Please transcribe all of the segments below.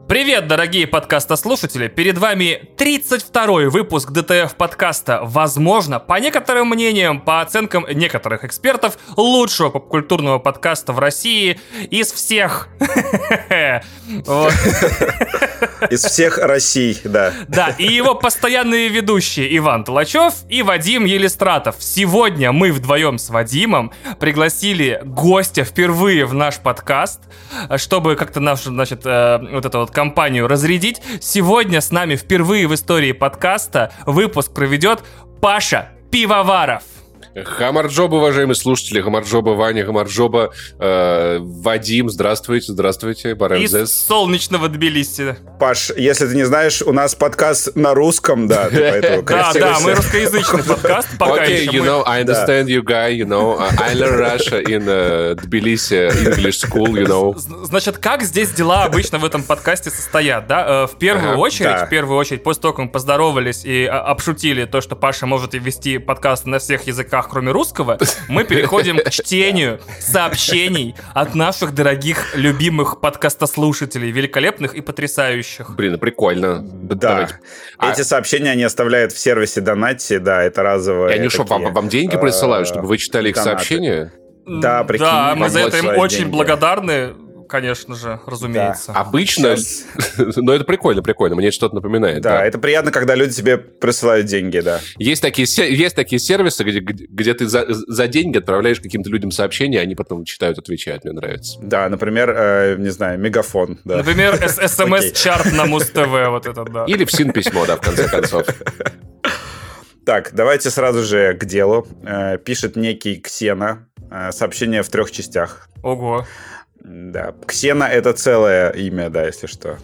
Привет, дорогие подкастослушатели! Перед вами 32-й выпуск ДТФ подкаста. Возможно, по некоторым мнениям, по оценкам некоторых экспертов, лучшего попкультурного подкаста в России из всех. Из всех Россий, да. Да, и его постоянные ведущие Иван Толачев и Вадим Елистратов. Сегодня мы вдвоем с Вадимом пригласили гостя впервые в наш подкаст, чтобы как-то нашу, значит, вот эту вот компанию разрядить. Сегодня с нами впервые в истории подкаста выпуск проведет Паша Пивоваров. Гамарджоба, уважаемые слушатели, Гамарджоба Ваня, Гамарджоба Вадим, здравствуйте, Из солнечного Тбилиси. Паш, если ты не знаешь, у нас подкаст на русском, да, ты поэтому Да, мы русскоязычный подкаст, пока еще. Okay, you know, I understand you, guy, you know, I learn Russia in Tbilisi English school, you know. Значит, как здесь дела обычно в этом подкасте состоят, да? В первую очередь, после того, как мы поздоровались и обшутили то, что Паша может вести подкаст на всех языках, кроме русского, мы переходим к чтению сообщений от наших дорогих, любимых подкастослушателей, великолепных и потрясающих. Блин, прикольно. Да. Эти сообщения они оставляют в сервисе Донати, да, это разовые. И они что, вам деньги присылают, чтобы вы читали их сообщения? Да, прикинь. Да, мы за это им очень благодарны. Конечно же, разумеется. Да. Обычно, но это прикольно, мне что-то напоминает. Да, это приятно, когда люди тебе присылают деньги, да. Есть такие сервисы, где ты за деньги отправляешь каким-то людям сообщения, они потом читают, отвечают, мне нравится. Да, например, не знаю, Мегафон. Да. Например, СМС-чарт на Муз-ТВ, вот этот, да. Или в СИН-письмо, да, в конце концов. Так, давайте сразу же к делу. Пишет некий Ксена. Сообщение в 3 частях. Ого. Да, Ксена — это целое имя, да, если что.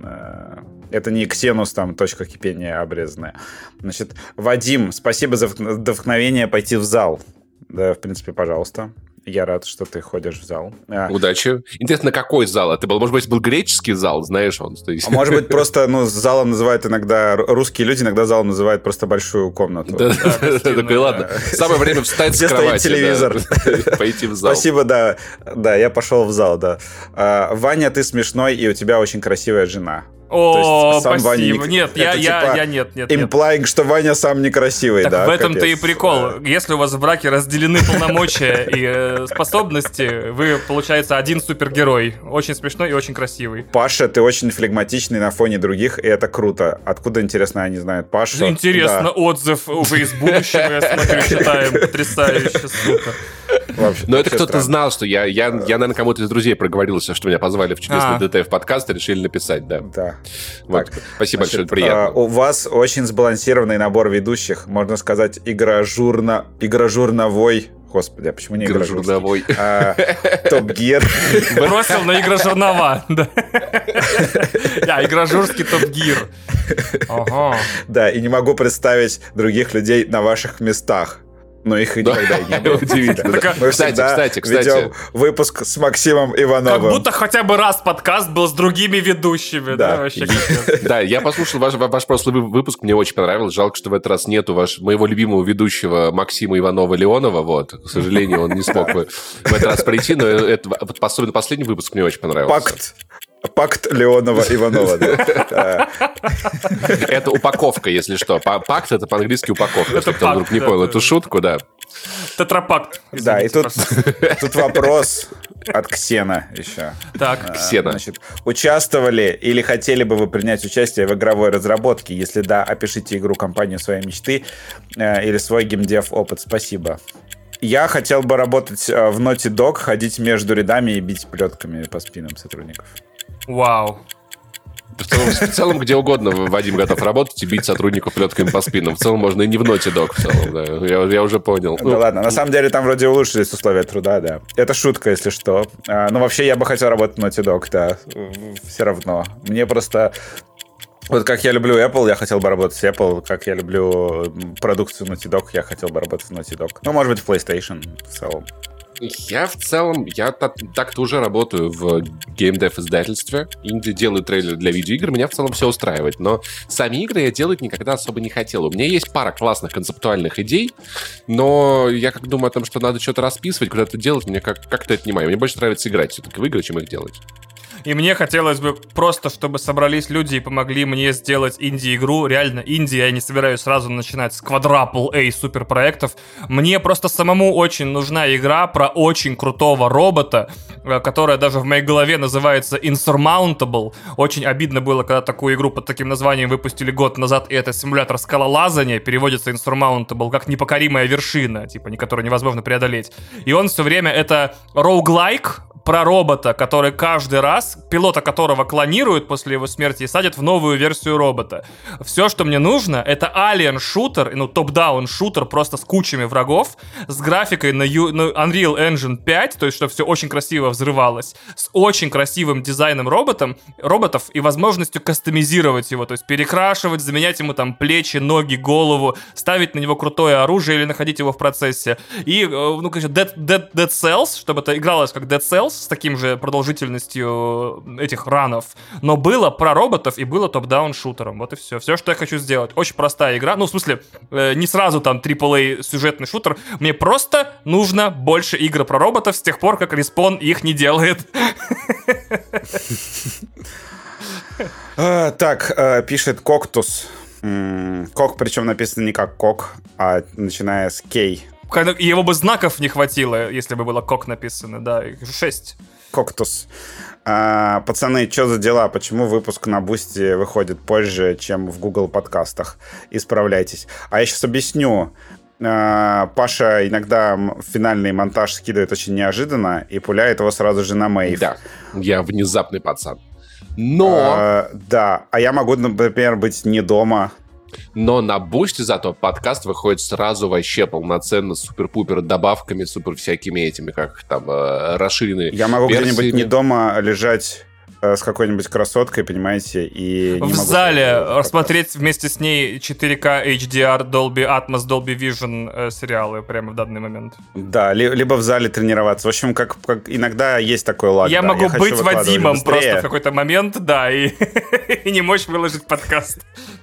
Это не Ксенус, там, точка кипения обрезанная. Значит, Вадим, спасибо за вдохновение пойти в зал. Да, в принципе, пожалуйста. Я рад, что ты ходишь в зал. Удачи. Интересно, какой зал это был? Может быть, был греческий зал, знаешь, он стоит. Может быть, просто, залом называют иногда... Русские люди иногда залом называют просто большую комнату. Да, такой, ладно. Самое время встать с кровати. Где стоит телевизор. Пойти в зал. Спасибо, да. Да, я пошел в зал, да. Ваня, ты смешной, и у тебя очень красивая жена. О, спасибо. Нет, я нет. Implying, что Ваня сам некрасивый, так да. В этом-то и прикол. Если у вас в браке разделены полномочия и способности, вы, получается, один супергерой. Очень смешной и очень красивый. Паша, ты очень флегматичный на фоне других, и это круто. Откуда, интересно, они знают Пашу? Интересно, да. Отзыв уже из будущего, я смотрю, читаем. Потрясающе, супер. Но это кто-то знал, что я, наверное, кому-то из друзей проговорился, что меня позвали в чудесный ДТФ подкаст и решили написать, да. Да. Вот. Так, спасибо большое, это приятно. У вас очень сбалансированный набор ведущих, можно сказать, игрожурновой. Господи, а почему не игрожурновой? Топ-гир. Бросил на игрожурнова. Игрожурский топ-гир. Да, и не могу представить других людей на ваших местах. Но их никогда не было. Удивительно. Мы кстати. Ведем выпуск с Максимом Ивановым. Как будто хотя бы раз подкаст был с другими ведущими. Да, да, я послушал ваш прошлый выпуск, мне очень понравилось. Жалко, что в этот раз нету моего любимого ведущего Максима Иванова-Леонова. Вот, к сожалению, он не смог в этот раз прийти, но особенно последний выпуск мне очень понравился. Пакт Леонова-Иванова. Да. Это упаковка, если что. Пакт — это по-английски упаковка. Это кто вдруг не понял эту шутку, да. Тетрапакт. Да, и тут вопрос от Ксена еще. Так, Ксена. Значит, участвовали или хотели бы вы принять участие в игровой разработке? Если да, опишите игру, компанию своей мечты или свой геймдев опыт. Спасибо. Я хотел бы работать в Naughty Dog, ходить между рядами и бить плетками по спинам сотрудников. Вау. В целом, где угодно Вадим готов работать и бить сотрудников плетками по спинам. В целом, можно и не в Naughty Dog, в целом, да. Я уже понял. Да ладно, на самом деле там вроде улучшились условия труда, да. Это шутка, если что. Но вообще я бы хотел работать в Naughty Dog, да. Все равно. Мне просто... Вот как я люблю Apple, я хотел бы работать в Apple. Как я люблю продукцию Naughty Dog, я хотел бы работать в Naughty Dog. Ну, может быть, в PlayStation в целом. Я так-то уже работаю в геймдев-издательстве. Инди делаю трейлеры для видеоигр. Меня в целом все устраивает. Но сами игры я делать никогда особо не хотел. У меня есть пара классных концептуальных идей, но я как думаю о том, что надо что-то расписывать, куда-то делать, мне как-то это не мое. Мне больше нравится играть все-таки в игры, чем их делать. И мне хотелось бы просто, чтобы собрались люди и помогли мне сделать инди-игру. Реально, инди, я не собираюсь сразу начинать с quadruple A суперпроектов. Мне просто самому очень нужна игра про очень крутого робота, которая даже в моей голове называется Insurmountable. Очень обидно было, когда такую игру под таким названием выпустили год назад, и это симулятор скалолазания, переводится Insurmountable как непокоримая вершина, типа, которую невозможно преодолеть. И он все время это роуглайк про робота, который каждый раз, пилота которого клонируют после его смерти и садят в новую версию робота. Все, что мне нужно, это алien-шутер, топ-даун шутер просто с кучами врагов, с графикой на Unreal Engine 5, то есть, чтобы все очень красиво взрывалось, с очень красивым дизайном роботов и возможностью кастомизировать его, то есть перекрашивать, заменять ему там плечи, ноги, голову, ставить на него крутое оружие или находить его в процессе. И, конечно, Dead Cells, чтобы это игралось как Dead Cells, с таким же продолжительностью этих ранов, но было про роботов и было топ-даун шутером. Вот и все. Все, что я хочу сделать. Очень простая игра. В смысле, не сразу там AAA сюжетный шутер. Мне просто нужно больше игр про роботов с тех пор, как Respawn их не делает. Так, пишет Коктус. Кок, причем написано не как Кок, а начиная с Кей. Его бы знаков не хватило, если бы было Кок написано, да, их 6. Коктус. Пацаны, что за дела? Почему выпуск на Бусти выходит позже, чем в Google подкастах? Исправляйтесь. А я сейчас объясню. Паша иногда финальный монтаж скидывает очень неожиданно и пуляет его сразу же на мейв. Да, я внезапный пацан. Но... Да, а я могу, например, быть не дома. Но на Бусти зато подкаст выходит сразу вообще полноценно, с супер-пупер добавками, супер всякими этими, как там, расширенные Я могу версиями. где-нибудь не дома лежать с какой-нибудь красоткой, понимаете, и... В зале рассмотреть вместе с ней 4К HDR, Dolby Atmos, Dolby Vision сериалы прямо в данный момент. Да, либо в зале тренироваться. В общем, как иногда есть такой лаг. Я могу быть Вадимом быстрее. Просто в какой-то момент, да, и не мочь выложить подкаст.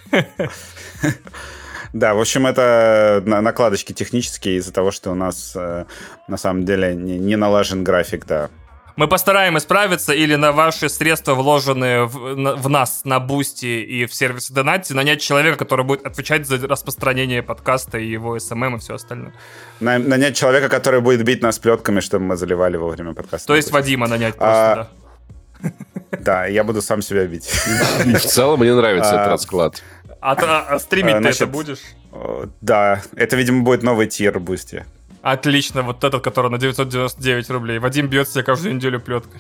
Да, в общем, это накладочки технические из-за того, что у нас на самом деле не налажен график, да. Мы постараемся справиться или на ваши средства, вложенные в нас на Бусти и в сервисе Донати, нанять человека, который будет отвечать за распространение подкаста и его СММ и все остальное. Нанять человека, который будет бить нас плетками, чтобы мы заливали во время подкаста. То есть Вадима нанять просто, да. Да, я буду сам себя бить. В целом мне нравится этот расклад. А стримить ты это будешь? Да, это, видимо, будет новый тир Бусти. Отлично, вот этот, который на 999 рублей. Вадим бьет себя каждую неделю плеткой.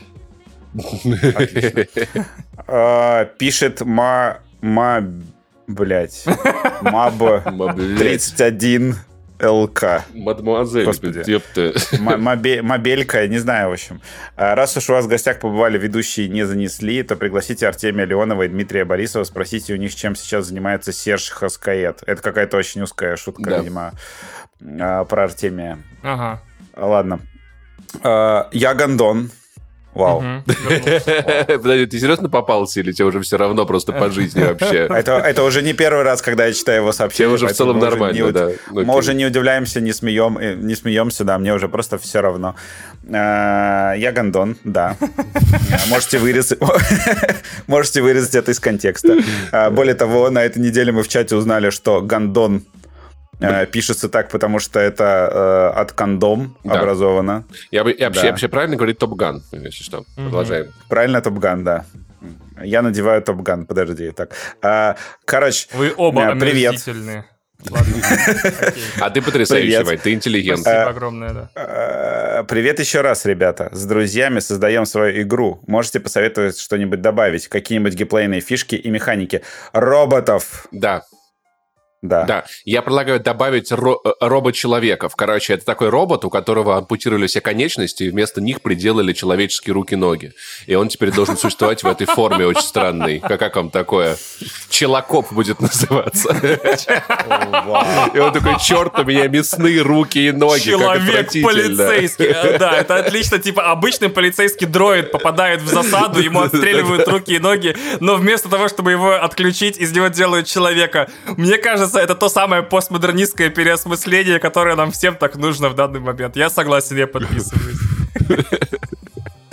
Пишет Маб 31 ЛК. Мадемуазель, Мобелька, не знаю, в общем. Раз уж у вас в гостях побывали ведущие и не занесли, то пригласите Артемия Леонова и Дмитрия Борисова, спросите у них, чем сейчас занимается Серж Хаскаэт. Это какая-то очень узкая шутка, да. Видимо, про Артемия. Ага. Ладно. Я Гондон. Вау. Подожди, ты серьезно попался или тебе уже все равно просто по жизни вообще? Это уже не первый раз, когда я читаю его сообщения. Тебе уже в целом нормально, да. Мы уже не удивляемся, не смеемся, да, мне уже просто все равно. Я Гондон, да. Можете вырезать это из контекста. Более того, на этой неделе мы в чате узнали, что Гондон пишется так, потому что это от кондом образовано. Я вообще правильно говорить Топ-Ган, если что. Продолжаем. Правильно, Топ-Ган, да. Я надеваю Топ-Ган, подожди. Так. Короче, вы оба омерзительные. А ты потрясающий, Вань, ты интеллигент. Спасибо огромное, да. Привет еще раз, ребята. С друзьями создаем свою игру. Можете посоветовать что-нибудь добавить? Какие-нибудь геймплейные фишки и механики? Роботов! Да, я предлагаю добавить робот-человеков. Короче, это такой робот, у которого ампутировали все конечности, и вместо них приделали человеческие руки-ноги. И он теперь должен существовать в этой форме очень странной. Как вам такое? Челокоп будет называться. И он такой, черт, у меня мясные руки и ноги. Человек-полицейский. Да, это отлично. Типа обычный полицейский дроид попадает в засаду, ему отстреливают руки и ноги, но вместо того, чтобы его отключить, из него делают человека. Мне кажется, это то самое постмодернистское переосмысление, которое нам всем так нужно в данный момент. Я согласен, я подписываюсь.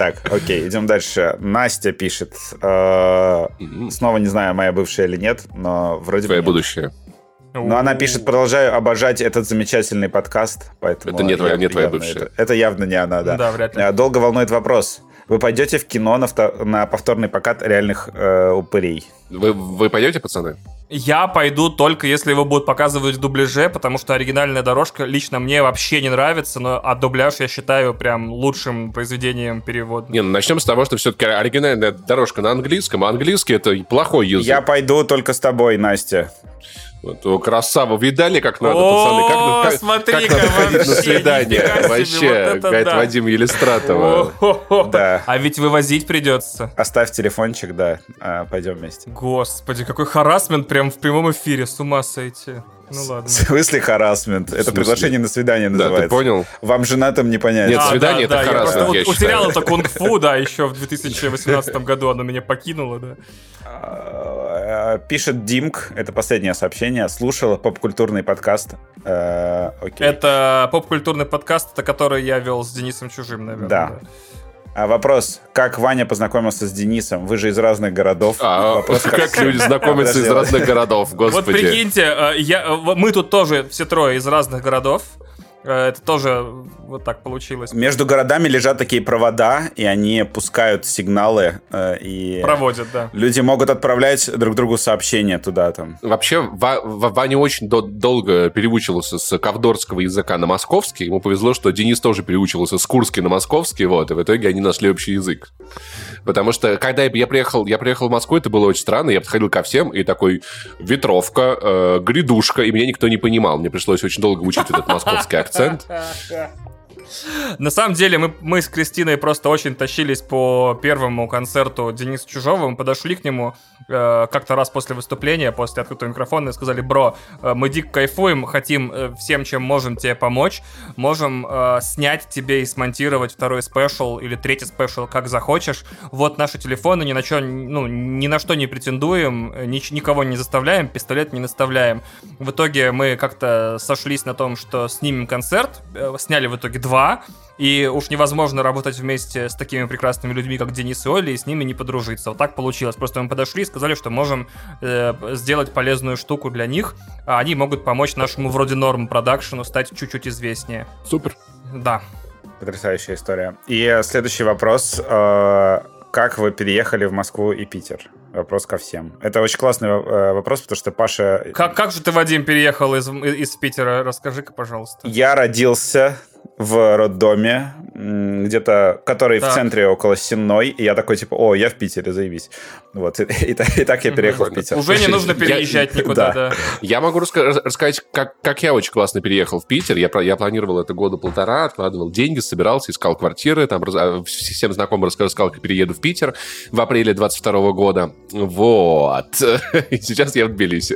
Так, окей, идем дальше. Настя пишет. Снова не знаю, моя бывшая или нет, но вроде бы Твое нет. будущее. Но она пишет: продолжаю обожать этот замечательный подкаст. Поэтому Это не твоя бывшая. Это явно не она, да. Да, вряд ли. Долго волнует вопрос. Вы пойдете в кино на повторный покат реальных упырей? Вы пойдете, пацаны? Я пойду только если его будут показывать в дубляже, потому что оригинальная дорожка лично мне вообще не нравится, а дубляж я считаю прям лучшим произведением перевода. Не, ну начнем с того, что все-таки оригинальная дорожка на английском, а английский — это плохой язык. Я пойду только с тобой, Настя. Вот, о, красава, видали, как надо, О, пацаны? смотри-ка, как надо ходить на вообще, свидание? нифига себе, Вообще, вот это говорит да. Вадим Елистратова. О-хо-хо. Да. А ведь вывозить придется. Оставь телефончик, да. Пойдем вместе. Господи, какой харассмент прям в прямом эфире, с ума сойти. Ну ладно. В смысле харассмент? Это смысле? приглашение на свидание Да, называется. ты понял? Вам женатым не понять. Нет, свидание — это я харассмент, просто я утерял считаю. это кунг-фу, да, еще в 2018 году оно меня покинуло, да. Пишет Димк, это последнее сообщение. Слушал поп-культурный подкаст. Окей. Это поп-культурный подкаст, это который я вел с Денисом Чужим, наверное. Да. А вопрос, как Ваня познакомился с Денисом? Вы же из разных городов. Вопрос, Как люди знакомятся из Подожди. разных городов, Вот господи. прикиньте, мы тут тоже все трое из разных городов. Это тоже вот так получилось. Между городами лежат такие провода, и они пускают сигналы, и Проводят, да. люди могут отправлять друг другу сообщения туда там. Вообще, Ваня очень долго переучивался с ковдорского языка на московский. Ему повезло, что Денис тоже переучивался с курский на московский, вот, и в итоге они нашли общий язык. Потому что, когда я приехал в Москву, это было очень странно. Я подходил ко всем, и такой: ветровка, грядушка, и меня никто не понимал. Мне пришлось очень долго учить этот московский акцент. На самом деле мы с Кристиной просто очень тащились по первому концерту Дениса Чужого. Мы подошли к нему как-то раз после выступления, после открытого микрофона, и сказали: бро, мы дико кайфуем, хотим всем, чем можем тебе помочь. Можем снять тебе и смонтировать второй спешл или третий спешл, как захочешь. Вот наши телефоны, ни на что не претендуем, никого не заставляем, пистолет не наставляем. В итоге мы как-то сошлись на том, что снимем концерт, сняли в итоге 2, и уж невозможно работать вместе с такими прекрасными людьми, как Денис и Оля, и с ними не подружиться. Вот так получилось. Просто мы подошли и сказали, что можем сделать полезную штуку для них, а они могут помочь нашему вроде норм продакшену стать чуть-чуть известнее. Супер. Да. Потрясающая история. И следующий вопрос. Как вы переехали в Москву и Питер? Вопрос ко всем. Это очень классный вопрос, потому что Паша... Как же ты, Вадим, переехал из Питера? Расскажи-ка, пожалуйста. Я родился в роддоме, где-то, который в центре около Сенной, и я такой, типа, я в Питере, заебись. Вот, и так я переехал в Питер. Уже не нужно переезжать никуда, да. Я могу рассказать, как я очень классно переехал в Питер. Я планировал это года полтора, откладывал деньги, собирался, искал квартиры, там всем знакомым рассказал, как перееду в Питер в апреле 22 года. Вот. И сейчас я в Тбилиси.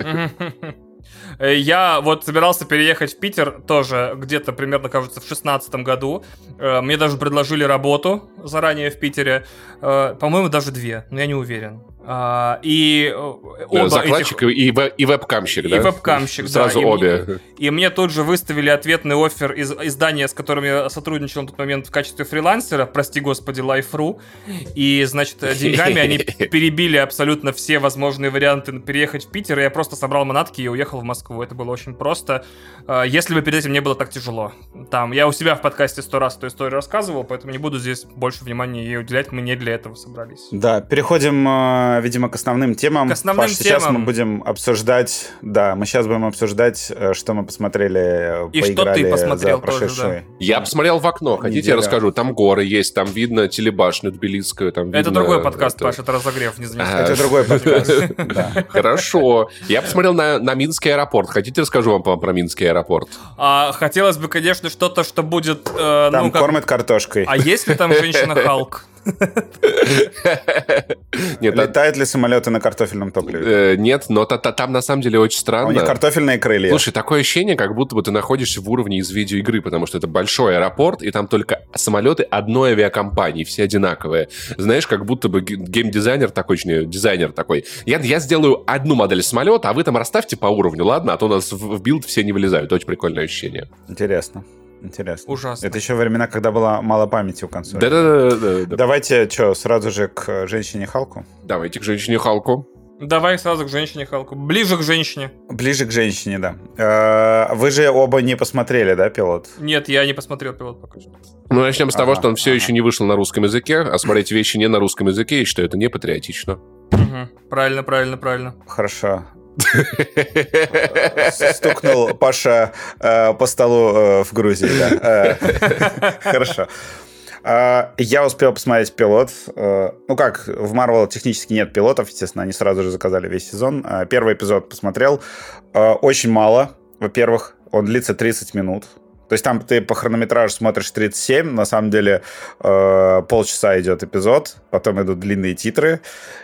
Я вот собирался переехать в Питер тоже где-то примерно, кажется, в 2016 году. Мне даже предложили работу заранее в Питере. По-моему, даже 2, но я не уверен. И оба закладчик и веб-камщик, да? И веб-камщик, сразу да. обе. И мне тут же выставили ответный оффер из издания, с которым я сотрудничал на тот момент в качестве фрилансера, прости господи, Life.ru. И, значит, деньгами они перебили абсолютно все возможные варианты переехать в Питер, и я просто собрал манатки и уехал в Москву. Это было очень просто. Если бы перед этим не было так тяжело. Я у себя в подкасте 100 раз эту историю рассказывал, поэтому не буду здесь больше внимания ей уделять, мы не для этого собрались. Да, переходим, видимо, к основным темам. К основным Паш, сейчас темам. мы будем обсуждать, что мы посмотрели, И поиграли что ты посмотрел за прошедшие. тоже, Я посмотрел в окно. Хотите, Неделя. я расскажу? Там горы есть, там видно телебашню тбилисскую. Там Это видно другой подкаст, это- Паш, это разогрев, не занимайся. Это другой подкаст. Да. Хорошо. Я посмотрел на Минский аэропорт. Хотите, расскажу вам про Минский аэропорт? Хотелось бы, конечно, что-то, что будет... Там кормят картошкой. А есть ли там женщина-Халк? Нет, Летают ли самолеты на картофельном топливе? нет, но там на самом деле очень У странно. них картофельные крылья. Слушай, такое ощущение, как будто бы ты находишься в уровне из видеоигры, потому что это большой аэропорт, и там только самолеты одной авиакомпании, все одинаковые. Знаешь, как будто бы геймдизайнер такой, дизайнер такой. Я сделаю одну модель самолета, а вы там расставьте по уровню, ладно? А то у нас в билд все не вылезают. Очень прикольное ощущение. Интересно. Интересно. Ужасно. Это еще времена, когда было мало памяти у консоли. Да-да-да. Давайте, сразу же к женщине Халку? Давайте к женщине Халку. Давай сразу к женщине Халку. Ближе к женщине. Ближе к женщине, да. Вы же оба не посмотрели, да, пилот? Нет, я не посмотрел пилот пока что. Ну, начнем с того, что он все еще не вышел на русском языке, а смотреть вещи не на русском языке, я считаю, это не патриотично. Правильно. Хорошо. Стукнул Паша по столу в Грузии, да. Хорошо. Я успел посмотреть пилот. Ну как, в Marvel технически нет пилотов, естественно, они сразу же заказали весь сезон. Первый эпизод посмотрел. Очень мало. Во-первых, он длится 30 минут. То есть там ты по хронометражу смотришь 37, на самом деле полчаса идет эпизод, потом идут длинные титры,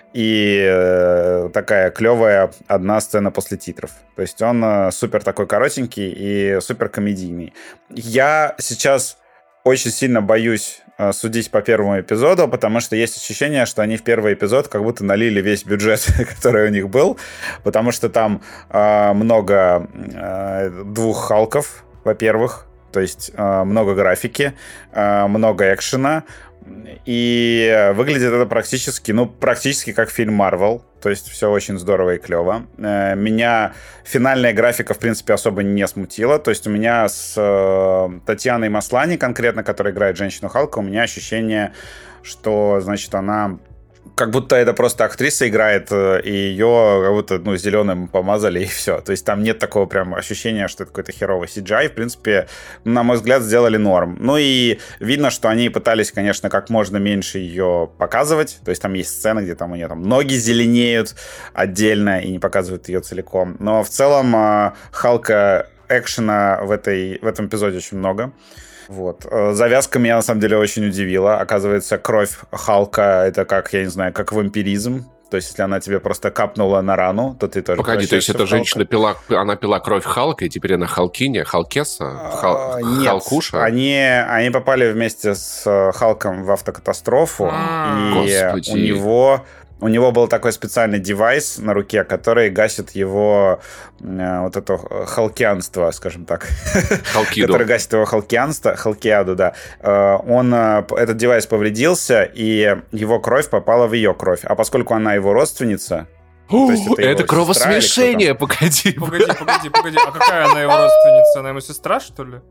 и такая клевая одна сцена после титров. То есть он супер такой коротенький и супер комедийный. Я сейчас очень сильно боюсь судить по первому эпизоду, потому что есть ощущение, что они в первый эпизод как будто налили весь бюджет, который у них был, потому что там много двух Халков, во-первых, то есть много графики, много экшена, и выглядит это практически как фильм Marvel. То есть все очень здорово и клево. Меня финальная графика, в принципе, особо не смутила. То есть у меня с Татьяной Маслани, конкретно, которая играет женщину Халка, у меня ощущение, что, значит, она... Как будто это просто актриса играет, и ее как будто зеленым помазали, и все. То есть там нет такого прям ощущения, что это какой-то херовый CGI. В принципе, на мой взгляд, сделали норм. Ну и видно, что они пытались, конечно, как можно меньше ее показывать. То есть там есть сцены, где там у нее там ноги зеленеют отдельно и не показывают ее целиком. Но в целом Халка экшена в этом эпизоде очень много. Вот. Завязка меня, на самом деле, очень удивила. Оказывается, кровь Халка — это как, я не знаю, как вампиризм. То есть, если она тебе просто капнула на рану, то ты тоже... Погоди, то есть эта женщина пила кровь Халка, и теперь она Халкиня, Халкеса, Халкуша? Нет, они попали вместе с Халком в автокатастрофу, и у него был такой специальный девайс на руке, который гасит его вот это халкианство, скажем так. Халкиду. Который гасит его халкиаду, да. Этот девайс повредился, и его кровь попала в ее кровь. А поскольку она его родственница... Это кровосмешение, погоди. А какая она его родственница? Она ему сестра, что ли?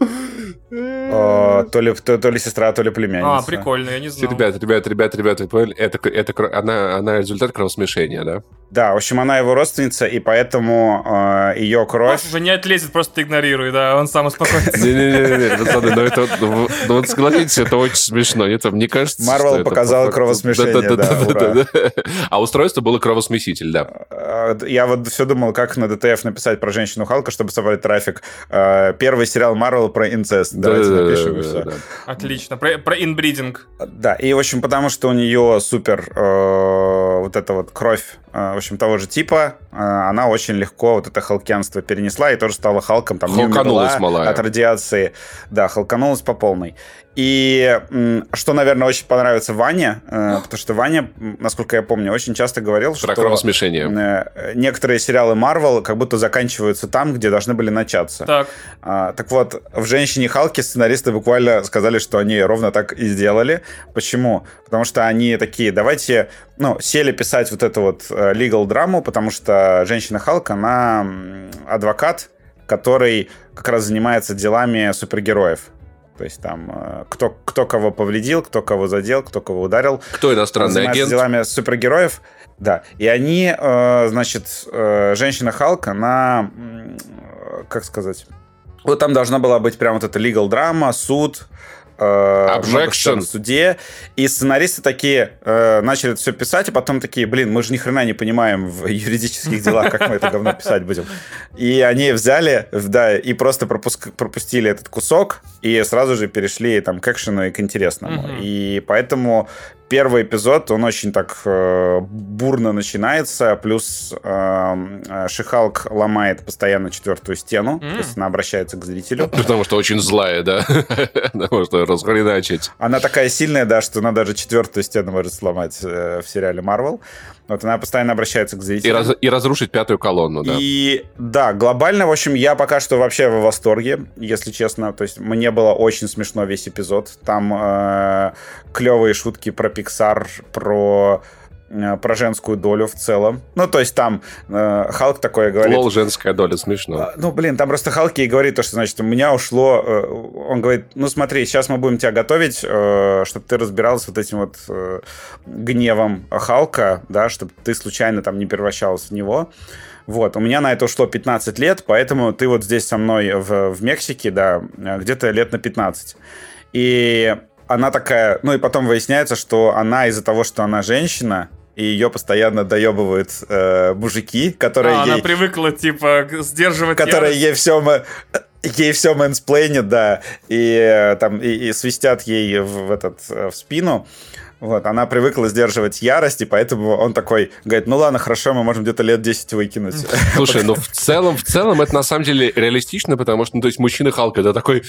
То ли сестра, то ли племянница. Прикольно, я не знал. Ребята, вы поняли? Она результат кровосмешения, да? Да, в общем, она его родственница, и поэтому ее кровь... Паша уже не отлезет, просто игнорируй, да, он сам успокоится. Не-не-не, пацаны, вот согласитесь, это очень смешно. Мне кажется, Марвел показал кровосмешение, да, а устройство было кровосмеситель, да. Я вот все думал, как на ДТФ написать про женщину Халка, чтобы собрать трафик. Первый сериал Марвел про инцест. Давайте напишем и все. Отлично, про инбридинг. Да, и, в общем, потому что у нее супер вот эта вот кровь, в общем, того же типа, она очень легко вот это халкианство перенесла и тоже стала Халком. Там не умерла от радиации. Да, халканулась по полной. И что, наверное, очень понравится Ване, потому что Ваня, насколько я помню, очень часто говорил, про кровосмешение. Некоторые сериалы Marvel как будто заканчиваются там, где должны были начаться. Так вот, в «Женщине Халке» сценаристы буквально сказали, что они ровно так и сделали. Почему? Потому что они такие, давайте, сели писать вот эту вот legal драму, потому что «Женщина Халк», она адвокат, который как раз занимается делами супергероев. То есть там кто кого повредил, кто кого задел, кто кого ударил. Кто иностранный агент. Делами супергероев. Да. И они, женщина Халк, она, как сказать... Вот там должна была быть прям вот эта legal драма, суд, Objection в суде. И сценаристы такие начали это все писать, и потом такие, мы же ни хрена не понимаем в юридических делах, как мы это говно писать будем. И они взяли, да, и просто пропустили этот кусок, и сразу же перешли там к экшену и к интересному. И поэтому первый эпизод, он очень так бурно начинается, плюс Ши-Халк ломает постоянно четвертую стену, то есть она обращается к зрителю. Потому что очень злая, да? Она может расхреначить. Она такая сильная, да, что она даже четвертую стену может сломать в сериале Marvel. Вот она постоянно обращается к зрителям. И разрушить пятую колонну, да. И да, глобально, в общем, я пока что вообще в восторге, если честно. То есть мне было очень смешно весь эпизод. Там клевые шутки про Pixar, про женскую долю в целом. Ну, то есть там Халк такое говорит... Лол, женская доля, смешно. Ну, блин, там просто Халк ей говорит то, что, значит, у меня ушло... Он говорит, ну, смотри, сейчас мы будем тебя готовить, чтобы ты разбиралась с вот этим вот гневом Халка, да, чтобы ты случайно там не превращалась в него. Вот, у меня на это ушло 15 лет, поэтому ты вот здесь со мной в Мексике, да, где-то лет на 15. И она такая... Ну, и потом выясняется, что она из-за того, что она женщина, и ее постоянно доебывают мужики, которые она привыкла, типа, сдерживать которые ярость. ей все мэнсплейнят, да, и там и свистят ей в спину. Вот, она привыкла сдерживать ярость, и поэтому он такой говорит, ну ладно, хорошо, мы можем где-то лет 10 выкинуть. Слушай, ну в целом это на самом деле реалистично, потому что, ну, то есть мужчина Халка, это такой,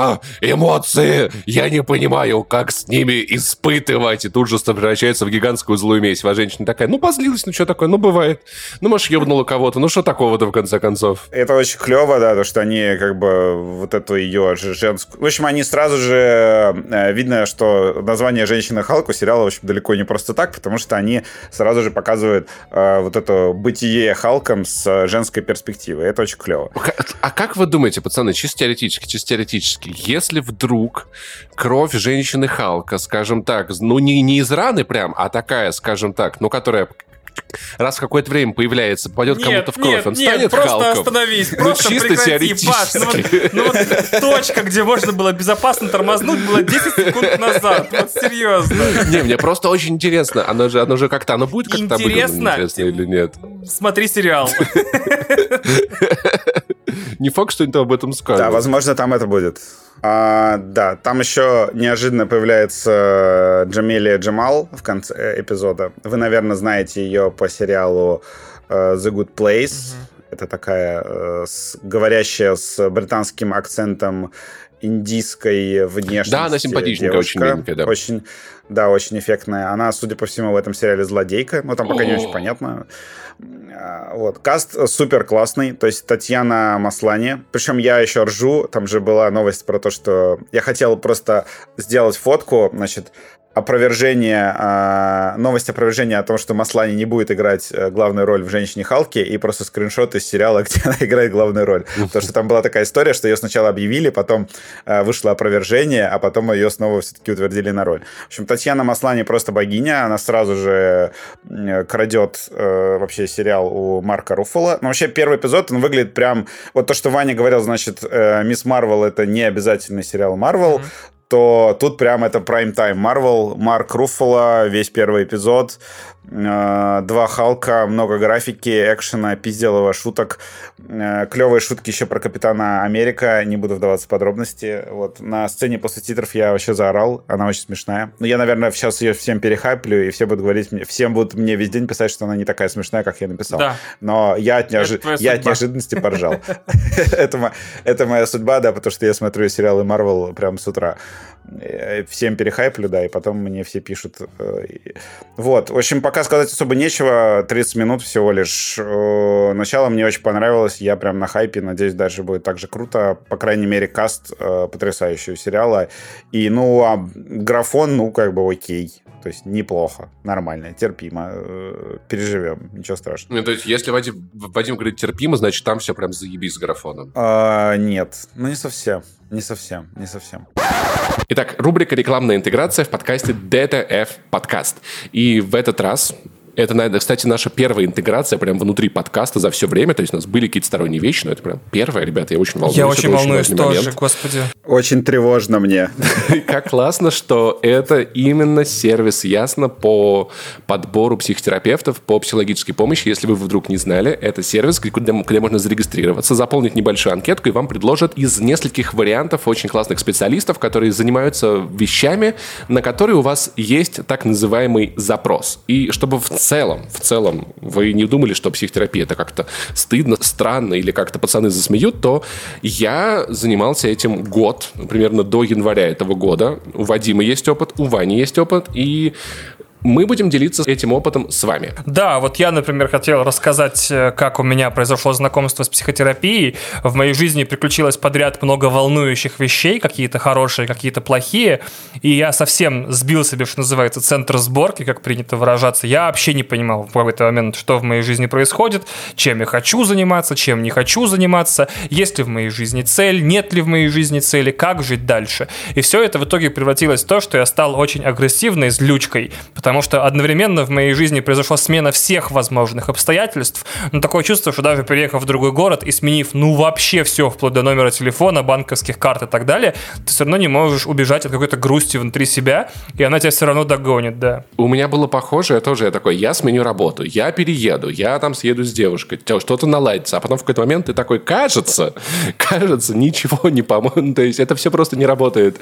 эмоции, я не понимаю, как с ними испытывать, и тут же превращается в гигантскую злую месть. А женщина такая, ну позлилась, ну что такое, ну бывает, ну может ебнула кого-то, ну что такого-то в конце концов. Это очень клево, да, то, что они как бы вот эту ее женскую... В общем, они сразу же... Видно, что название «Женщина Халк» сериала, в общем, далеко не просто так, потому что они сразу же показывают вот это бытие Халком с женской перспективы. Это очень клево. А как вы думаете, пацаны, чисто теоретически, если вдруг кровь женщины Халка, скажем так, ну не из раны прям, а такая, скажем так, ну которая... раз в какое-то время появляется, попадет кому-то в кровь, он станет просто Халком? остановись, Ну, просто чисто прекрати, Паш, теоретически. ну вот точка, где можно было безопасно тормознуть, была 10 секунд назад, вот серьезно. Не, мне просто очень интересно, оно же как-то, оно будет как-то Интересно или нет? Смотри сериал. Не факт, что они там об этом скажут. Да, возможно, там это будет. Да, там еще неожиданно появляется Джамилия Джамал в конце эпизода. Вы, наверное, знаете ее по сериалу The Good Place. Это такая говорящая с британским акцентом индийской внешности. Да, она симпатичненькая, очень миленькая, да. Очень эффектная. Она, судя по всему, в этом сериале злодейка. Ну, там пока не очень понятно. Вот. Каст супер классный. То есть Татьяна Маслани. Причем я еще ржу. Там же была новость про то, что я хотел просто сделать фотку, значит, новость опровержения о том, что Маслани не будет играть главную роль в «Женщине Халке», и просто скриншот из сериала, где она играет главную роль. Потому что там была такая история, что ее сначала объявили, потом вышло опровержение, а потом ее снова все-таки утвердили на роль. В общем, Татьяна Маслани просто богиня, она сразу же крадет вообще сериал у Марка Руффало. Но вообще первый эпизод, он выглядит прям... Вот то, что Ваня говорил, значит, «Мисс Марвел» — это не обязательный сериал Марвел, то тут прям это прайм-тайм Марвел, Марк Руффало, весь первый эпизод, 2 Халка, много графики, экшена, пизделого, шуток, клевые шутки еще про Капитана Америка, не буду вдаваться в подробности. Вот. На сцене после титров я вообще заорал, она очень смешная. Но я, наверное, сейчас ее всем перехайплю, и все будут говорить, всем будут мне весь день писать, что она не такая смешная, как я написал. Да. Но я от неожиданности поржал. Это моя судьба, да, потому что я смотрю сериалы Марвел прямо с утра. Всем перехайплю, да, и потом мне все пишут. Вот, в общем, пока сказать особо нечего, 30 минут всего лишь. Начало мне очень понравилось, я прям на хайпе, надеюсь, дальше будет так же круто. По крайней мере, каст потрясающий у сериала. И, а графон, как бы окей. То есть неплохо, нормально, терпимо, переживем, ничего страшного. Ну, то есть, если Вадим говорит терпимо, значит, там все прям заебись с графоном. Нет, не совсем. Итак, рубрика «Рекламная интеграция» в подкасте DTF Подкаст. И в этот раз... Это, кстати, наша первая интеграция прям внутри подкаста за все время. То есть у нас были какие-то сторонние вещи, но это прям первая, ребята, я очень волнуюсь. Я очень волнуюсь тоже, господи. Очень тревожно мне. Как классно, что это именно сервис Ясно по подбору психотерапевтов по психологической помощи. Если вы вдруг не знали, это сервис, где можно зарегистрироваться, заполнить небольшую анкетку, и вам предложат из нескольких вариантов очень классных специалистов, которые занимаются вещами, на которые у вас есть так называемый запрос. И чтобы в целом вы не думали, что психотерапия это как-то стыдно, странно или как-то пацаны засмеют, то я занимался этим год, примерно до января этого года. У Вадима есть опыт, у Вани есть опыт, и мы будем делиться этим опытом с вами. Да, вот я, например, хотел рассказать, как у меня произошло знакомство с психотерапией. В моей жизни приключилось подряд много волнующих вещей, какие-то хорошие, какие-то плохие, и я совсем сбил себе, что называется, центр сборки, как принято выражаться. Я вообще не понимал в какой-то момент, что в моей жизни происходит, чем я хочу заниматься, чем не хочу заниматься, есть ли в моей жизни цель, нет ли в моей жизни цели, как жить дальше. И все это в итоге превратилось в то, что я стал очень агрессивной злючкой, потому что одновременно в моей жизни произошла смена всех возможных обстоятельств, но такое чувство, что даже переехав в другой город и сменив, вообще все, вплоть до номера телефона, банковских карт и так далее, ты все равно не можешь убежать от какой-то грусти внутри себя, и она тебя все равно догонит, да. У меня было похоже, я такой, я сменю работу, я перееду, я там съеду с девушкой, что-то наладится, а потом в какой-то момент ты такой, кажется, ничего не поможет, то есть это все просто не работает,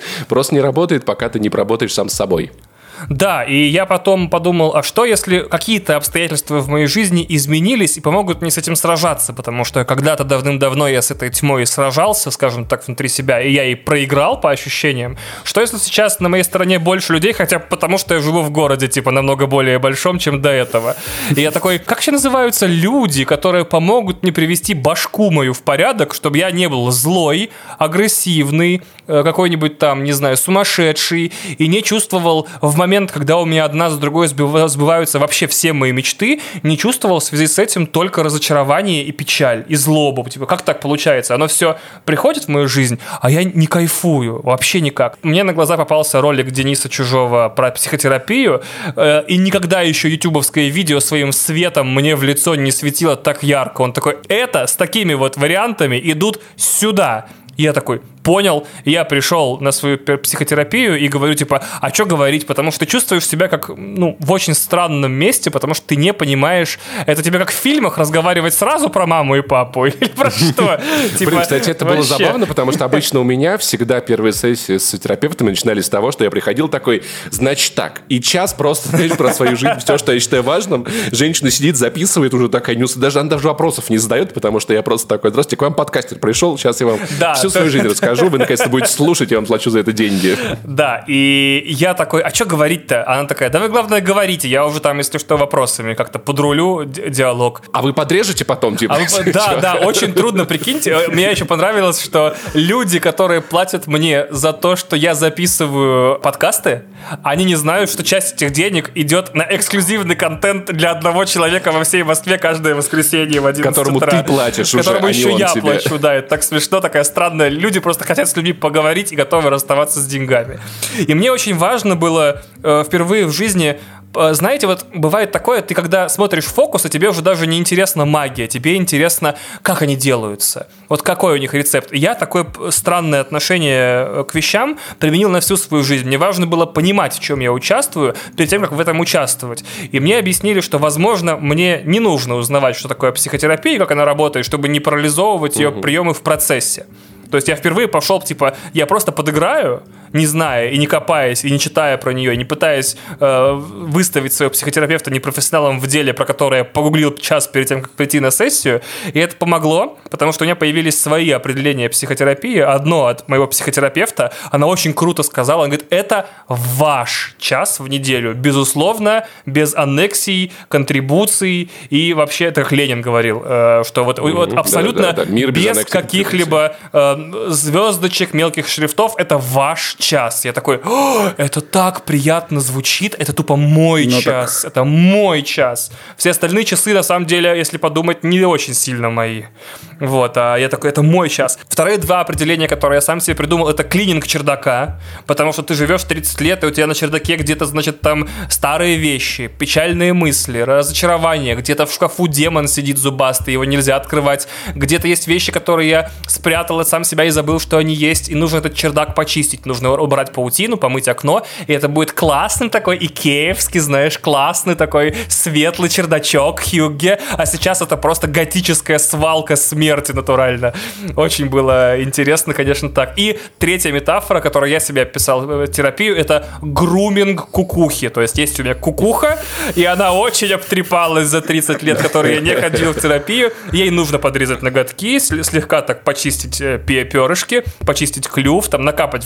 пока ты не поработаешь сам с собой. Да, и я потом подумал, а что если какие-то обстоятельства в моей жизни изменились и помогут мне с этим сражаться, потому что когда-то давным-давно я с этой тьмой сражался, скажем так, внутри себя, и я ей проиграл по ощущениям. Что если сейчас на моей стороне больше людей, хотя бы потому, что я живу в городе, намного более большом, чем до этого. И я такой, как еще называются люди, которые помогут мне привести башку мою в порядок, чтобы я не был злой, агрессивный, какой-нибудь там, не знаю, сумасшедший, и не чувствовал в момент, когда у меня одна за другой сбываются вообще все мои мечты, не чувствовал в связи с этим только разочарование и печаль, и злобу. Как так получается? Оно все приходит в мою жизнь, а я не кайфую, вообще никак. Мне на глаза попался ролик Дениса Чужого про психотерапию, и никогда еще ютубовское видео своим светом мне в лицо не светило так ярко. Он такой, это с такими вот вариантами идут сюда. Я такой, понял, я пришел на свою психотерапию и говорю, а что говорить, потому что ты чувствуешь себя как, в очень странном месте, потому что ты не понимаешь, это тебе как в фильмах разговаривать сразу про маму и папу, или про что? Кстати, это было забавно, потому что обычно у меня всегда первые сессии с терапевтами начинались с того, что я приходил такой, значит так, и час просто, про свою жизнь, все, что я считаю важным, женщина сидит, записывает уже такая, она даже вопросов не задает, потому что я просто такой, здравствуйте, к вам подкастер пришел, сейчас я вам всю свою жизнь расскажу, вы наконец-то будете слушать, я вам плачу за это деньги. Да, и я такой, а что говорить-то? Она такая, да вы, главное, говорите, я уже там, если что, вопросами как-то подрулю диалог. А вы подрежете потом, Да, очень трудно, прикиньте. Мне еще понравилось, что люди, которые платят мне за то, что я записываю подкасты, они не знают, что часть этих денег идет на эксклюзивный контент для одного человека во всей Москве каждое воскресенье в 11 утра. Которому ты платишь уже, которому еще я тебе плачу, да, это так смешно, такая странная. Люди просто хотят с людьми поговорить и готовы расставаться с деньгами. И мне очень важно было впервые в жизни, знаете, вот бывает такое, ты когда смотришь фокусы, тебе уже даже не интересна магия, тебе интересно, как они делаются, вот какой у них рецепт. Я такое странное отношение к вещам применил на всю свою жизнь. Мне важно было понимать, в чем я участвую, перед тем, как в этом участвовать. И мне объяснили, что, возможно, мне не нужно узнавать, что такое психотерапия, как она работает, чтобы не парализовывать ее приемы в процессе. То есть я впервые пошел, я просто подыграю, не зная и не копаясь, и не читая про нее, и не пытаясь выставить своего психотерапевта непрофессионалом в деле, про которое я погуглил час перед тем, как прийти на сессию. И это помогло, потому что у меня появились свои определения психотерапии. Одно от моего психотерапевта, она очень круто сказала, она говорит, это ваш час в неделю, безусловно, без аннексий, контрибуций, и вообще, это как Ленин говорил, что вот абсолютно без каких-либо звездочек, мелких шрифтов, это ваш час. Я такой, это так приятно звучит, это тупо мой час, это мой час. Все остальные часы, на самом деле, если подумать, не очень сильно мои. Вот, а я такой, это мой час. Вторые два определения, которые я сам себе придумал, это клининг чердака, потому что ты живешь 30 лет, и у тебя на чердаке где-то, значит, там старые вещи, печальные мысли, разочарования, где-то в шкафу демон сидит зубастый, его нельзя открывать, где-то есть вещи, которые я спрятал от сам себя и забыл, что они есть, и нужно этот чердак почистить, нужно убрать паутину, помыть окно, и это будет классный такой икеевский, знаешь, классный такой светлый чердачок Хьюгге, а сейчас это просто готическая свалка смерти натурально. Очень было интересно, конечно, так. И третья метафора, которую я себе описал в терапию, это груминг кукухи, то есть есть у меня кукуха, и она очень обтрепалась за 30 лет, которые я не ходил в терапию, ей нужно подрезать ноготки, слегка так почистить перышки, почистить клюв, там накапать в глазки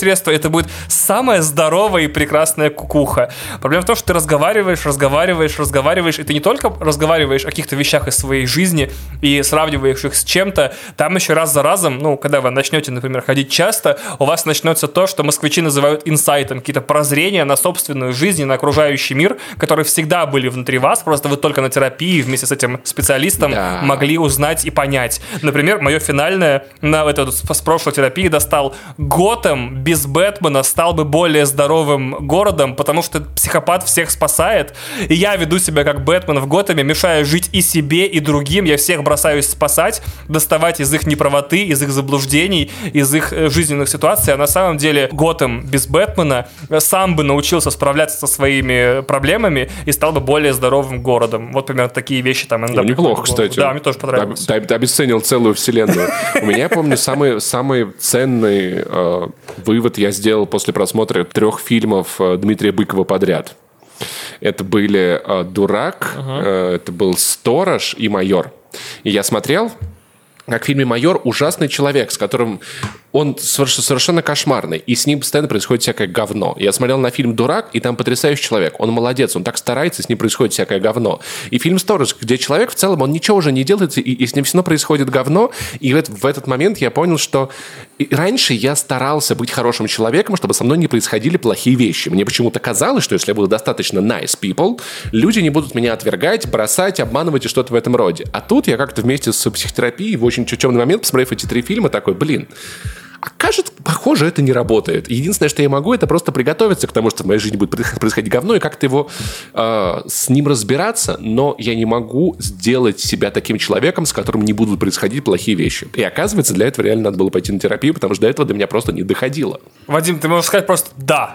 средство, это будет самая здоровая и прекрасная кукуха. Проблема в том, что ты разговариваешь, и ты не только разговариваешь о каких-то вещах из своей жизни и сравниваешь их с чем-то, там еще раз за разом, ну, когда вы начнете, например, ходить часто, у вас начнется то, что москвичи называют инсайтом, какие-то прозрения на собственную жизнь и на окружающий мир, которые всегда были внутри вас, просто вы только на терапии вместе с этим специалистом могли узнать и понять. Например, мое финальное с прошлой терапии достал: Готэм без Бэтмена стал бы более здоровым городом, потому что психопат всех спасает, и я веду себя как Бэтмен в Готэме, мешаю жить и себе, и другим, я всех бросаюсь спасать, доставать из их неправоты, из их заблуждений, из их жизненных ситуаций, а на самом деле Готэм без Бэтмена сам бы научился справляться со своими проблемами и стал бы более здоровым городом. Вот примерно такие вещи там. Неплохо, кстати. Да, мне тоже понравилось. Ты обесценил целую вселенную. У меня, я помню, самый ценный вывод я сделал после просмотра 3 фильмов Дмитрия Быкова подряд. Это были «Дурак», это был «Сторож» и «Майор». И я смотрел, как в фильме «Майор» ужасный человек, с которым он совершенно кошмарный, и с ним постоянно происходит всякое говно. Я смотрел на фильм «Дурак», и там потрясающий человек. Он молодец, он так старается, с ним происходит всякое говно. И фильм «Сторож», где человек в целом, он ничего уже не делает, и с ним все равно происходит говно. И в этот момент я понял, что раньше я старался быть хорошим человеком, чтобы со мной не происходили плохие вещи. Мне почему-то казалось, что если я буду достаточно nice people, люди не будут меня отвергать, бросать, обманывать и что-то в этом роде. А тут я как-то вместе с психотерапией в очень темный момент, посмотрев эти 3 фильма, такой, кажется, похоже, это не работает. Единственное, что я могу, это просто приготовиться к тому, что в моей жизни будет происходить говно, и как-то его с ним разбираться, но я не могу сделать себя таким человеком, с которым не будут происходить плохие вещи. И оказывается, для этого реально надо было пойти на терапию, потому что до этого до меня просто не доходило. Вадим, ты можешь сказать просто «да».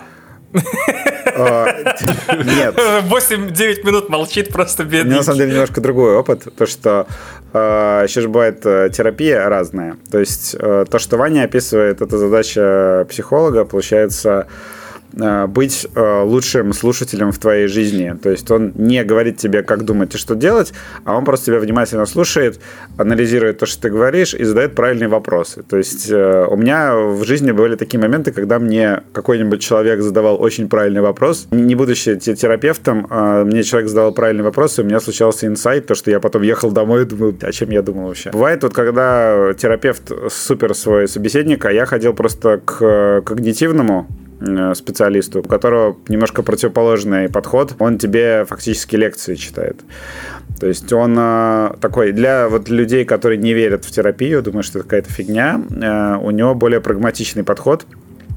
Нет. 8-9 минут молчит просто бедный. У меня на самом деле немножко другой опыт, потому что еще же бывает терапия разная. То есть то, что Ваня описывает, это задача психолога, получается, быть лучшим слушателем в твоей жизни. То есть он не говорит тебе, как думать и что делать, а он просто тебя внимательно слушает, анализирует то, что ты говоришь, и задает правильные вопросы. То есть у меня в жизни были такие моменты, когда мне какой-нибудь человек задавал очень правильный вопрос. Не будучи терапевтом, мне человек задавал правильный вопрос, и у меня случался инсайт, то, что я потом ехал домой и думал, о чем я думал вообще. Бывает вот, когда терапевт супер свой собеседник, а я ходил просто к когнитивному специалисту, у которого немножко противоположный подход, он тебе фактически лекции читает. То есть он такой, для вот людей, которые не верят в терапию, думают, что это какая-то фигня, у него более прагматичный подход.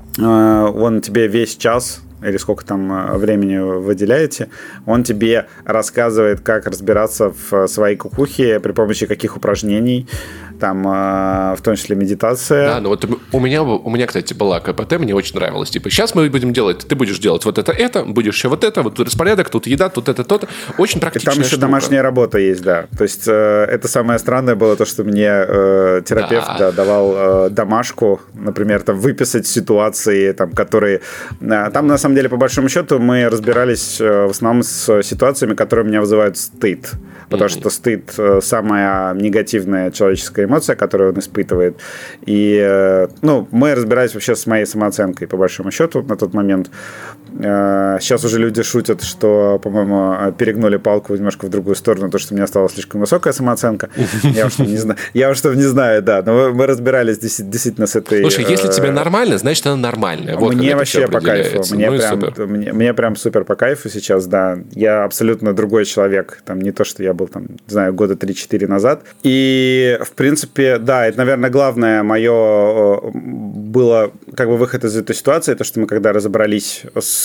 Он тебе весь час или сколько там времени вы выделяете, он тебе рассказывает, как разбираться в своей кукухе при помощи каких упражнений, там, в том числе медитация. Да, ну вот у меня, кстати, была КПТ, мне очень нравилось. Типа, сейчас мы будем делать, ты будешь делать вот это, будешь еще вот это, вот тут распорядок, тут еда, тут это, то-то. Очень практичная штука. И там еще домашняя работа есть, да. То есть это самое странное было то, что мне терапевт давал домашку, например, там, выписать ситуации, там, которые... Там, на самом деле, по большому счету, мы разбирались в основном с ситуациями, которые у меня вызывают стыд. Потому что стыд – самая негативная человеческая эмоция, которую он испытывает. И мы разбирались вообще с моей самооценкой, по большому счету, на тот момент. Сейчас уже люди шутят, что, по-моему, перегнули палку немножко в другую сторону, то, что у меня стала слишком высокая самооценка. Я уж не знаю, да. Но мы разбирались действительно с этой... Слушай, если тебе нормально, значит, она нормальная. Вот мне вообще по кайфу. Мне прям супер по кайфу сейчас, да. Я абсолютно другой человек. Там не то, что я был, там, не знаю, года 3-4 назад. И, в принципе, да, это, наверное, главное мое было как бы выход из этой ситуации, то, что мы когда разобрались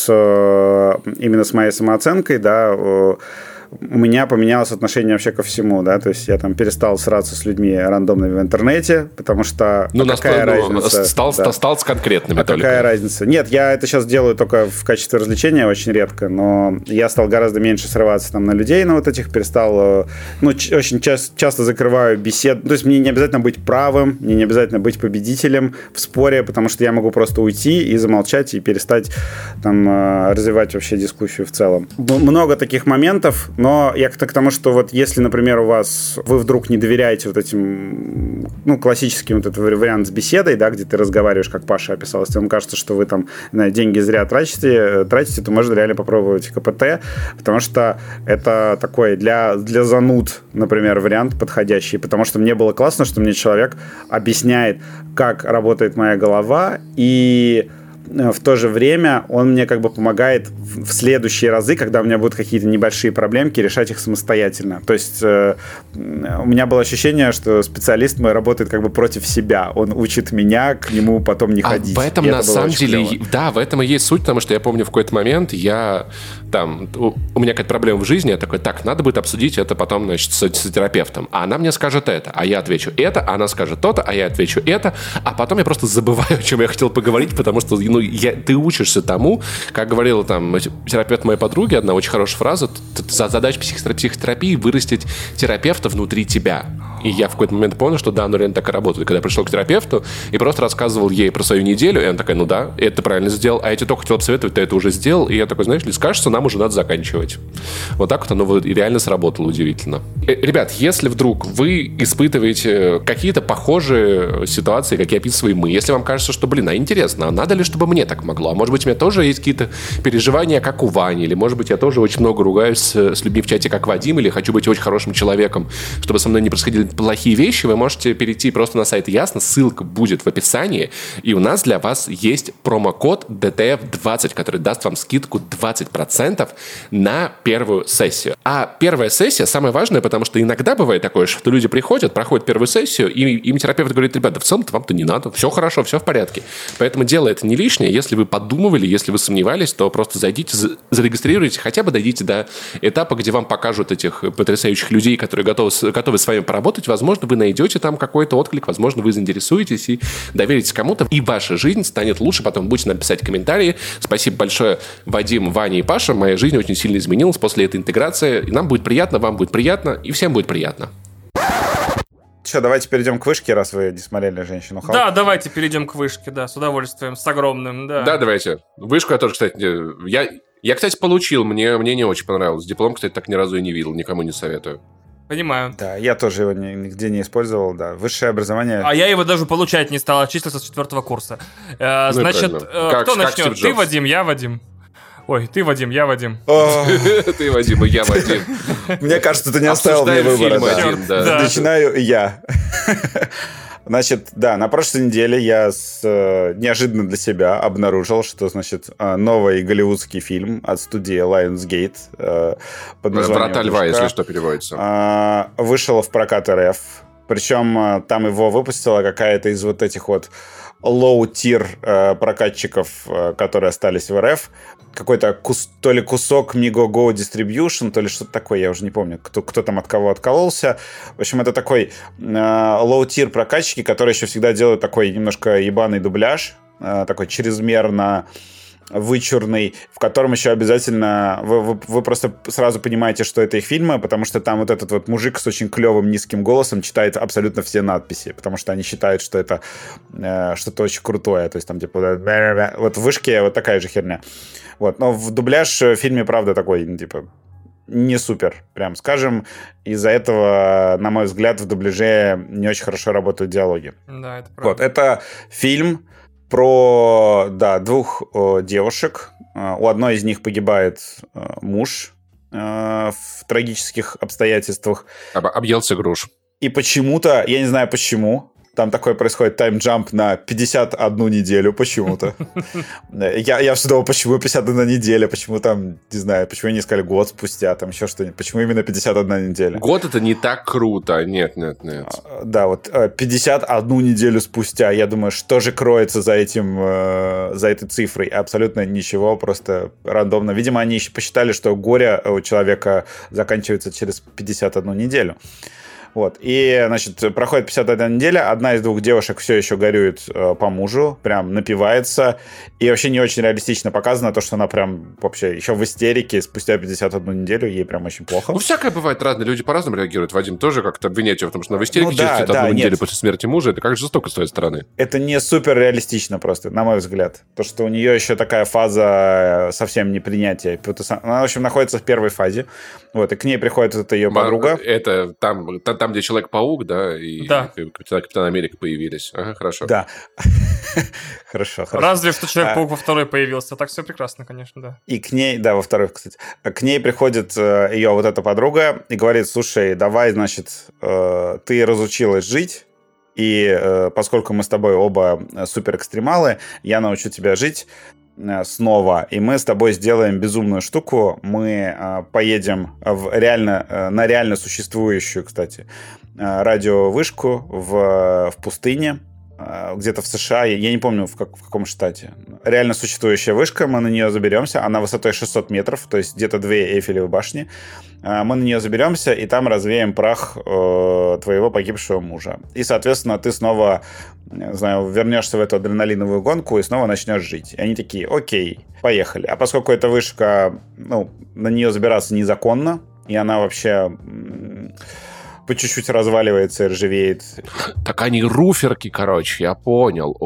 именно с моей самооценкой, да, у меня поменялось отношение вообще ко всему, да, то есть я там перестал сраться с людьми рандомными в интернете, потому что какая разница? Стал с конкретными только. Какая разница? Нет, я это сейчас делаю только в качестве развлечения очень редко, но я стал гораздо меньше срываться там на людей, на вот этих, перестал, очень часто закрываю беседу, то есть мне не обязательно быть правым, мне не обязательно быть победителем в споре, потому что я могу просто уйти и замолчать, и перестать там развивать вообще дискуссию в целом. Много таких моментов, Но я к тому, что вот если, например, вы вдруг не доверяете вот этим, классическим вот этот вариант с беседой, да, где ты разговариваешь, как Паша описал, если вам кажется, что вы там, деньги зря тратите, то можно реально попробовать КПТ, потому что это такой для зануд, например, вариант подходящий, потому что мне было классно, что мне человек объясняет, как работает моя голова, и в то же время он мне как бы помогает в следующие разы, когда у меня будут какие-то небольшие проблемки, решать их самостоятельно. То есть у меня было ощущение, что специалист мой работает как бы против себя. Он учит меня к нему потом не ходить. В этом на самом деле, да, в этом и есть суть, потому что я помню в какой-то момент у меня какая-то проблема в жизни, я такой, надо будет обсудить это потом, значит, с терапевтом. А она мне скажет это, а я отвечу это, а она скажет то-то, а я отвечу это, а потом я просто забываю, о чем я хотел поговорить, потому что ты учишься тому, как говорила там терапевт моей подруги, одна очень хорошая фраза, задача психотерапии — вырастить терапевта внутри тебя. И я в какой-то момент понял, что да, оно реально так и работает. Когда я пришел к терапевту и просто рассказывал ей про свою неделю, и она такая, да, это ты правильно сделал, а я тебе только хотел посоветовать, ты это уже сделал. И я такой, знаешь ли, кажется, нам уже надо заканчивать. Вот так вот оно и реально сработало удивительно. Ребят, если вдруг вы испытываете какие-то похожие ситуации, как я описываю мы, если вам кажется, что, а интересно, а надо ли, чтобы мне так могло? А может быть, у меня тоже есть какие-то переживания, как у Вани, или, может быть, я тоже очень много ругаюсь с людьми в чате, как Вадим, или хочу быть очень хорошим человеком, чтобы со мной не происходили плохие вещи, вы можете перейти просто на сайт Ясно, ссылка будет в описании, и у нас для вас есть промокод DTF20, который даст вам скидку 20% на первую сессию. А первая сессия самая важная, потому что иногда бывает такое, что люди приходят, проходят первую сессию, и им терапевт говорит, ребята, в целом-то вам-то не надо, все хорошо, все в порядке. Поэтому дело это не лишнее. Если вы подумывали, если вы сомневались, то просто зайдите, зарегистрируйте, хотя бы дойдите до этапа, где вам покажут этих потрясающих людей, которые готовы с вами поработать. Возможно, вы найдете там какой-то отклик, возможно, вы заинтересуетесь и доверитесь кому-то, и ваша жизнь станет лучше. Потом будете нам писать комментарии. Спасибо большое, Вадим, Ваня и Паша. Моя жизнь очень сильно изменилась после этой интеграции. И нам будет приятно, вам будет приятно, и всем будет приятно. Что, давайте перейдем к вышке, раз вы не смотрели «Женщину Халк». Да, давайте перейдем к вышке, да, с удовольствием, с огромным, да. Да, давайте. Вышку я тоже, кстати, я, кстати, получил, мне не очень понравилось. Диплом, кстати, так ни разу и не видел, никому не советую. Понимаю. Да, я тоже его нигде не использовал, да. Высшее образование... А я его даже получать не стал, отчислился с 4 курса. Значит, кто начнет? Ты, Вадим, я, Вадим. Ой, ты, Вадим, я, Вадим. Ты, Вадим, и я, Вадим. Мне кажется, ты не оставил мне выбора. Начинаю я. Значит, да, на прошлой неделе я неожиданно для себя обнаружил, что, значит, новый голливудский фильм от студии Lionsgate под названием «Врата льва», если что, переводится. Вышел в прокат РФ. Причем там его выпустила какая-то из вот этих вот лоу-тир прокатчиков, которые остались в РФ. Какой-то то ли кусок Migo Distribution, то ли что-то такое, я уже не помню, кто там от кого откололся. В общем, это такой лоу-тир прокатчики, которые еще всегда делают такой немножко ебаный дубляж, такой чрезмерно вычурный, в котором еще обязательно вы просто сразу понимаете, что это их фильмы, потому что там вот этот вот мужик с очень клевым низким голосом читает абсолютно все надписи, потому что они считают, что это что-то очень крутое, то есть там типа вот в вышке вот такая же херня. Вот, но в дубляж в фильме, правда, такой, типа, не супер, прям скажем. Из-за этого, на мой взгляд, в дубляже не очень хорошо работают диалоги. Да, это правда. Вот, это фильм про, да, двух девушек. У одной из них погибает муж в трагических обстоятельствах. Объелся груш. И почему-то, я не знаю почему, там такое происходит тайм-джамп на 51 неделю почему-то. Я все думал, почему 51 неделя, почему там, не знаю, почему они сказали год спустя, там еще что-нибудь, почему именно 51 неделя. Год — это не так круто, нет. Да, вот 51 неделю спустя, я думаю, что же кроется за этой цифрой? Абсолютно ничего, просто рандомно. Видимо, они еще посчитали, что горе у человека заканчивается через 51 неделю. Вот. И, значит, проходит 51 неделя, одна из двух девушек все еще горюет по мужу, прям напивается, и вообще не очень реалистично показано то, что она прям вообще еще в истерике спустя 51 неделю, ей прям очень плохо. Ну, всякое бывает разное, люди по-разному реагируют. Вадим тоже как-то обвинять его в том, что она в истерике через 51 неделю после смерти мужа, это как жестоко с твоей стороны. Это не супер реалистично просто, на мой взгляд. То, что у нее еще такая фаза совсем непринятия. Она, в общем, находится в первой фазе, вот, и к ней приходит эта ее подруга. Это там, где Человек-паук, да, и Капитан Америка появились. Ага, хорошо. Да. Хорошо. Разве что Человек-паук во второй появился. Так все прекрасно, конечно, да. И к ней, да, во второй, кстати. К ней приходит ее вот эта подруга и говорит: слушай, давай, значит, ты разучилась жить, и поскольку мы с тобой оба суперэкстремалы, я научу тебя жить снова, и мы с тобой сделаем безумную штуку. Мы поедем на реально существующую, кстати, радиовышку в пустыне, где-то в США, я не помню в каком штате. Реально существующая вышка, мы на нее заберемся, она высотой 600 метров, то есть где-то 2 Эйфелевы башни. Мы на нее заберемся, и там развеем прах твоего погибшего мужа. И, соответственно, ты снова, не знаю, вернешься в эту адреналиновую гонку и снова начнешь жить. И они такие: окей, поехали. А поскольку эта вышка, на нее забираться незаконно, и она вообще по чуть-чуть разваливается и ржавеет. Так они руферки, короче, я понял.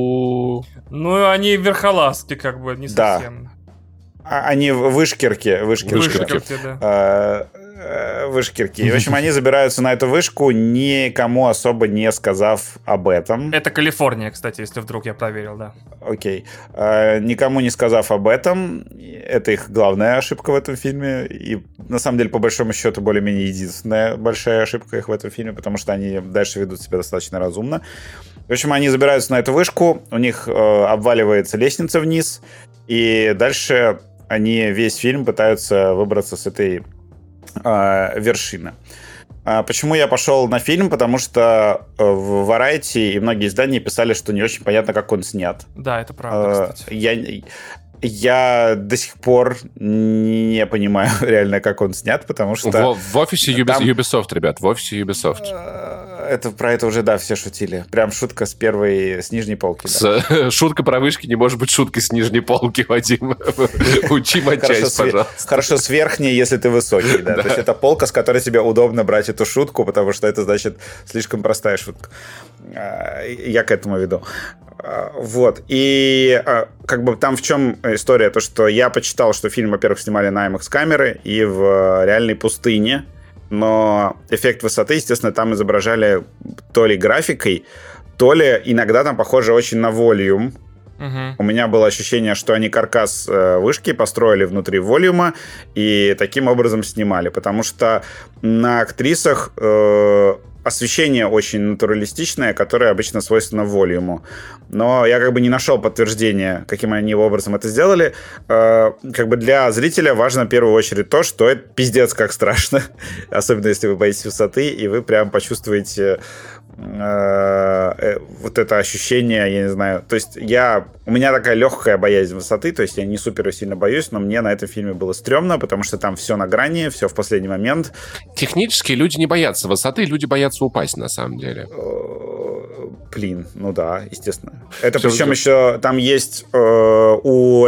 Ну, они верхолазки, как бы, не совсем. Они вышкерки. Вышкерки, да. Вышкерки. В общем, они забираются на эту вышку, никому особо не сказав об этом. Это Калифорния, кстати, если вдруг я проверил, да. Окей. Никому не сказав об этом. Это их главная ошибка в этом фильме. И, на самом деле, по большому счету, более-менее единственная большая ошибка их в этом фильме, потому что они дальше ведут себя достаточно разумно. В общем, они забираются на эту вышку, у них обваливается лестница вниз, и дальше они весь фильм пытаются выбраться с этой вершины. Почему я пошел на фильм? Потому что в Variety и многие издания писали, что не очень понятно, как он снят. Да, это правда, кстати. Я до сих пор не понимаю реально, как он снят, потому что... В офисе Ubisoft, ребят, в офисе Ubisoft. Про это уже, да, все шутили. Прям шутка с нижней полки. Да. Шутка про вышки не может быть шуткой с нижней полки, Вадим. Учи матчасть, пожалуйста. Хорошо, с верхней, если ты высокий, да. То есть это полка, с которой тебе удобно брать эту шутку, потому что это, значит, слишком простая шутка. Я к этому веду. Вот. И как бы там в чем история? То, что я почитал, что фильм, во-первых, снимали на IMAX-камеры и в реальной пустыне, но эффект высоты, естественно, там изображали то ли графикой, то ли иногда там похоже очень на Volume. У меня было ощущение, что они каркас вышки построили внутри волюма и таким образом снимали, потому что на актрисах освещение очень натуралистичное, которое обычно свойственно волюму. Но я как бы не нашел подтверждения, каким они образом это сделали. Как бы для зрителя важно в первую очередь то, что это пиздец как страшно. Особенно если вы боитесь высоты, и вы прям почувствуете вот это ощущение, я не знаю. То есть у меня такая легкая боязнь высоты, то есть я не супер сильно боюсь, но мне на этом фильме было стрёмно, потому что там все на грани, все в последний момент. Технически люди не боятся высоты, люди боятся упасть, на самом деле. Блин, ну да, естественно. Это причем еще там есть у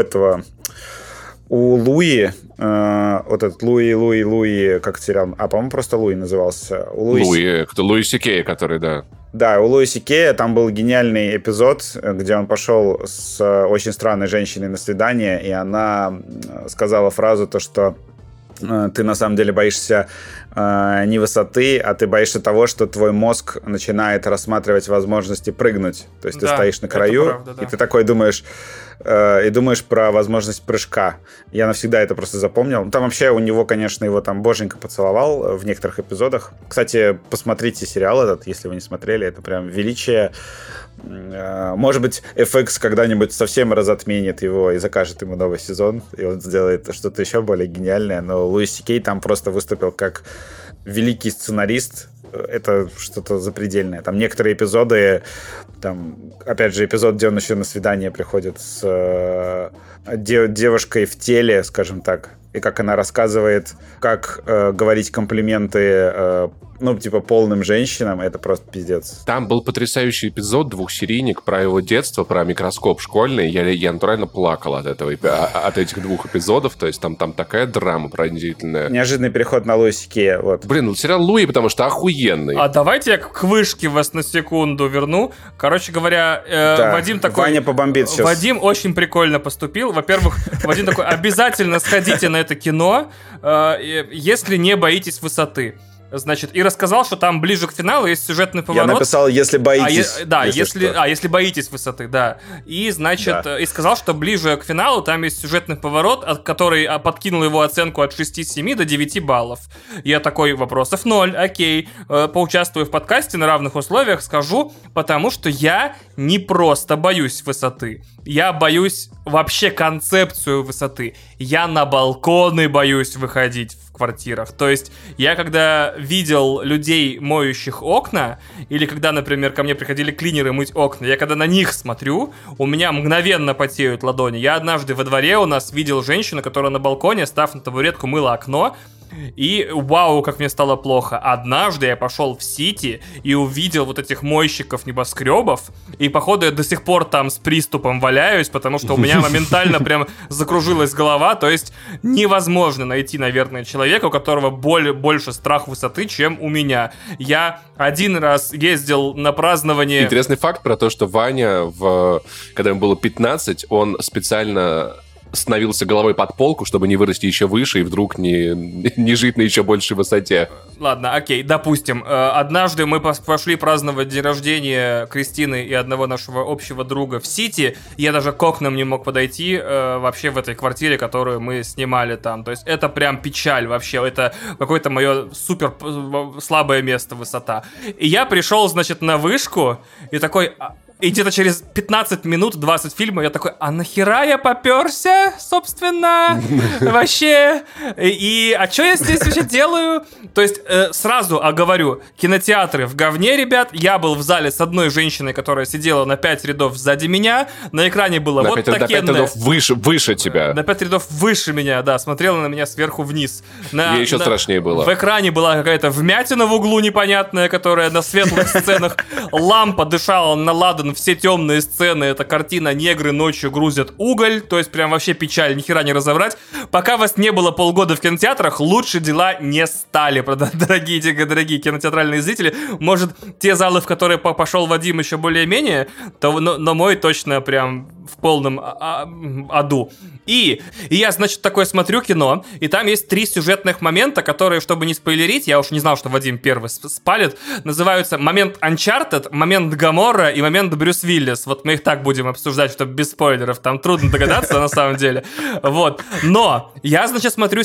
Луи, вот этот Луи, как сериал, по-моему, просто Луи назывался. Луи Сикея, который, да. Да, у Луи Сикея там был гениальный эпизод, где он пошел с очень странной женщиной на свидание, и она сказала фразу, то, что ты на самом деле боишься не высоты, а ты боишься того, что твой мозг начинает рассматривать возможности прыгнуть. То есть ты стоишь на краю, правда, да. И ты такой думаешь про возможность прыжка. Я навсегда это просто запомнил. Там вообще у него, конечно, его там боженька поцеловал в некоторых эпизодах. Кстати, посмотрите сериал этот, если вы не смотрели. Это прям величие. Может быть, FX когда-нибудь совсем разотменит его и закажет ему новый сезон, и он сделает что-то еще более гениальное. Но Луи Сикей там просто выступил как великий сценарист. Это что-то запредельное. Там некоторые эпизоды, там, опять же, эпизод, где он еще на свидание приходит с девушкой в теле, скажем так, и как она рассказывает, как говорить комплименты полным женщинам, это просто пиздец. Там был потрясающий эпизод, двухсерийник про его детство, про микроскоп школьный. Я натурально плакал от этих двух эпизодов. То есть там такая драма пронзительная. Неожиданный переход на Луи Си-Кея. Вот. Блин, сериал Луи, потому что охуенный. А давайте я к вышке вас на секунду верну. Короче говоря, Вадим такой... Ваня побомбит сейчас. Вадим очень прикольно поступил. Во-первых, Вадим такой: обязательно сходите на это кино, если не боитесь высоты. Значит, и рассказал, что там ближе к финалу есть сюжетный поворот. Я написал, если боитесь. Если боитесь высоты, да. И, значит, и сказал, что ближе к финалу там есть сюжетный поворот, который подкинул его оценку от 6-7 до 9 баллов. Я такой: вопросов 0, окей. Поучаствую в подкасте на равных условиях, скажу, потому что я не просто боюсь высоты. Я боюсь вообще концепцию высоты. Я на балконы боюсь выходить в квартирах. То есть я когда видел людей, моющих окна, или когда, например, ко мне приходили клинеры мыть окна, я когда на них смотрю, у меня мгновенно потеют ладони. Я однажды во дворе у нас видел женщину, которая на балконе, став на табуретку, мыла окно. И вау, как мне стало плохо. Однажды я пошел в Сити и увидел вот этих мойщиков небоскребов. И походу я до сих пор там с приступом валяюсь, потому что у меня моментально прям закружилась голова. То есть невозможно найти, наверное, человека, у которого больше страх высоты, чем у меня. Я один раз ездил на празднование... Интересный факт про то, что Ваня, когда ему было 15, он специально становился головой под полку, чтобы не вырасти еще выше и вдруг не жить на еще большей высоте. Ладно, окей, допустим. Однажды мы пошли праздновать день рождения Кристины и одного нашего общего друга в Сити. Я даже к окнам не мог подойти вообще в этой квартире, которую мы снимали там. То есть это прям печаль вообще. Это какое-то мое супер слабое место, высота. И я пришел, значит, на вышку и такой... И где-то через 15 минут, 20 фильмов я такой: а нахера я попёрся, собственно, вообще? А что я здесь вообще делаю? То есть сразу оговорю: кинотеатры в говне, ребят. Я был в зале с одной женщиной, которая сидела на 5 рядов сзади меня. На экране было на вот 5 такенное... На 5 рядов выше тебя. На 5 рядов выше меня, да. Смотрела на меня сверху вниз. Ей еще страшнее было. В экране была какая-то вмятина в углу непонятная, которая на светлых сценах. Лампа дышала на ладан. Все темные сцены, это картина «Негры ночью грузят уголь», то есть прям вообще печаль, ни хера не разобрать. Пока вас не было полгода в кинотеатрах, лучше дела не стали, дорогие кинотеатральные зрители. Может, те залы, в которые пошел Вадим, еще более-менее, но мой точно прям в полном аду. И я, значит, такое смотрю кино, и там есть 3 сюжетных момента, которые, чтобы не спойлерить, я уж не знал, что Вадим первый спалит, называются момент Uncharted, момент Гоморра и момент Брюс Уиллис. Вот мы их так будем обсуждать, чтобы без спойлеров. Там трудно догадаться, на самом деле. Вот. Но я, значит, смотрю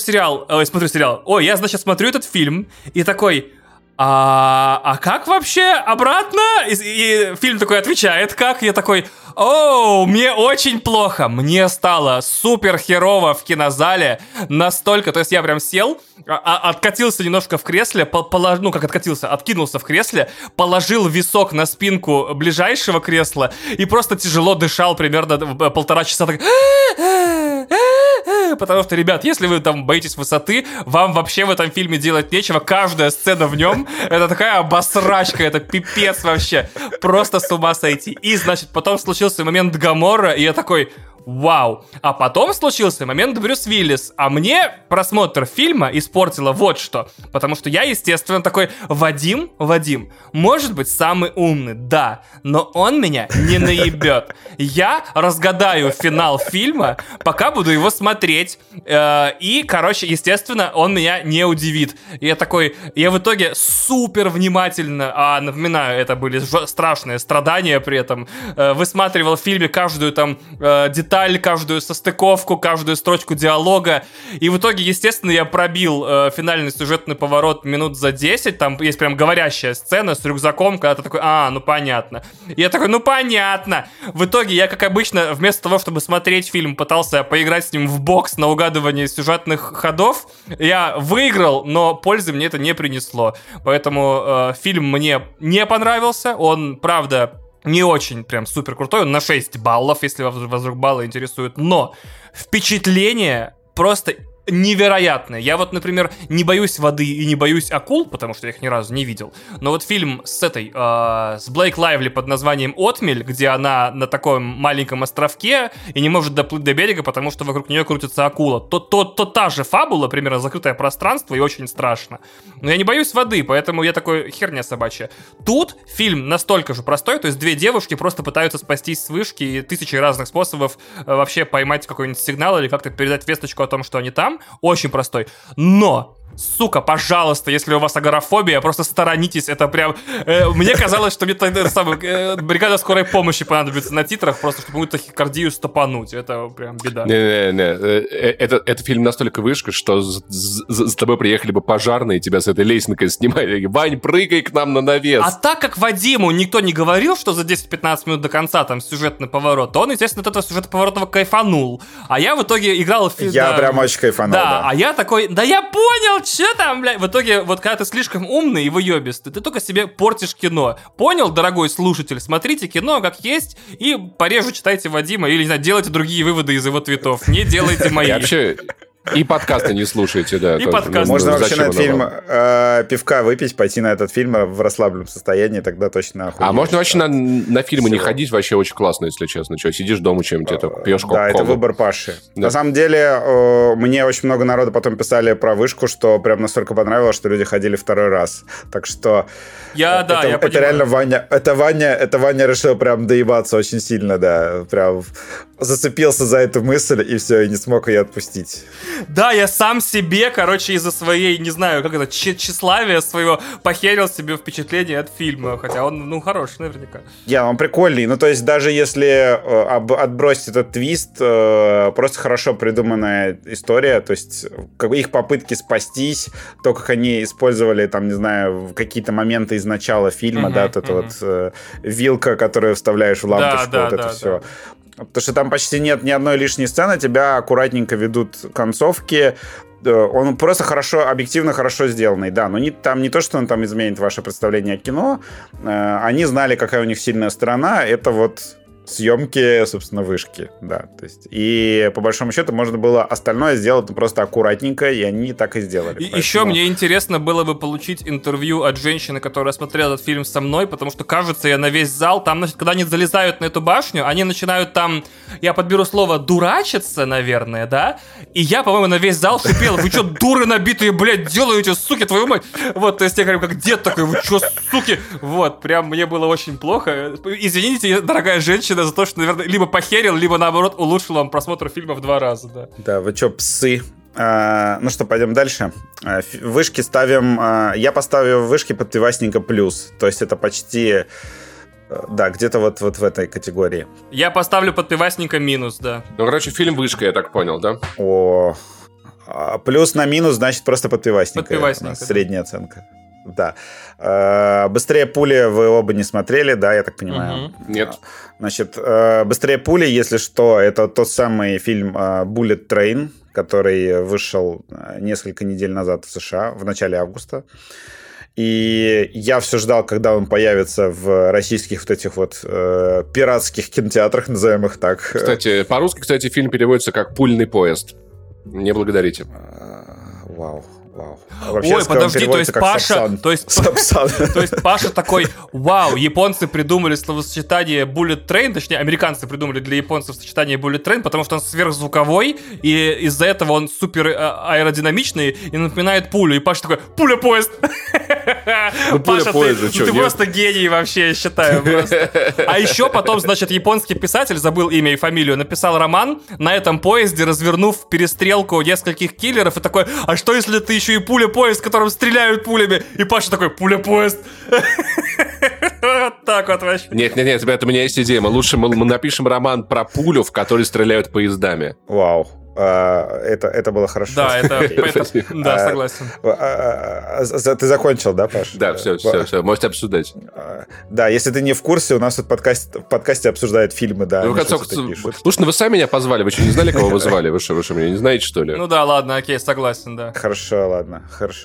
этот фильм, и такой... А как вообще обратно? И фильм такой отвечает: как? Я такой: мне очень плохо. Мне стало супер херово в кинозале. Настолько, то есть я прям сел, откатился немножко в кресле, откинулся в кресле, положил висок на спинку ближайшего кресла и просто тяжело дышал примерно 1,5 часа. Так... Потому что, ребят, если вы там боитесь высоты, вам вообще в этом фильме делать нечего. Каждая сцена в нем — это такая обосрачка, это пипец вообще. Просто с ума сойти. И, значит, потом случился момент Гоморра, и я такой: вау. А потом случился момент Брюс Уиллис. А мне просмотр фильма испортило вот что. Потому что я, естественно, такой: Вадим, может быть, самый умный, да, но он меня не наебет. Я разгадаю финал фильма, пока буду его смотреть. И, короче, естественно, он меня не удивит. Я в итоге супер внимательно, напоминаю, это были страшные страдания при этом, высматривал в фильме каждую там деталь, каждую состыковку, каждую строчку диалога. И в итоге, естественно, я пробил финальный сюжетный поворот минут за 10. Там есть прям говорящая сцена с рюкзаком, когда ты такой: ну понятно. И я такой: понятно. В итоге я, как обычно, вместо того, чтобы смотреть фильм, пытался поиграть с ним в бокс на угадывание сюжетных ходов. Я выиграл, но пользы мне это не принесло. Поэтому фильм мне не понравился. Он, правда, не очень прям супер крутой. Он на 6 баллов, если вас вдруг баллы интересуют. Но впечатление просто невероятные. Я вот, например, не боюсь воды и не боюсь акул, потому что я их ни разу не видел. Но вот фильм с Блейк Лайвли под названием «Отмель», где она на таком маленьком островке и не может доплыть до берега, потому что вокруг нее крутится акула. То та же фабула, примерно закрытое пространство и очень страшно. Но я не боюсь воды, поэтому я такой, херня собачья. Тут фильм настолько же простой, то есть две девушки просто пытаются спастись с вышки, и тысячи разных способов вообще поймать какой-нибудь сигнал или как-то передать весточку о том, что они там. Очень простой. Но, сука, пожалуйста, если у вас агорафобия, просто сторонитесь. Это прям... мне казалось, что мне тогда бригада скорой помощи понадобится на титрах, просто чтобы какую-то тахикардию стопануть. Это прям беда. Это фильм настолько вышка, что за тобой приехали бы пожарные, тебя с этой лесенкой снимали. Вань, прыгай к нам на навес. А так как Вадиму никто не говорил, что за 10-15 минут до конца там сюжетный поворот, то он, естественно, от этого сюжетного поворота кайфанул. А я в итоге играл в фильм... Я прям очень кайфанул, да. А я такой, да я понял, что там, блядь. В итоге, вот когда ты слишком умный и выебистый, ты только себе портишь кино. Понял, дорогой слушатель? Смотрите кино как есть и пореже читайте Вадима или, не знаю, делайте другие выводы из его твитов. Не делайте мои. И подкасты не слушайте, да. И подкасты. Можно вообще на этот фильм пивка выпить, пойти на этот фильм в расслабленном состоянии, тогда точно охуеешь. А можно вообще на фильмы не ходить, вообще очень классно, если честно. Что, сидишь дома чем-то, пьешь кока-колу. Да, это выбор Паши. Да. На самом деле, мне очень много народу потом писали про вышку, что прям настолько понравилось, что люди ходили второй раз. Так что... я понимаю. Это реально Ваня решил прям доебаться очень сильно, да. Прям зацепился за эту мысль, и все, и не смог ее отпустить. Да, я сам себе, короче, из-за своей, не знаю, как это, тщеславия своего похерил себе впечатление от фильма. Хотя он, хороший наверняка. Он прикольный. Ну, то есть, даже если отбросить этот твист, просто хорошо придуманная история. То есть, их попытки спастись, то, как они использовали, там, не знаю, какие-то моменты из начала фильма, да, вот эта вот вилка, которую вставляешь в лампочку, это все. Потому что там почти нет ни одной лишней сцены, тебя аккуратненько ведут концовки. Он просто объективно хорошо сделанный, да, но там не то, что он там изменит ваше представление о кино. Они знали, какая у них сильная сторона. Это вот съемки, собственно, вышки, да, то есть, и по большому счету можно было остальное сделать просто аккуратненько, и они так и сделали. И еще мне интересно было бы получить интервью от женщины, которая смотрела этот фильм со мной, потому что, кажется, я на весь зал, там, значит, когда они залезают на эту башню, они начинают там, я подберу слово, дурачиться, наверное, да, и я, по-моему, на весь зал шипел: вы что, дуры набитые, блядь, делаете, суки, твою мать, вот, то есть я говорю, как дед такой: вы что, суки, вот, прям мне было очень плохо, извините, дорогая женщина, за то, что, наверное, либо похерил, либо, наоборот, улучшил вам просмотр фильма в 2 раза, да. Да, вы чё, псы? Ну что, пойдем дальше. Вышки ставим... Я поставил вышки под пивасненько плюс. То есть это почти... Да, где-то вот в этой категории. Я поставлю под пивасненько минус, да. Ну, короче, фильм «Вышка», я так понял, да? Плюс на минус, значит, просто под пивасненько. Под пивасненько, средняя оценка. Да. «Быстрее пули» вы оба не смотрели, да, я так понимаю? Нет. Значит, «Быстрее пули», если что, это тот самый фильм Bullet Train, который вышел несколько недель назад в США, в начале августа. И я все ждал, когда он появится в российских вот этих вот пиратских кинотеатрах, назовем их так. Кстати, по-русски, фильм переводится как «Пульный поезд». Не благодарите. Вау. Вообще, ой, подожди, то есть Паша... То есть Паша такой: вау, японцы придумали словосочетание Bullet Train, точнее, американцы придумали для японцев сочетание Bullet Train, потому что он сверхзвуковой, и из-за этого он супер аэродинамичный и напоминает пулю. И Паша такой: пуля-поезд! Паша, ты просто гений вообще, я считаю. А еще потом, значит, японский писатель, забыл имя и фамилию, написал роман на этом поезде, развернув перестрелку нескольких киллеров, и такой: а что если ты еще и пуля-поезд, которым стреляют пулями? И Паша такой: пуля-поезд. Вот так вот вообще. Нет, ребята, у меня есть идея. Мы напишем роман про пулю, в которой стреляют поездами. Вау. Это было хорошо. Да, да, согласен. Ты закончил, да, Паш? Да, все, можете обсуждать. Да, если ты не в курсе, у нас тут в подкасте обсуждают фильмы, да. Слушай, вы сами меня позвали, вы что, не знали, кого вы звали? Вы что, меня не знаете, что ли? Ну да, ладно, окей, согласен, да. Хорошо, ладно, хорошо.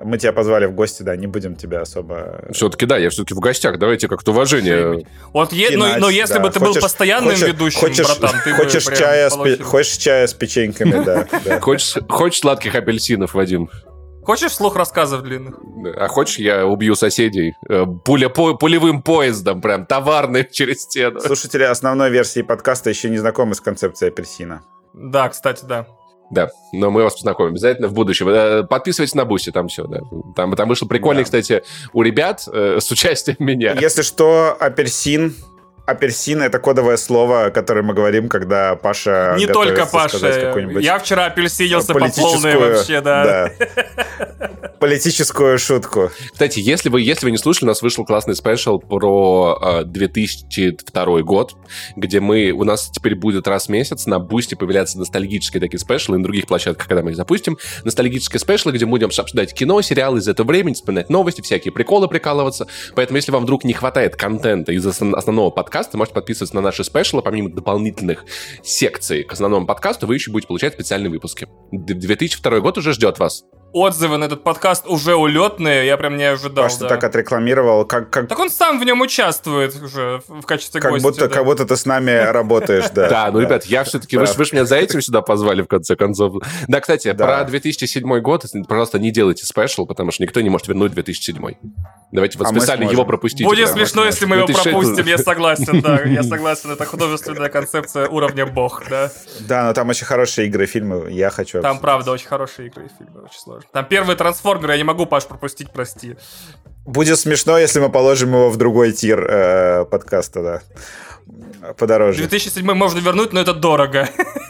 Мы тебя позвали в гости, да, не будем тебя особо... Все-таки, да, я все-таки в гостях, давайте как-то уважение. Вот, но если бы ты был постоянным ведущим, братан, ты хочешь бы хочешь чая с печеньками, да. Хочешь сладких апельсинов, Вадим? Хочешь вслух рассказов длинных? А хочешь, я убью соседей пулевым поездом, прям товарным через стену? Слушатели основной версии подкаста еще не знакомы с концепцией апельсина. Да, кстати, да. Да, но мы вас познакомим обязательно в будущем. Подписывайтесь на Бусти, там все, да. Там вышло прикольно, кстати, у ребят с участием меня. Если что, апельсин — это кодовое слово, которое мы говорим, когда Паша не только Паша. Я вчера апельсинился по полной вообще, да. Политическую шутку. Кстати, если вы не слушали, у нас вышел классный спешл про 2002 год, где у нас теперь будет раз в месяц на Бусти появляться ностальгические такие спешлы, и на других площадках, когда мы их запустим, ностальгические спешлы, где мы будем обсуждать кино, сериалы из этого времени, вспоминать новости, всякие приколы прикалываться. Поэтому, если вам вдруг не хватает контента из основного подкаста, можете подписываться на наши спешлы, помимо дополнительных секций к основному подкасту, вы еще будете получать специальные выпуски. 2002 год уже ждет вас. Отзывы на этот подкаст уже улетные, я прям не ожидал. Паша, так отрекламировал, как... Так он сам в нем участвует уже в качестве гостя. Как будто ты с нами работаешь, да. Да, ребят, я все-таки... Вы же меня за этим сюда позвали, в конце концов. Да, кстати, про 2007 год, пожалуйста, не делайте спешл, потому что никто не может вернуть 2007. Давайте вот специально его пропустите. Будет смешно, если мы его пропустим, я согласен, да. Я согласен, это художественная концепция уровня бог, да. Да, но там очень хорошие игры и фильмы, я хочу... Там, правда, очень хорошие игры и фильмы, очень сложно. Там первый трансформер, я не могу, Паш, пропустить, прости. Будет смешно, если мы положим его в другой тир подкаста, да. Подороже. 2007 можно вернуть, но это дорого.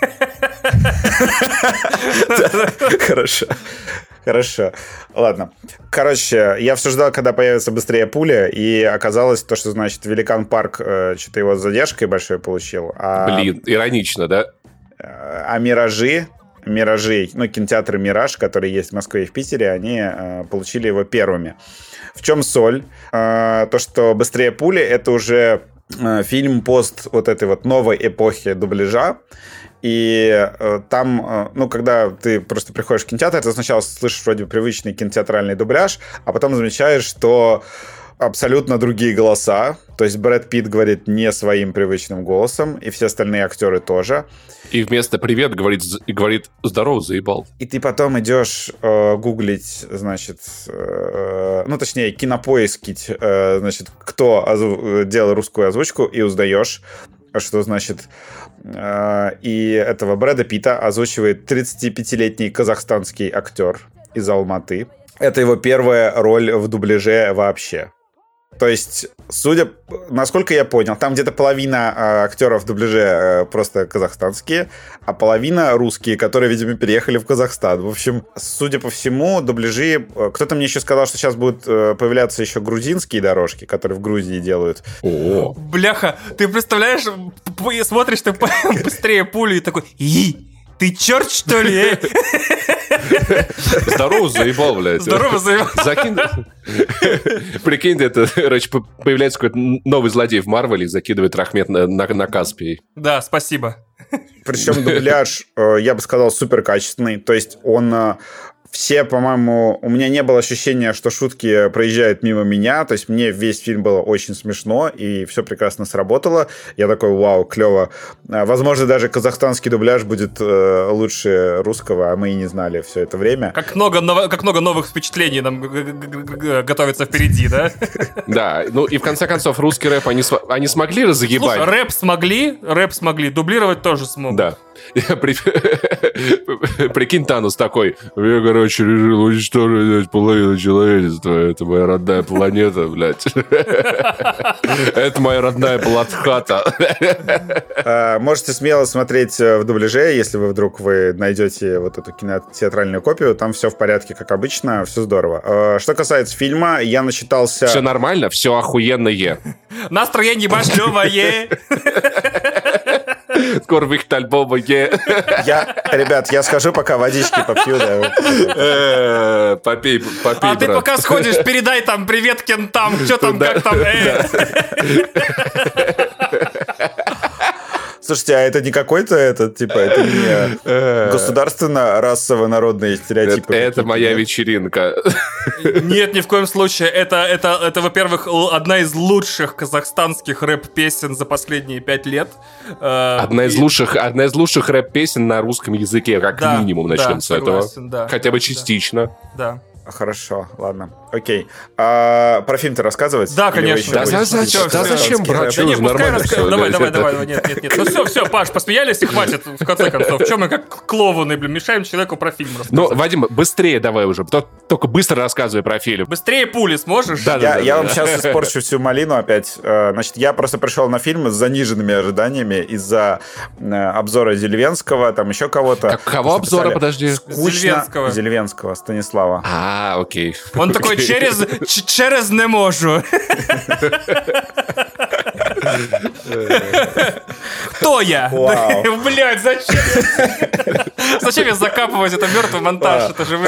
Хорошо. Ладно. Короче, я все ждал, когда появится быстрее пуля, и оказалось то, что, значит, Великан Парк что-то его с задержкой большой получил. Блин, иронично, да? А Миражи, ну, кинотеатры «Мираж», которые есть в Москве и в Питере, они получили его первыми. В чем соль? То, что «Быстрее пули» — это уже фильм пост вот этой вот новой эпохи дубляжа. И там, ну, когда ты просто приходишь в кинотеатр, ты сначала слышишь вроде привычный кинотеатральный дубляж, а потом замечаешь, что абсолютно другие голоса. То есть Брэд Питт говорит не своим привычным голосом, и все остальные актеры тоже. И вместо «привет» говорит «здорово, заебал». И ты потом идешь гуглить, значит, ну, точнее, кинопоискить, значит, кто делал русскую озвучку, и узнаешь, что, значит, и этого Брэда Питта озвучивает 35-летний казахстанский актер из Алматы. Это его первая роль в дубляже вообще. То есть, насколько я понял, там где-то половина актеров в дубляже просто казахстанские, а половина русские, которые, видимо, переехали в Казахстан. В общем, судя по всему, дубляжи... Кто-то мне еще сказал, что сейчас будут появляться еще грузинские дорожки, которые в Грузии делают. О, бляха, ты представляешь, смотришь ты быстрее пулю и такой... Ты черт, что ли? Здорово, заебал, блядь. Здорово, заебал. Прикинь, это, короче, появляется какой-то новый злодей в Марвеле и закидывает Рахмет на Каспий. Да, спасибо. Причем дубляж, я бы сказал, супер качественный. То есть он... Все, по-моему, у меня не было ощущения, что шутки проезжают мимо меня. То есть мне весь фильм было очень смешно, и все прекрасно сработало. Я такой, вау, клево. Возможно, даже казахстанский дубляж будет лучше русского, а мы и не знали все это время. Как много новых впечатлений нам готовится впереди, да? Да, ну и в конце концов русский рэп они смогли разъебать. Слушай, рэп смогли, дублировать тоже смогут. Да. Прикинь, Танос такой: я, короче, решил уничтожить половину человечества. Это моя родная планета, блядь. Это моя родная Бладхата. Можете смело смотреть в дубляже, если вы найдете вот эту кинотеатральную копию. Там все в порядке, как обычно, все здорово. Что касается фильма, я начитался... Все нормально, все охуенное. Настроение башневое. Скоро выход альбома Ребят, я схожу, пока водички попью. Попей, а брат. ты пока сходишь, передай там привет кентам, что там, как там. Слушайте, а это не какой-то это не государственно-расово-народные стереотипы? Это моя вечеринка. Нет, ни в коем случае. Это, во-первых, одна из лучших казахстанских рэп-песен за последние 5 лет. Одна из лучших рэп-песен на русском языке, как минимум, начнем с этого. Да, хотя бы частично. Да. Хорошо, ладно. Окей. А про фильм-то рассказывать? Да, конечно. Зачем, брат? Да нет, пускай рассказывай. Давай. Нет. Ну все, Паш, посмеялись и хватит, в конце концов. Чем мы как клоуны, мешаем человеку про фильм рассказать? Ну, Вадим, быстрее давай уже. Только быстро рассказывай про фильм. Быстрее пули сможешь? Да. Я вам сейчас испорчу всю малину опять. Значит, я просто пришел на фильм с заниженными ожиданиями из-за обзора Зельвенского, там еще кого-то. Кого обзора, подожди? Зельвенского, Станислава. Окей. Он такой, через не можу. Кто я? Блядь, зачем? Зачем я закапывать это мертвый монтаж? Это же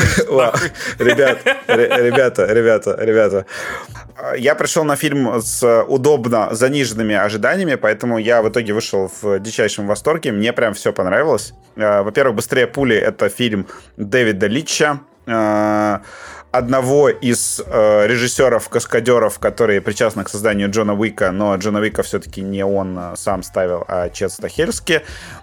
Ребята. Я пришел на фильм с удобно заниженными ожиданиями, поэтому я в итоге вышел в дичайшем восторге. Мне прям все понравилось. Во-первых, «Быстрее пули» — это фильм Дэвида Линча, одного из режиссеров-каскадеров, которые причастны к созданию Джона Уика, но Джона Уика все-таки не он сам ставил, а Чет Стахельски.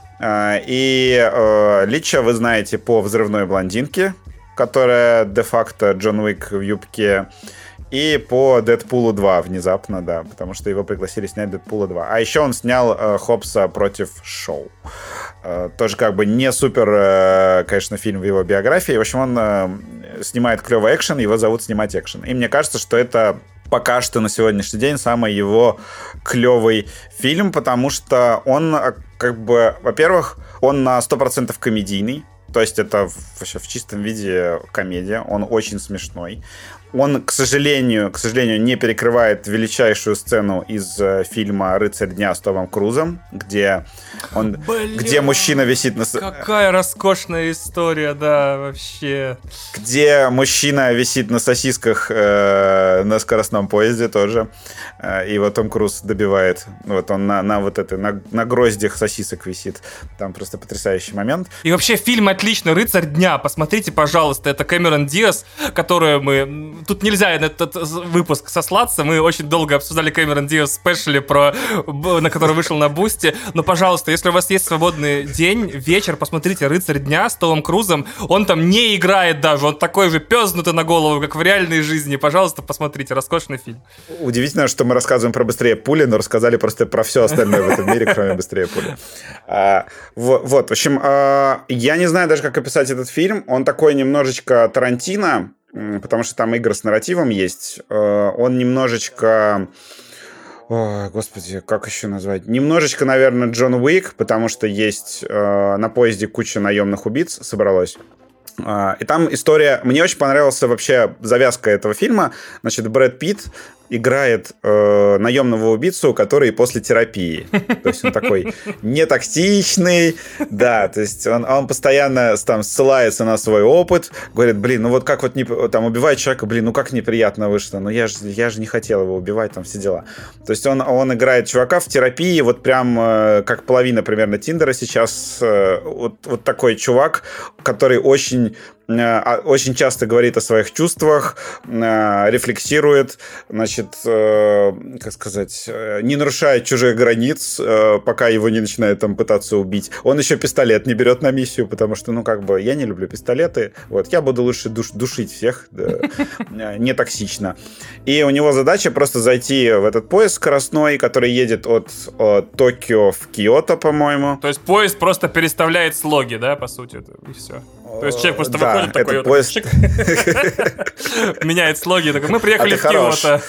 И Линча вы знаете по «Взрывной блондинке», которая де-факто Джон Уик в юбке, и по «Дэдпулу 2» внезапно, да, потому что его пригласили снять «Дэдпула 2». А еще он снял «Хоббса против Шоу». Тоже как бы не супер, конечно, фильм в его биографии. В общем, он снимает клевый экшен, его зовут снимать экшен. И мне кажется, что это пока что на сегодняшний день самый его клевый фильм, потому что он как бы, во-первых, он на 100% комедийный. То есть это вообще в чистом виде комедия. Он очень смешной. Он, к сожалению, не перекрывает величайшую сцену из фильма «Рыцарь дня» с Томом Крузом, где мужчина висит на... Какая роскошная история, да, вообще. Где мужчина висит на сосисках на скоростном поезде тоже. И вот Том Круз добивает. Вот он на гроздях сосисок висит. Там просто потрясающий момент. И вообще фильм отличный, «Рыцарь дня». Посмотрите, пожалуйста, это Кэмерон Диаз, которую мы... Тут нельзя на этот выпуск сослаться. Мы очень долго обсуждали Кэмерон Диаз спешли, на который вышел на Бусти. Но, пожалуйста, если у вас есть свободный день, вечер, посмотрите «Рыцарь дня» с Томом Крузом. Он там не играет даже. Он такой же пёзнутый на голову, как в реальной жизни. Пожалуйста, посмотрите. Роскошный фильм. Удивительно, что мы рассказываем про «Быстрее пули», но рассказали просто про все остальное в этом мире, кроме «Быстрее пули». Вот, в общем, я не знаю даже, как описать этот фильм. Он такой немножечко Тарантино, потому что там игры с нарративом есть. Он немножечко... О, господи, как еще назвать? Немножечко, наверное, Джон Уик, потому что есть на поезде куча наемных убийц собралось. И там история... Мне очень понравилась вообще завязка этого фильма. Значит, Брэд Питт играет наемного убийцу, который после терапии. То есть он такой нетоксичный, да, то есть он постоянно там ссылается на свой опыт, говорит, блин, ну вот как вот там убивать человека, блин, ну как неприятно вышло, ну я же не хотел его убивать, там все дела. То есть он играет чувака в терапии, вот прям как половина примерно Тиндера сейчас, вот такой чувак, который очень часто говорит о своих чувствах, рефлексирует, значит, как сказать, не нарушает чужих границ, пока его не начинают там пытаться убить. Он еще пистолет не берет на миссию, потому что, ну, как бы, я не люблю пистолеты, вот, я буду лучше душить всех, не токсично. И у него задача просто зайти в этот поезд скоростной, который едет от Токио в Киото, по-моему. То есть поезд просто переставляет слоги, да, по сути, и все. То есть человек просто выходит такой, поезд... меняет слоги, такой, мы приехали в Киото.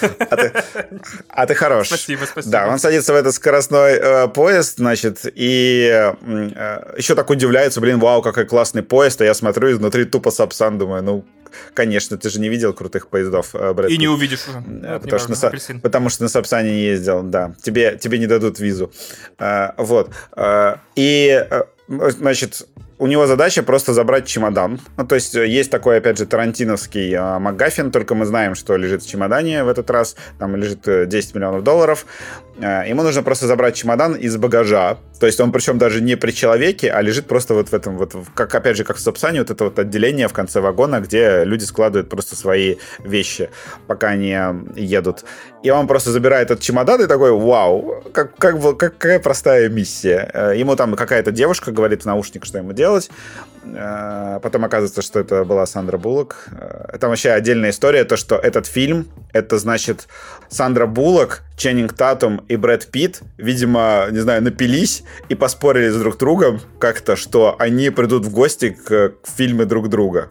А ты хорош. Спасибо. Да, он садится в этот скоростной поезд, значит, и еще так удивляется, блин, вау, какой классный поезд, а я смотрю, изнутри тупо Сапсан, думаю, ну, конечно, ты же не видел крутых поездов, Брэд. И не увидишь уже. Потому что на Сапсане не ездил, да. Тебе не дадут визу. Вот. И, значит, у него задача просто забрать чемодан. Ну, то есть есть такой, опять же, тарантиновский МакГаффин, только мы знаем, что лежит в чемодане в этот раз. Там лежит $10 миллионов. Ему нужно просто забрать чемодан из багажа. То есть он причем даже не при человеке, а лежит просто вот в этом, вот, как, опять же, как в Сапсане, вот это вот отделение в конце вагона, где люди складывают просто свои вещи, пока они едут. И он просто забирает этот чемодан и такой: вау, какая простая миссия. Ему там какая-то девушка говорит в наушник, что ему делать. Потом оказывается, что это была Сандра Буллок. Там вообще отдельная история, то, что этот фильм, это, значит, Сандра Буллок, Ченнинг Татум и Брэд Питт, видимо, не знаю, напились и поспорили с друг другом как-то, что они придут в гости к фильму друг друга.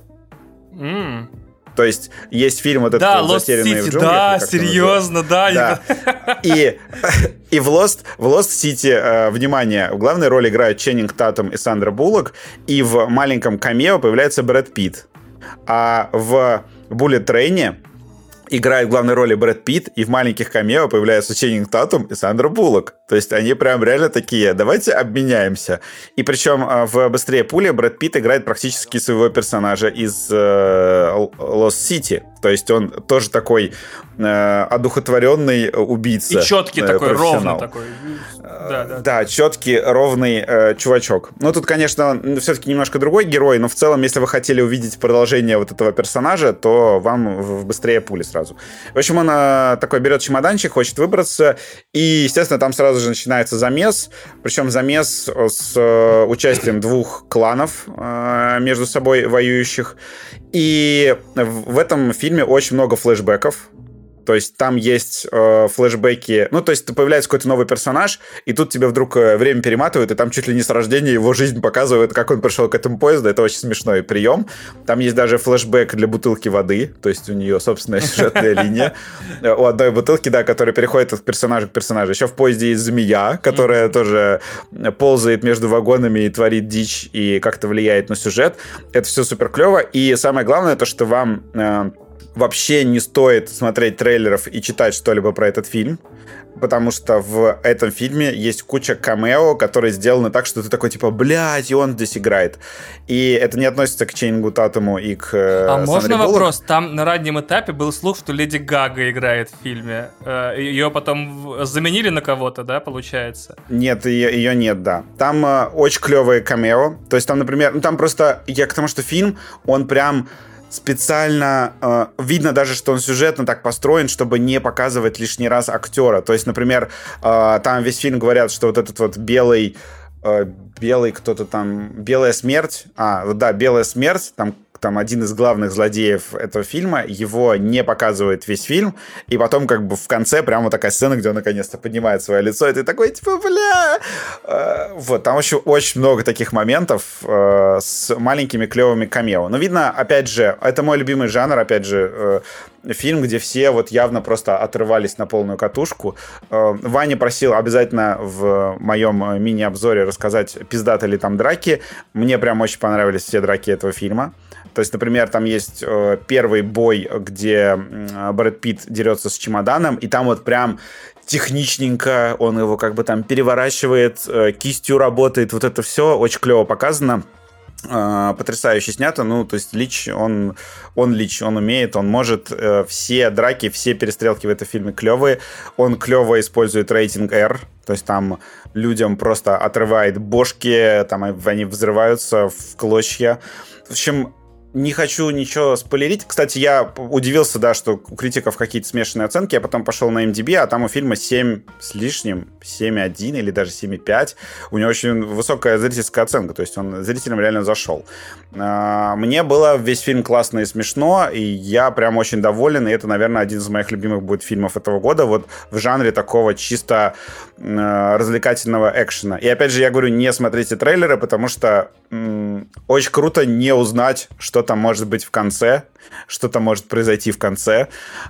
То есть есть фильм вот этот «Затерянные в джунглях». Да, серьезно, да. И в Lost City, внимание, в главной роли играют Ченнинг Татум и Сандра Буллок, и в маленьком камео появляется Брэд Питт. А в Bullet Train играет в главной роли Брэд Питт, и в маленьких камео появляются Ченнинг Татум и Сандра Буллок. То есть они прям реально такие: давайте обменяемся. И причем в «Быстрее пули» Брэд Питт играет практически своего персонажа из Lost City. То есть он тоже такой одухотворенный убийца. И четкий такой, ровный такой. Да, четкий, ровный чувачок. Ну, тут, конечно, все-таки немножко другой герой, но в целом, если вы хотели увидеть продолжение вот этого персонажа, то вам в «Быстрее пули» сразу. В общем, он такой берет чемоданчик, хочет выбраться, и, естественно, там сразу же начинается замес, причем замес с участием двух кланов между собой воюющих. И в этом фильме очень много флешбеков. То есть там есть флешбеки. Ну, то есть появляется какой-то новый персонаж, и тут тебе вдруг время перематывают, и там чуть ли не с рождения его жизнь показывают, как он пришел к этому поезду. Это очень смешной прием. Там есть даже флешбек для бутылки воды. То есть у нее собственная сюжетная линия. У одной бутылки, да, которая переходит от персонажа к персонажу. Еще в поезде есть змея, которая тоже ползает между вагонами и творит дичь, и как-то влияет на сюжет. Это все супер клево. И самое главное, то, что вам вообще не стоит смотреть трейлеров и читать что-либо про этот фильм, потому что в этом фильме есть куча камео, которые сделаны так, что ты такой, типа, блядь, и он здесь играет. И это не относится к Ченнингу Татуму и к Сандре можно Буллок. вопрос? Там на раннем этапе был слух, что Леди Гага играет в фильме. Ее потом заменили на кого-то, да, получается? Нет, ее нет, да. Там очень клевые камео. То есть там, например, там просто, я к тому, что фильм, он прям специально видно даже, что он сюжетно так построен, чтобы не показывать лишний раз актера. То есть, например, там весь фильм говорят, что вот этот вот белый кто-то там, белая смерть, белая смерть, там один из главных злодеев этого фильма, его не показывает весь фильм, и потом как бы в конце прямо такая сцена, где он наконец-то поднимает свое лицо, и ты такой, типа, бля! Вот, там еще очень много таких моментов с маленькими клевыми камео. Но видно, опять же, это мой любимый жанр, опять же, фильм, где все вот явно просто отрывались на полную катушку. Ваня просил обязательно в моем мини-обзоре рассказать, пиздаты ли там драки. Мне прям очень понравились все драки этого фильма. То есть, например, там есть первый бой, где Брэд Питт дерется с чемоданом, и там вот прям техничненько он его как бы там переворачивает, кистью работает, вот это все очень клево показано. Потрясающе снято. Ну, то есть Лич, он умеет, он может. Все драки, все перестрелки в этом фильме клевые. Он клево использует рейтинг R. То есть там людям просто отрывает бошки, там они взрываются в клочья. В общем, не хочу ничего спойлерить. Кстати, я удивился, да, что у критиков какие-то смешанные оценки. Я потом пошел на IMDb, а там у фильма 7 с лишним, 7,1 или даже 7,5. У него очень высокая зрительская оценка, то есть он зрителям реально зашел. Мне было весь фильм классно и смешно, и я прям очень доволен, и это, наверное, один из моих любимых будет фильмов этого года, вот в жанре такого чисто развлекательного экшена. И опять же, я говорю, не смотрите трейлеры, потому что очень круто не узнать, что там может быть в конце, что там может произойти в конце.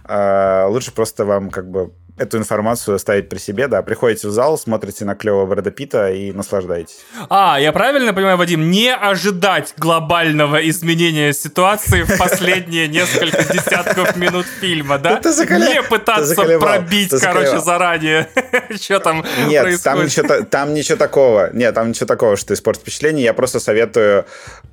Лучше просто вам как бы эту информацию оставить при себе, да. Приходите в зал, смотрите на клевого Брэда Питта и наслаждаетесь. Я правильно понимаю, Вадим, не ожидать глобального изменения ситуации в последние несколько десятков минут фильма, да? Не пытаться пробить, заранее, что там происходит. Нет, там ничего такого. Нет, там ничего такого, что испортит впечатление. Я просто советую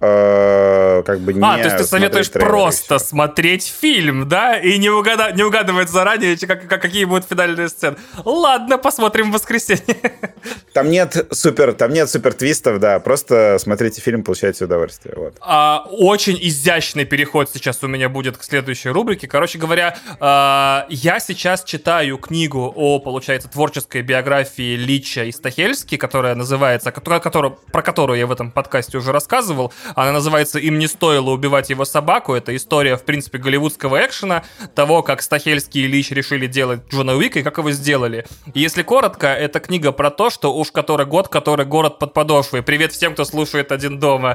как бы не то есть ты советуешь просто смотреть фильм, да? И не угадывать заранее, какие будут финальные финальная сцена. Ладно, посмотрим в воскресенье. Там нет супер твистов, да. Просто смотрите фильм, получайте удовольствие. Вот. Очень изящный переход сейчас у меня будет к следующей рубрике. Короче говоря, я сейчас читаю книгу о, получается, творческой биографии Лича и Стахельски, которая называется, про которую я в этом подкасте уже рассказывал. Она называется «Им не стоило убивать его собаку». Это история, в принципе, голливудского экшена, того, как Стахельский и Лич решили делать Джона Уика и как его сделали. И если коротко, это книга про то, что уж который год, который город под подошвой. Привет всем, кто слушает «Один дома»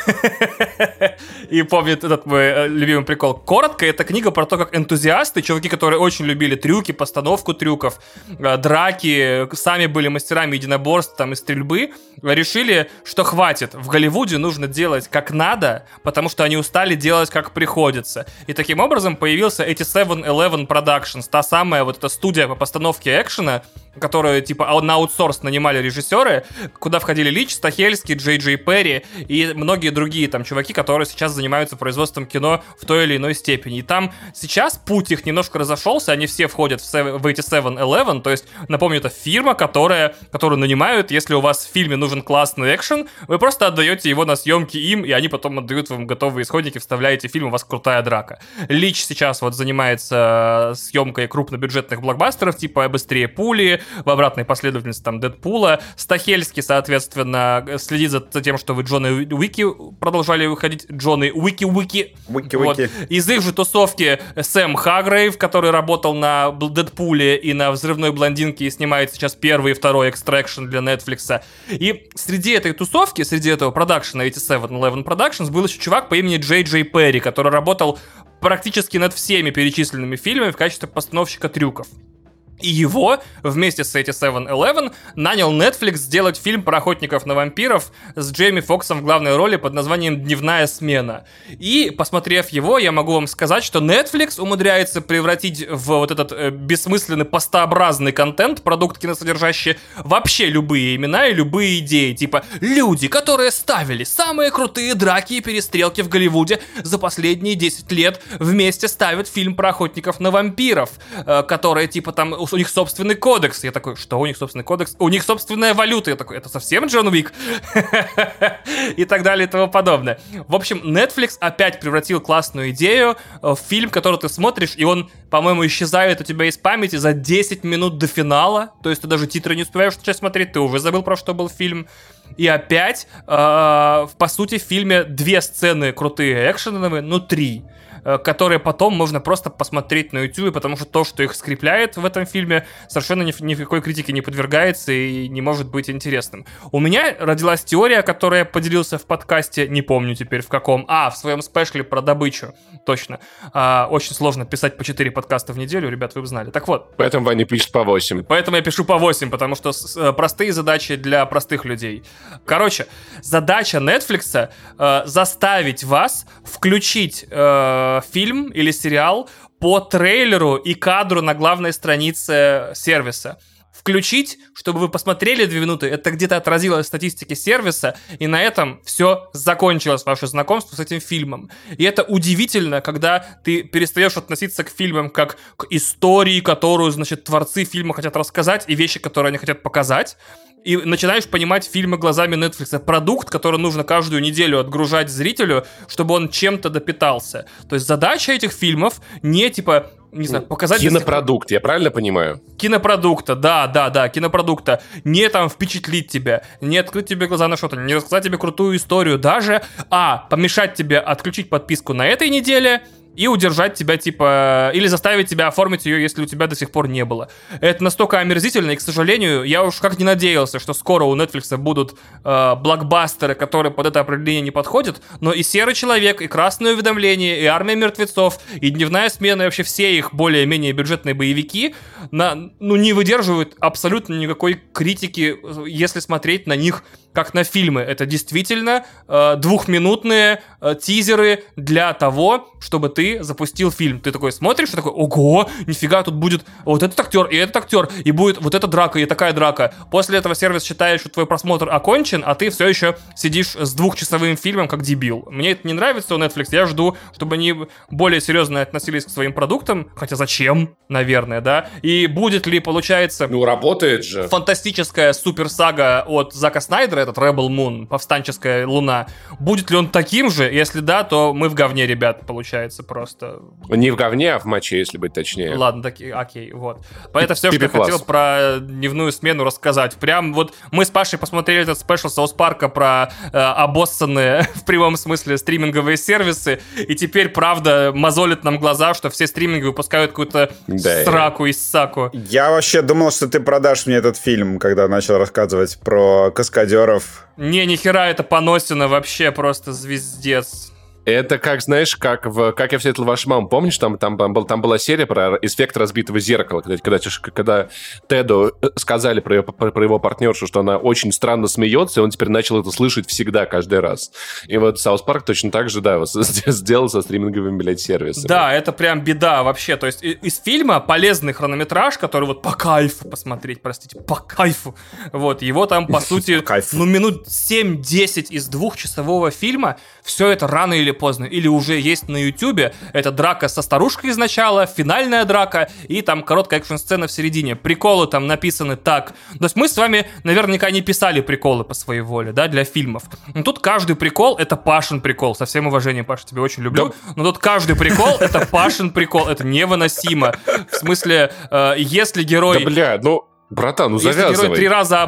и помнит этот мой любимый прикол. Коротко, это книга про то, как энтузиасты, чуваки, которые очень любили трюки, постановку трюков, драки, сами были мастерами единоборств там, и стрельбы, решили, что хватит. В Голливуде нужно делать как надо, потому что они устали делать как приходится. И таким образом появился 8711 Productions, та самая вот эта студия по постановке экшена, которую типа на аутсорс нанимали режиссеры, куда входили Лич, Стахельский, Джей Джей Перри и многие другие там чуваки, которые сейчас занимаются производством кино в той или иной степени. И там сейчас путь их немножко разошелся, они все входят в 8711, то есть, напомню, это фирма, которую нанимают, если у вас в фильме нужен классный экшен, вы просто отдаете его на съемки им, и они потом отдают вам готовые исходники, вставляете в фильм, у вас крутая драка. Лич сейчас вот занимается съемкой крупнобюджетных блокбастеров, типа «Быстрее пули», в обратной последовательности там Дэдпула. Стахельский, соответственно, следит за тем, что вы Джоны Уики продолжали выходить. Джоны Уики. Вот. Из их же тусовки Сэм Харгрейв, который работал на Дэдпуле и на «Взрывной блондинке» и снимает сейчас первый и второй экстракшн для Netflix. И среди этой тусовки, среди этого продакшена 8711 Productions был еще чувак по имени Джей Джей Перри, который работал практически над всеми перечисленными фильмами в качестве постановщика трюков. И его вместе с 8711 нанял Netflix сделать фильм про охотников на вампиров с Джейми Фоксом в главной роли под названием «Дневная смена». И, посмотрев его, я могу вам сказать, что Netflix умудряется превратить в вот этот бессмысленный пастообразный контент, продукт киносодержащий, вообще любые имена и любые идеи. Типа люди, которые ставили самые крутые драки и перестрелки в Голливуде за последние 10 лет, вместе ставят фильм про охотников на вампиров, которые типа там... У них собственный кодекс. Я такой, что у них собственный кодекс? У них собственная валюта. Я такой, это совсем Джон Уик? И так далее и тому подобное. В общем, Netflix опять превратил классную идею в фильм, который ты смотришь, и он, по-моему, исчезает у тебя из памяти за 10 минут до финала. То есть ты даже титры не успеваешь начать смотреть, ты уже забыл, про что был фильм. И опять, по сути, в фильме 2 сцены крутые экшеновые, 3, которые потом можно просто посмотреть на YouTube, потому что то, что их скрепляет в этом фильме, совершенно никакой критике не подвергается и не может быть интересным. У меня родилась теория, которую я поделился в подкасте, не помню теперь в каком, в своем спешле про добычу, точно. Очень сложно писать по 4 подкаста в неделю, ребят, вы бы знали. Так вот. Поэтому Ваня пишет по 8. Поэтому я пишу по 8, потому что простые задачи для простых людей. Короче, задача Netflix заставить вас включить фильм или сериал по трейлеру и кадру на главной странице сервиса. Включить, чтобы вы посмотрели 2 минуты, это где-то отразилось в статистике сервиса, и на этом все закончилось, ваше знакомство с этим фильмом. И это удивительно, когда ты перестаешь относиться к фильмам как к истории, которую, значит, творцы фильма хотят рассказать, и вещи, которые они хотят показать, и начинаешь понимать фильмы глазами Netflix. Продукт, который нужно каждую неделю отгружать зрителю, чтобы он чем-то допитался. То есть задача этих фильмов не, типа, не знаю, показать... Кинопродукт, я правильно понимаю? Кинопродукта, да, кинопродукта. Не там впечатлить тебя, не открыть тебе глаза на что-то, не рассказать тебе крутую историю, даже, помешать тебе отключить подписку на этой неделе и удержать тебя, типа, или заставить тебя оформить ее, если у тебя до сих пор не было. Это настолько омерзительно, и, к сожалению, я уж как не надеялся, что скоро у Netflix будут блокбастеры, которые под это определение не подходят, но и «Серый человек», и «Красное уведомление», и «Армия мертвецов», и «Дневная смена», и вообще все их более-менее бюджетные боевики не выдерживают абсолютно никакой критики, если смотреть на них как на фильмы. Это действительно 2-минутные тизеры для того, чтобы ты запустил фильм. Ты такой смотришь, и такой, ого, нифига, тут будет вот этот актер, и будет вот эта драка, и такая драка. После этого сервис считает, что твой просмотр окончен, а ты все еще сидишь с 2-часовым фильмом, как дебил. Мне это не нравится у Netflix, я жду, чтобы они более серьезно относились к своим продуктам, хотя зачем, наверное, да? И будет ли, получается... Ну, работает же. Фантастическая суперсага от Зака Снайдера, этот Rebel Moon, повстанческая луна, будет ли он таким же? Если да, то мы в говне, ребят, получается просто. Не в говне, а в моче, если быть точнее. Ладно, окей, вот. Это все, что я хотел про дневную смену рассказать. Прям вот мы с Пашей посмотрели этот спешл Саус Парка про обоссанные, в прямом смысле, стриминговые сервисы, и теперь, правда, мозолит нам глаза, что все стриминги выпускают какую-то сраку из саку. Я вообще думал, что ты продашь мне этот фильм, когда начал рассказывать про каскадеров. Не, нихера, это поносено вообще, просто звездец. Это как, знаешь, как я встретил вашу маму. Помнишь, там была серия про эффект разбитого зеркала, когда Теду сказали про его партнершу, что она очень странно смеется, и он теперь начал это слышать всегда, каждый раз. И вот Саус Парк точно так же, да, сделал со стриминговыми, блядь, сервисами. Да, это прям беда вообще. То есть из фильма полезный хронометраж, который вот по кайфу посмотреть, простите, по кайфу. Вот, его там, по сути, минут 7-10 из 2-часового фильма, все это рано или поздно, или уже есть на Ютубе. Это драка со старушкой из начала, финальная драка и там короткая экшн-сцена в середине. Приколы там написаны так. То есть мы с вами наверняка не писали приколы по своей воле, да, для фильмов. Но тут каждый прикол — это Пашин прикол. Со всем уважением, Паша, тебя очень люблю. Но тут каждый прикол — это Пашин прикол. Это невыносимо. В смысле, если герой... Да, бля, братан, завязывай.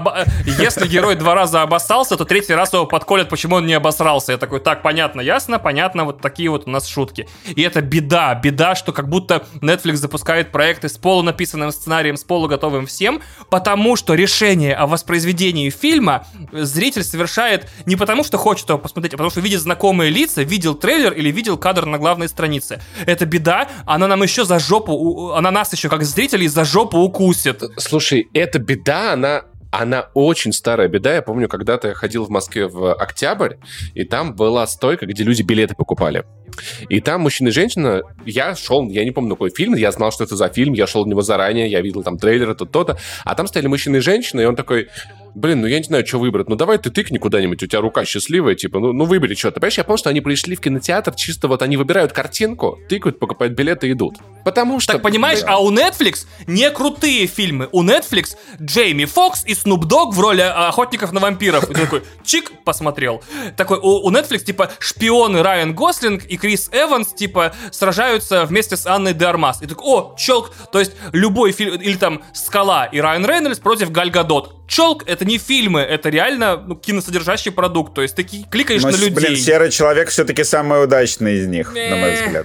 Если герой 2 раза обоссался, то 3-й раз его подколят, почему он не обосрался. Я такой, так, понятно, ясно, понятно, вот такие вот у нас шутки. И это беда, что как будто Netflix запускает проекты с полунаписанным сценарием, с полуготовым всем, потому что решение о воспроизведении фильма зритель совершает не потому, что хочет его посмотреть, а потому что видит знакомые лица, видел трейлер или видел кадр на главной странице. Это беда, она нам еще за жопу, она нас еще как зрителей за жопу укусит. Слушай, эта беда, она очень старая беда. Я помню, когда-то я ходил в Москве в Октябрь, и там была стойка, где люди билеты покупали. И там мужчина и женщина, я не помню, какой фильм, я знал, что это за фильм, я шел на него заранее, я видел там трейлеры, то-то, а там стояли мужчина и женщина, и он такой, блин, я не знаю, что выбрать, давай ты тыкни куда-нибудь, у тебя рука счастливая, типа, выбери что-то. Понимаешь, я понял, что они пришли в кинотеатр, чисто вот они выбирают картинку, тыкают, покупают билеты и идут. Потому что... Так, понимаешь, а у Netflix не крутые фильмы. У Netflix Джейми Фокс и Снуп Дог в роли охотников на вампиров. И ты такой, чик, посмотрел. Такой, у Netflix, типа, шпионы Райан Гослинг и Крис Эванс, типа, сражаются вместе с Анной де Армас. И такой, челк. То есть, любой фильм, или там Скала и Райан Рейнольдс против Галь Гадот. Челк — это не фильмы, это реально киносодержащий продукт. То есть, ты кликаешь на людей. Блин, Серый человек все-таки самый удачный из них, на мой взгляд.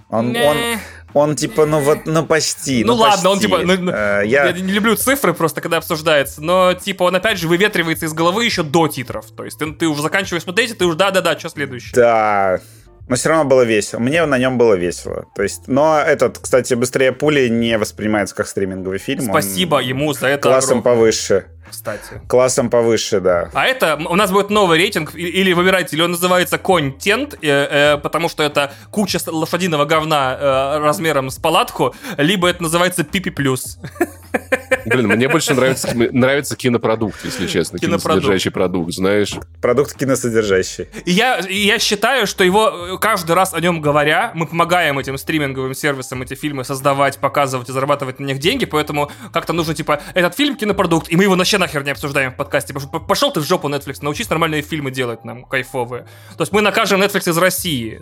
Он типа, почти. Ладно, почти. он типа, я не люблю цифры просто, когда обсуждается, но типа он опять же выветривается из головы еще до титров. То есть ты уже заканчиваешь смотреть, и ты уже да-да-да, что следующее? Да, но все равно было весело. Мне на нем было весело. То есть, но этот, кстати, «Быстрее пули» не воспринимается как стриминговый фильм. Спасибо ему за это. Классом повыше. Кстати. Классом повыше, да. А это у нас будет новый рейтинг, или выбирайте, или он называется «Контент», потому что это куча лошадиного говна размером с палатку, либо это называется «Пипи плюс». Блин, мне больше нравится кинопродукт, если честно. Киносодержащий продукт, знаешь. Продукт киносодержащий. И я считаю, что его каждый раз о нем говоря, мы помогаем этим стриминговым сервисам эти фильмы создавать, показывать и зарабатывать на них деньги, поэтому как-то нужно, типа, этот фильм кинопродукт, и мы его вообще нахер не обсуждаем в подкасте. Пошел ты в жопу, Netflix, научись нормальные фильмы делать нам, кайфовые. То есть мы накажем Netflix из России.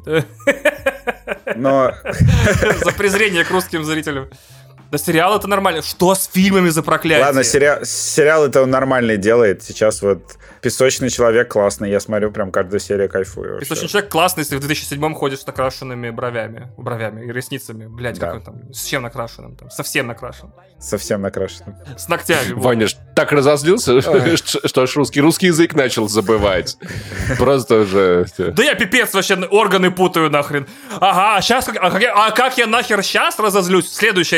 Но... За презрение к русским зрителям. Да сериал это нормально. Что с фильмами за проклятие? Ладно, сериал это он нормальный делает. Сейчас вот «Песочный человек» классный. Я смотрю, прям каждую серию кайфую. «Песочный человек» классный, если в 2007-м ходишь с накрашенными бровями и ресницами. Блять, да. Какой там, с чем накрашенным? Там, совсем накрашен. Совсем накрашенным. С ногтями. Ваня так разозлился, что аж русский язык начал забывать. Просто уже... Да я пипец вообще, органы путаю нахрен. Ага, сейчас, как я нахер сейчас разозлюсь? Следующая тема, она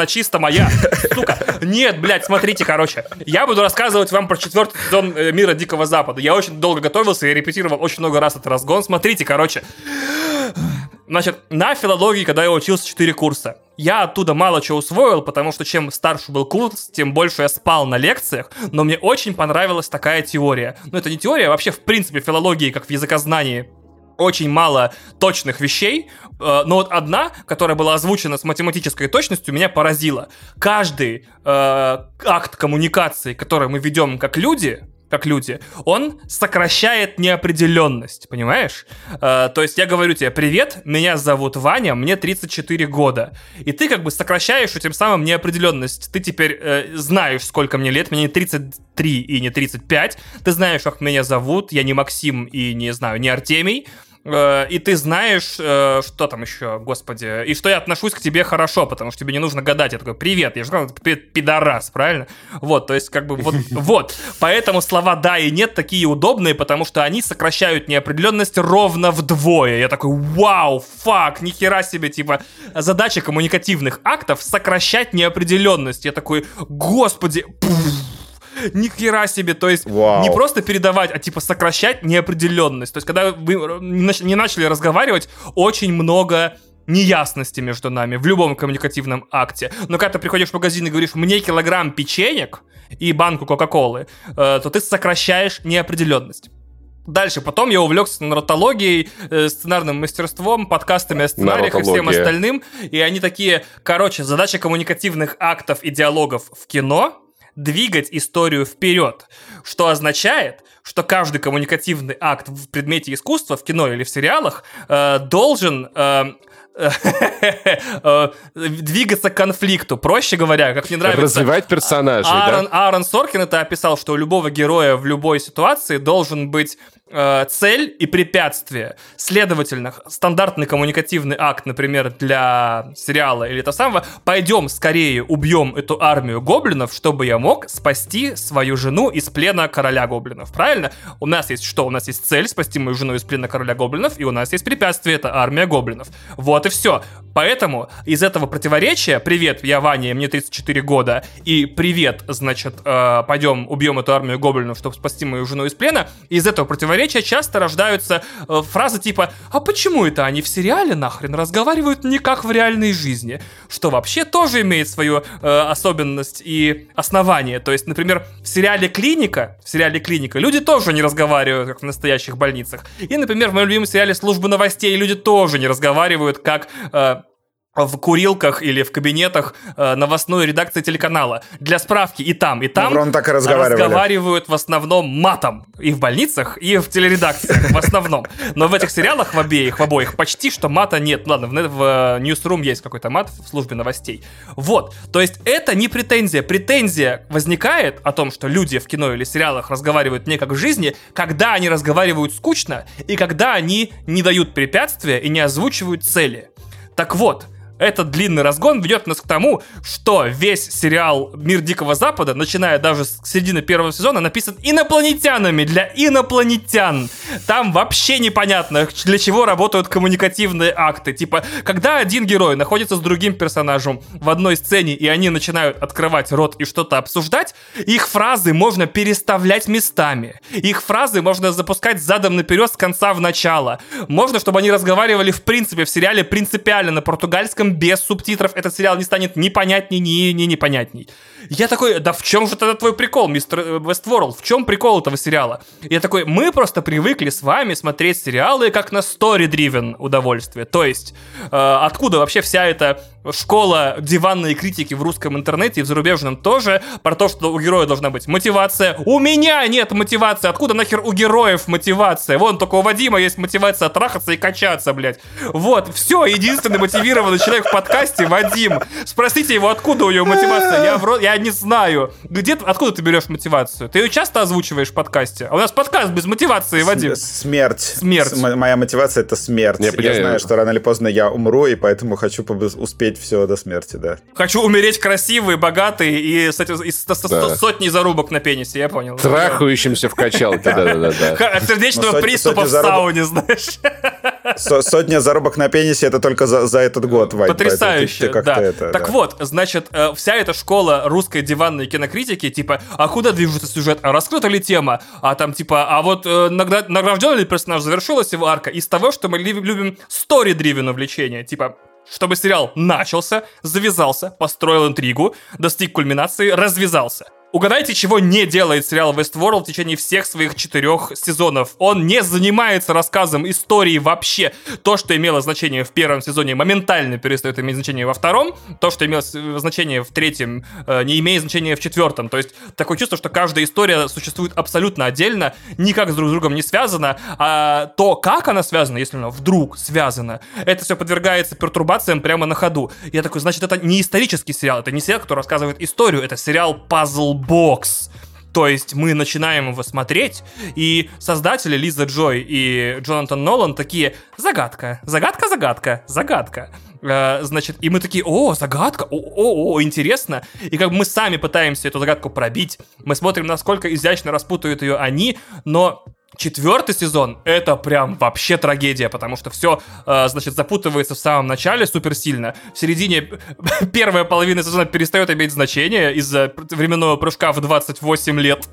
чисто моя. Сука. Нет, блядь, смотрите, короче. Я буду рассказывать вам про 4-й сезон «Мира Дикого Запада». Я очень долго готовился, я репетировал очень много раз этот разгон. Смотрите, короче. Значит, на филологии, когда я учился 4 курса, я оттуда мало чего усвоил, потому что чем старше был курс, тем больше я спал на лекциях, но мне очень понравилась такая теория. Ну, это не теория, а вообще, в принципе, в филологии, как в языкознании, очень мало точных вещей, но вот одна, которая была озвучена с математической точностью, меня поразила. Каждый акт коммуникации, который мы ведем как люди, он сокращает неопределенность, понимаешь? То есть я говорю тебе: привет, меня зовут Ваня, мне 34 года. И ты как бы сокращаешь тем самым неопределенность. Ты теперь знаешь, сколько мне лет, мне не 33 и не 35. Ты знаешь, как меня зовут, я не Максим и не знаю, не Артемий. И ты знаешь, что там еще, господи, и что я отношусь к тебе хорошо, потому что тебе не нужно гадать. Я такой: привет, я же сказал, привет, пидорас, правильно? Вот, то есть как бы вот. Поэтому слова «да» и «нет» такие удобные, потому что они сокращают неопределенность ровно вдвое. Я такой: вау, фак, нихера себе, типа, задача коммуникативных актов — сокращать неопределенность. Я такой: господи, ни хера себе, то есть не просто передавать, а типа сокращать неопределенность. То есть когда вы не начали разговаривать, очень много неясности между нами в любом коммуникативном акте. Но когда ты приходишь в магазин и говоришь: мне килограмм печенек и банку Кока-Колы, то ты сокращаешь неопределенность. Дальше, потом я увлекся нарратологией, сценарным мастерством, подкастами о сценариях и всем остальным. И они такие: короче, задача коммуникативных актов и диалогов в кино — двигать историю вперед, что означает, что каждый коммуникативный акт в предмете искусства, в кино или в сериалах, должен двигаться к конфликту. Проще говоря, как мне нравится... Развивать персонажей, Аарон Соркин это описал, что у любого героя в любой ситуации должен быть цель и препятствие. Следовательно, стандартный коммуникативный акт, например, для сериала или того самого: пойдем скорее убьем эту армию гоблинов, чтобы я мог спасти свою жену из плена короля гоблинов. Правильно? У нас есть что? У нас есть цель — спасти мою жену из плена короля гоблинов, и у нас есть препятствие — это армия гоблинов. Вот и все. Поэтому из этого противоречия: привет, я Ваня, мне 34 года, и привет, значит, пойдем убьем эту армию гоблинов, чтобы спасти мою жену из плена, из этого противоречия часто рождаются фразы типа: а почему это они в сериале нахрен разговаривают не как в реальной жизни? Что вообще тоже имеет свою особенность и основание. То есть, например, в сериале «Клиника» люди тоже не разговаривают как в настоящих больницах. И, например, в моем любимом сериале «Служба новостей» люди тоже не разговаривают как в курилках или в кабинетах новостной редакции телеканала. Для справки, и там так и разговаривают в основном матом. И в больницах, и в телередакциях в основном. Но в этих сериалах в обоих почти что мата нет. Ладно, в Newsroom есть какой-то мат в службе новостей. Вот. То есть это не претензия. Претензия возникает о том, что люди в кино или сериалах разговаривают не как в жизни, когда они разговаривают скучно и когда они не дают препятствия и не озвучивают цели. Так вот, этот длинный разгон ведет нас к тому, что весь сериал «Мир Дикого Запада», начиная даже с середины первого сезона, написан инопланетянами для инопланетян. Там вообще непонятно, для чего работают коммуникативные акты. Типа, когда один герой находится с другим персонажем в одной сцене, и они начинают открывать рот и что-то обсуждать, их фразы можно переставлять местами. Их фразы можно запускать задом наперед с конца в начало. Можно, чтобы они разговаривали в принципе в сериале принципиально на португальском, без субтитров. Этот сериал не станет ни понятней, ни непонятней. Я такой: да в чем же тогда твой прикол, мистер Westworld? В чем прикол этого сериала? Я такой: мы просто привыкли с вами смотреть сериалы как на story-driven удовольствие. То есть, откуда вообще вся эта школа диванной критики в русском интернете и в зарубежном тоже, про то, что у героя должна быть мотивация. У меня нет мотивации. Откуда нахер у героев мотивация? Вон, только у Вадима есть мотивация трахаться и качаться, блядь. Вот, все, единственный мотивированный человек в подкасте — Вадим. Спросите его, откуда у него мотивация. Я не знаю. Откуда ты берешь мотивацию? Ты ее часто озвучиваешь в подкасте? А у нас подкаст без мотивации, Вадим. Смерть. Моя мотивация — это смерть. Я знаю, что рано или поздно я умру, и поэтому хочу успеть все до смерти, да. Хочу умереть красивый, богатый и с сотней зарубок на пенисе, я понял. Трахающимся в качалке, да-да-да. От сердечного приступа в сауне, знаешь. Сотня зарубок на пенисе — это только за этот год, Вань. Потрясающе, да. Так вот, значит, вся эта школа русской диванной кинокритики, типа, а куда движется сюжет, а раскрыта ли тема, а там, типа, а вот награжден ли персонаж, завершилась его арка, из того, что мы любим story-driven увлечение, типа, чтобы сериал начался, завязался, построил интригу, достиг кульминации, развязался. Угадайте, чего не делает сериал Westworld в течение всех своих 4 сезонов. Он не занимается рассказом истории вообще. То, что имело значение в первом сезоне, моментально перестает иметь значение во втором. То, что имело значение в третьем, не имеет значения в четвертом. То есть такое чувство, что каждая история существует абсолютно отдельно, никак друг с другом не связана. А то, как она связана, если она вдруг связана, это все подвергается пертурбациям прямо на ходу. Я такой, значит, это не исторический сериал, это не сериал, который рассказывает историю, это сериал пазл-бокс. То есть мы начинаем его смотреть, и создатели Лиза Джой и Джонатан Нолан такие: загадка, загадка, загадка, загадка. Значит, и мы такие: о, загадка, о, интересно. И как бы мы сами пытаемся эту загадку пробить. Мы смотрим, насколько изящно распутают ее они, но 4 сезон — это прям вообще трагедия, потому что все, значит, запутывается в самом начале супер сильно. В середине первая половина сезона перестает иметь значение из-за временного прыжка в 28 лет,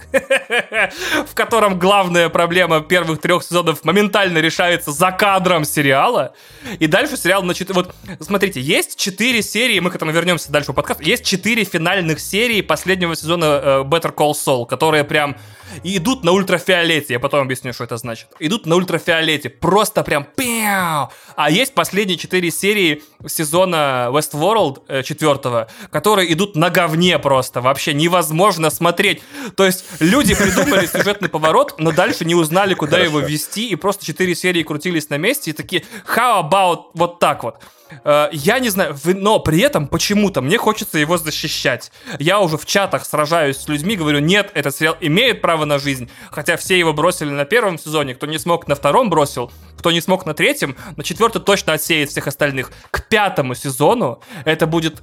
в котором главная проблема первых 3 сезонов моментально решается за кадром сериала. И дальше сериал, значит, вот, смотрите, есть 4 серии, мы к этому вернемся дальше в подкаст, есть 4 финальных серии последнего сезона Better Call Saul, которые прям идут на ультрафиолете, я потом объясню, что это значит. Идут на ультрафиолете, просто прям пяу. А есть последние 4 серии сезона Westworld 4, которые идут на говне просто, вообще невозможно смотреть. То есть люди придумали сюжетный поворот, но дальше не узнали, куда его вести, и просто 4 серии крутились на месте, и такие: how about вот так вот. Я не знаю, но при этом почему-то мне хочется его защищать. Я уже в чатах сражаюсь с людьми, говорю: нет, этот сериал имеет право на жизнь. Хотя все его бросили на 1 сезоне, кто не смог, на 2 бросил, кто не смог, на 3, на 4 точно отсеет всех остальных. К 5 сезону это будет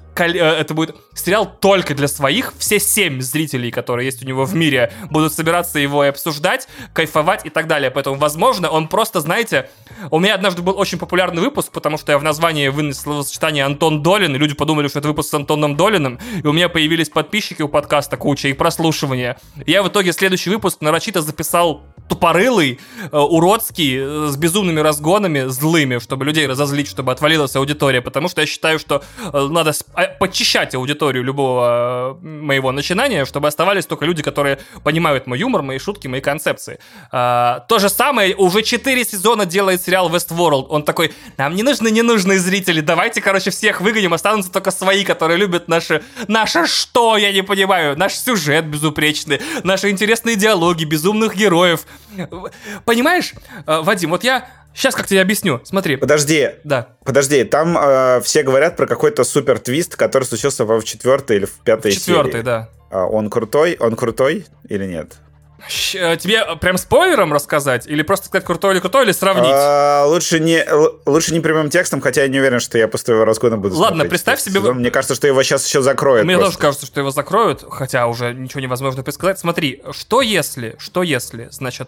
сериал только для своих. Все 7 зрителей, которые есть у него в мире, будут собираться его и обсуждать, кайфовать и так далее. Поэтому, возможно, он просто, знаете, у меня однажды был очень популярный выпуск, потому что я в названии вынес словосочетание Антон Долин, и люди подумали, что это выпуск с Антоном Долиным, и у меня появились подписчики у подкаста куча и прослушивания. Я в итоге следующий выпуск нарочито записал тупорылый, уродский, с безумными разгонами, злыми, чтобы людей разозлить, чтобы отвалилась аудитория, потому что я считаю, что надо подчищать аудиторию любого моего начинания, чтобы оставались только люди, которые понимают мой юмор, мои шутки, мои концепции. То же самое уже 4 сезона делает сериал Westworld. Он такой: нам не нужны ненужные зрители, давайте, короче, всех выгоним, останутся только свои, которые любят наше что, я не понимаю, наш сюжет безупречный, наши интересные диалоги, безумных героев. Понимаешь, Вадим, вот я сейчас как тебе объясню, смотри. Подожди, там все говорят про какой-то супер твист, который случился в 4 или в 5 серии. В 4, да. Он крутой или нет? Тебе прям спойлером рассказать? Или просто сказать, крутой или сравнить? Лучше не прямым текстом, хотя я не уверен, что я после твоего разгона буду смотреть. Ладно, представь себе... Мне кажется, что его сейчас еще закроют. Мне тоже кажется, что его закроют, хотя уже ничего невозможно предсказать. Смотри, что если, значит...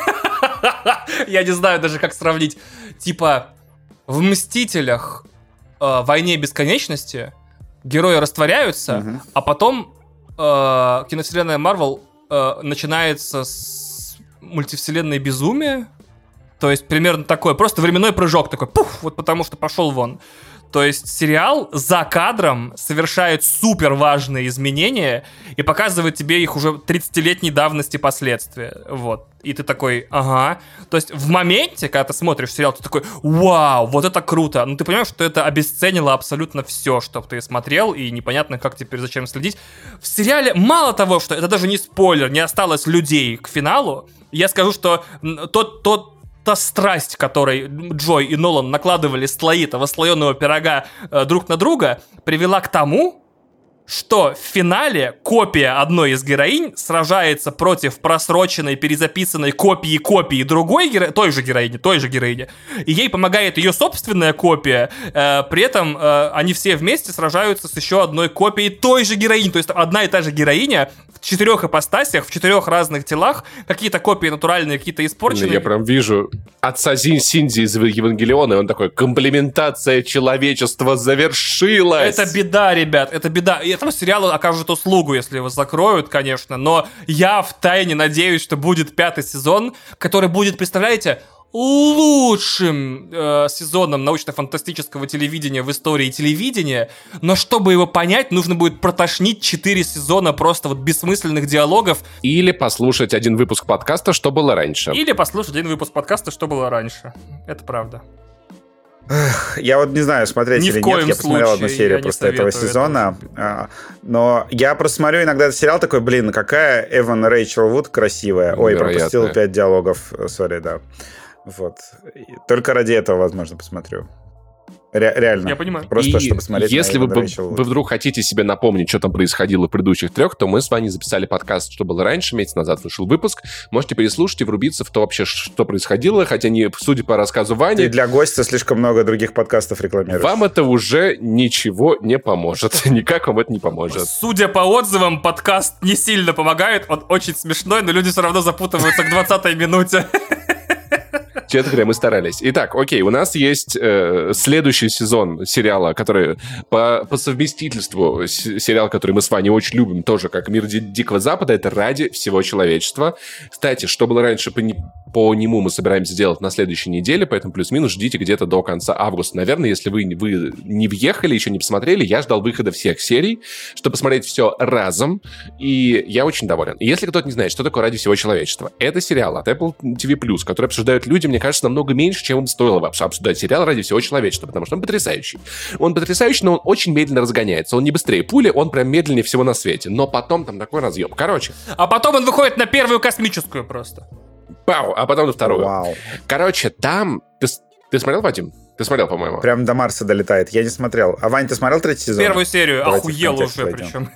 Я не знаю даже, как сравнить. Типа, в «Мстителях», «Войне бесконечности» герои растворяются, а потом киновселенная Марвел начинается с мультивселенной безумия. То есть примерно такое, просто временной прыжок такой, пуф, вот потому что пошел вон. То есть сериал за кадром совершает супер важные изменения и показывает тебе их уже 30-летней давности последствия. Вот. И ты такой: ага. То есть в моменте, когда ты смотришь сериал, ты такой: вау, вот это круто. Но ты понимаешь, что это обесценило абсолютно все, что ты смотрел, и непонятно, как теперь зачем следить. В сериале мало того, что это даже не спойлер, не осталось людей к финалу, я скажу, что та страсть, которой Джой и Нолан накладывали слои этого слоеного пирога друг на друга, привела к тому, что в финале копия одной из героинь сражается против просроченной, перезаписанной копии другой той же героини, и ей помогает ее собственная копия, при этом они все вместе сражаются с еще одной копией той же героини, то есть одна и та же героиня в 4 ипостасях, в 4 разных телах, какие-то копии натуральные, какие-то испорченные. Я прям вижу отца Синди из Евангелиона, и он такой: комплементация человечества завершилась. Это беда, ребят, это беда. И этому сериалу окажут услугу, если его закроют, конечно, но я втайне надеюсь, что будет 5-й сезон, который будет, представляете, лучшим сезоном научно-фантастического телевидения в истории телевидения, но чтобы его понять, нужно будет протошнить 4 сезона просто вот бессмысленных диалогов. Или послушать один выпуск подкаста «Что было раньше». «Что было раньше». Это правда. Я вот не знаю, смотреть Ни или в коем нет. Я посмотрел одну случае серию просто этого сезона. Но я просто смотрю иногда этот сериал такой: блин, какая Эван Рэйчел Вуд красивая. Ой, пропустил 5 диалогов. Сори, да. Вот. Только ради этого, возможно, посмотрю. Реально. Я понимаю. Просто и чтобы смотреть. Если вы вдруг хотите себе напомнить, что там происходило в предыдущих 3, то мы с вами записали подкаст «Что было раньше», месяц назад вышел выпуск. Можете переслушать и врубиться в то вообще, что происходило, хотя, судя по рассказу Вани... И для гостя слишком много других подкастов рекламируешь. Вам это уже ничего не поможет. Никак вам это не поможет. Судя по отзывам, подкаст не сильно помогает. Он очень смешной, но люди все равно запутываются к 20-й минуте. Честно говоря, мы старались. Итак, окей, у нас есть следующий сезон сериала, который по совместительству сериал, который мы с вами очень любим, тоже как «Мир Дикого Запада», это «Ради всего человечества». Кстати, что было раньше по нему, мы собираемся делать на следующей неделе, поэтому плюс-минус ждите где-то до конца августа. Наверное, если вы не въехали, еще не посмотрели, я ждал выхода всех серий, чтобы посмотреть все разом, и я очень доволен. Если кто-то не знает, что такое «Ради всего человечества», это сериал от Apple TV+, который обсуждают люди, мне кажется, намного меньше, чем им стоило вообще обсуждать сериал «Ради всего человечества», потому что он потрясающий. Он потрясающий, но он очень медленно разгоняется. Он не быстрее пули, он прям медленнее всего на свете. Но потом там такой разъем. Короче. А потом он выходит на первую космическую просто. Пау, а потом на вторую. Вау. Короче, там... Ты смотрел, Вадим? Ты смотрел, по-моему. Прям до Марса долетает. Я не смотрел. А, Вань, ты смотрел 3-й сезон? Первую серию. Давайте охуел уже войдем. причем.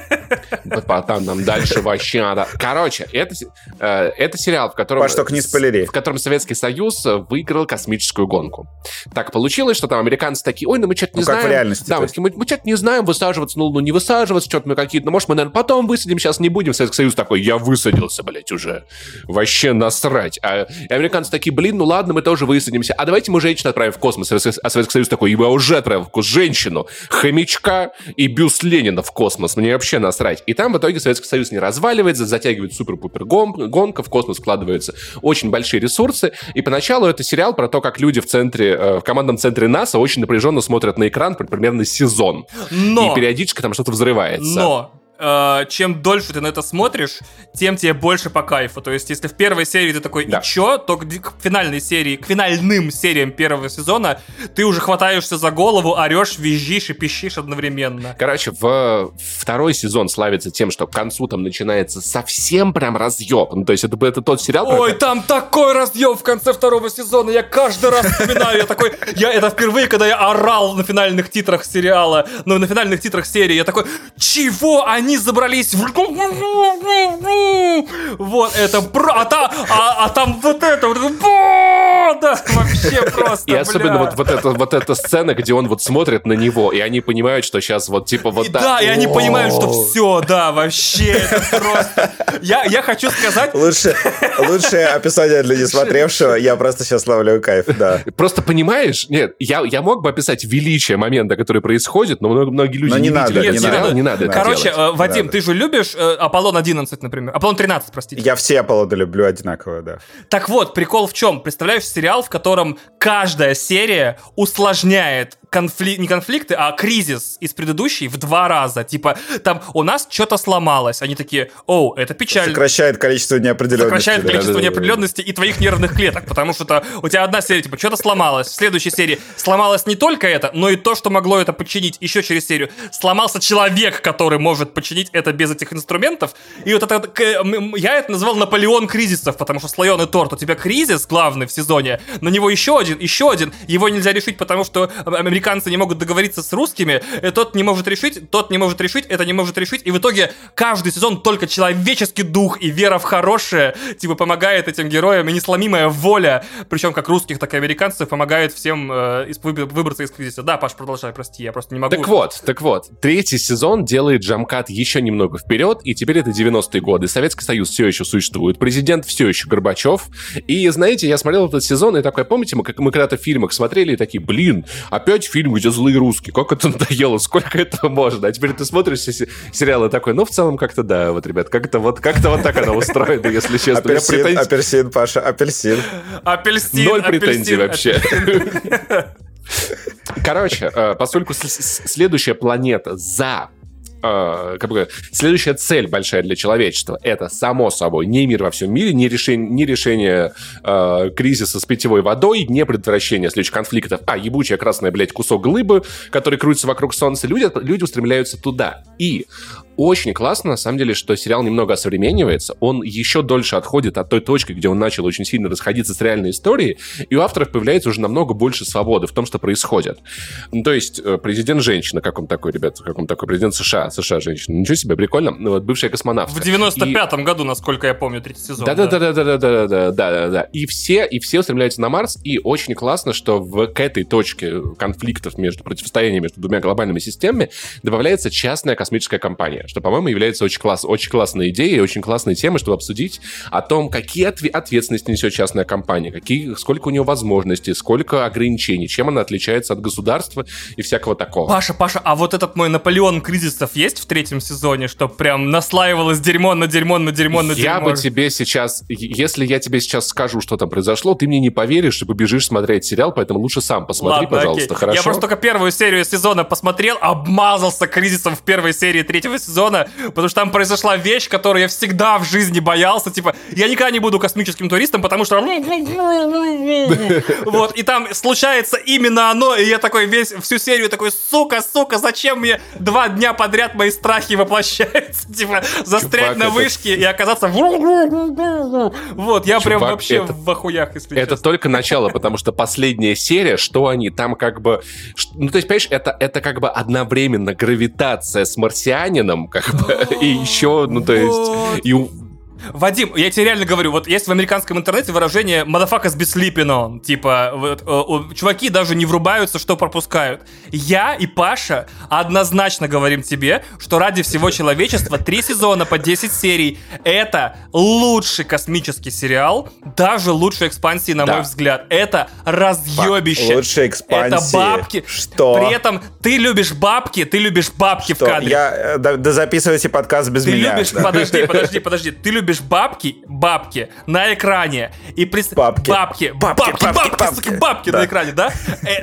Там нам дальше вообще надо. Короче, это сериал, в котором... Паш, только не спойлери. В котором Советский Союз выиграл космическую гонку. Так получилось, что там американцы такие: ой, ну мы что-то не знаем. Как в реальности. Да, мы что-то не знаем, высаживаться, ну не высаживаться, что-то мы какие-то... Ну, может, мы, наверное, потом высадим, сейчас не будем. Советский Союз такой: я высадился, блядь, уже. Вообще насрать. И американцы такие: блин, ну ладно, мы тоже высадимся. А давайте мы женщину отправим в космос. А Советский Союз такой: я уже отправил в космос женщину, хомячка и бюст Ленина в космос. Мне вообще насрать. И там в итоге Советский Союз не разваливается, затягивает супер-пупер гонка, в космос вкладываются очень большие ресурсы. И поначалу это сериал про то, как люди в командном центре НАСА очень напряженно смотрят на экран примерно сезон. И периодически там что-то взрывается. Но чем дольше ты на это смотришь, тем тебе больше по кайфу. То есть, если в первой серии ты такой: да. И чё? То к финальным сериям первого сезона ты уже хватаешься за голову, орешь, визжишь и пищишь одновременно. Короче, второй сезон славится тем, что к концу там начинается совсем прям разъеб. Ну, то есть, это тот сериал... Ой, там такой разъеб в конце второго сезона, я каждый раз вспоминаю. Это впервые, когда я орал на финальных титрах сериала, на финальных титрах серии. Я такой: чего они забрались в... Вот это... А там вот это... Да, вообще просто, и особенно вот эта сцена, где он вот смотрит на него, и они понимают, что сейчас вот типа вот так. Да, и они понимают, что все, да, вообще, это просто... Я хочу сказать... Лучшее описание для несмотревшего. Я просто сейчас ловлю кайф, да. Просто понимаешь? Нет, я мог бы описать величие момента, который происходит, но многие люди не видели этот сериал, не надо это делать. Короче, Вадим, ты же любишь Аполлон 11, например? Аполлон 13, простите. Я все Аполлоны люблю одинаково, да. Так вот, прикол в чем? Представляешь сериал, в котором каждая серия усложняет не конфликты, а кризис из предыдущей в 2 раза. Типа, там у нас что-то сломалось. Они такие: о, это печально. Сокращает количество неопределенности. Сокращает количество неопределенности и твоих нервных клеток, потому что у тебя одна серия, типа, что-то сломалось. В следующей серии сломалось не только это, но и то, что могло это починить еще через серию. Сломался человек, который может починить это без этих инструментов. И вот это... Я это назвал Наполеон кризисов, потому что слоеный торт. У тебя кризис главный в сезоне, на него еще один. Его нельзя решить, потому что американцы американцы не могут договориться с русскими, тот не может решить, это не может решить, и в итоге каждый сезон только человеческий дух и вера в хорошее, типа, помогает этим героям, и несломимая воля, причем как русских, так и американцев, помогает всем выбраться из кризиса. Да, Паш, продолжай, прости, я просто не могу. Так вот, третий сезон делает джамкат еще немного вперед, и теперь это 90-е годы. Советский Союз все еще существует, президент все еще Горбачев. И, знаете, я смотрел этот сезон, и такой, помните, мы когда-то в фильмах смотрели, и такие, блин, опять фильм, где злые русские, как это надоело, сколько этого можно? А теперь ты смотришь сериалы такой, ну, в целом, как-то да, вот, ребят, как-то вот так оно устроено, если честно. Апельсин, Паша, апельсин. Ноль претензий вообще. Короче, поскольку следующая планета следующая цель большая для человечества — это, само собой, не мир во всем мире, не решение кризиса с питьевой водой, не предотвращение следующих конфликтов, а ебучая красная, блядь, кусок глыбы, который крутится вокруг Солнца. Люди устремляются туда. И очень классно, на самом деле, что сериал немного осовременивается, он еще дольше отходит от той точки, где он начал очень сильно расходиться с реальной историей, и у авторов появляется уже намного больше свободы в том, что происходит. Ну, то есть, президент женщина, как он такой, ребят, как он такой, президент США женщина, ничего себе, прикольно, ну, вот, бывшая космонавтка. В 95-м году, насколько я помню, третий сезон. Да. И все устремляются на Марс, и очень классно, что к этой точке конфликтов противостояния между двумя глобальными системами добавляется частная космическая компания, что, по-моему, является очень классной идеей, очень классной темой, чтобы обсудить о том, какие ответственности несет частная компания, сколько у нее возможностей, сколько ограничений, чем она отличается от государства и всякого такого. Паша, а вот этот мой Наполеон кризисов есть в третьем сезоне, что прям наслаивалось дерьмо на дерьмо на дерьмо на дерьмо? Я бы тебе сейчас, если я тебе сейчас скажу, что там произошло, ты мне не поверишь и побежишь смотреть сериал, поэтому лучше сам посмотри, ладно, пожалуйста, окей. хорошо? Я просто только первую серию сезона посмотрел, обмазался кризисом в первой серии третьего сезона, потому что там произошла вещь, которую я всегда в жизни боялся, типа, я никогда не буду космическим туристом, потому что... Вот, и там случается именно оно, и я такой всю серию такой, сука, зачем мне 2 дня подряд мои страхи воплощаются, типа, застрять на вышке и оказаться... Вот, я прям вообще в охуях, если честно. Это только начало, потому что последняя серия, что они там как бы... Ну, то есть, понимаешь, это как бы одновременно гравитация с марсианином, как бы, и еще, ну, то есть... Вадим, я тебе реально говорю, вот есть в американском интернете выражение «motherfuckers be sleeping on», типа, чуваки даже не врубаются, что пропускают. Я и Паша однозначно говорим тебе, что ради всего человечества 3 сезона по 10 серий — это лучший космический сериал, даже лучшей экспансии, на мой взгляд. Это разъебище. Лучшая экспансия. Это бабки. Что? При этом ты любишь бабки в кадре. Да записывайте подкаст без меня. Подожди, ты любишь бабки на экране. И бабки да. на экране, да?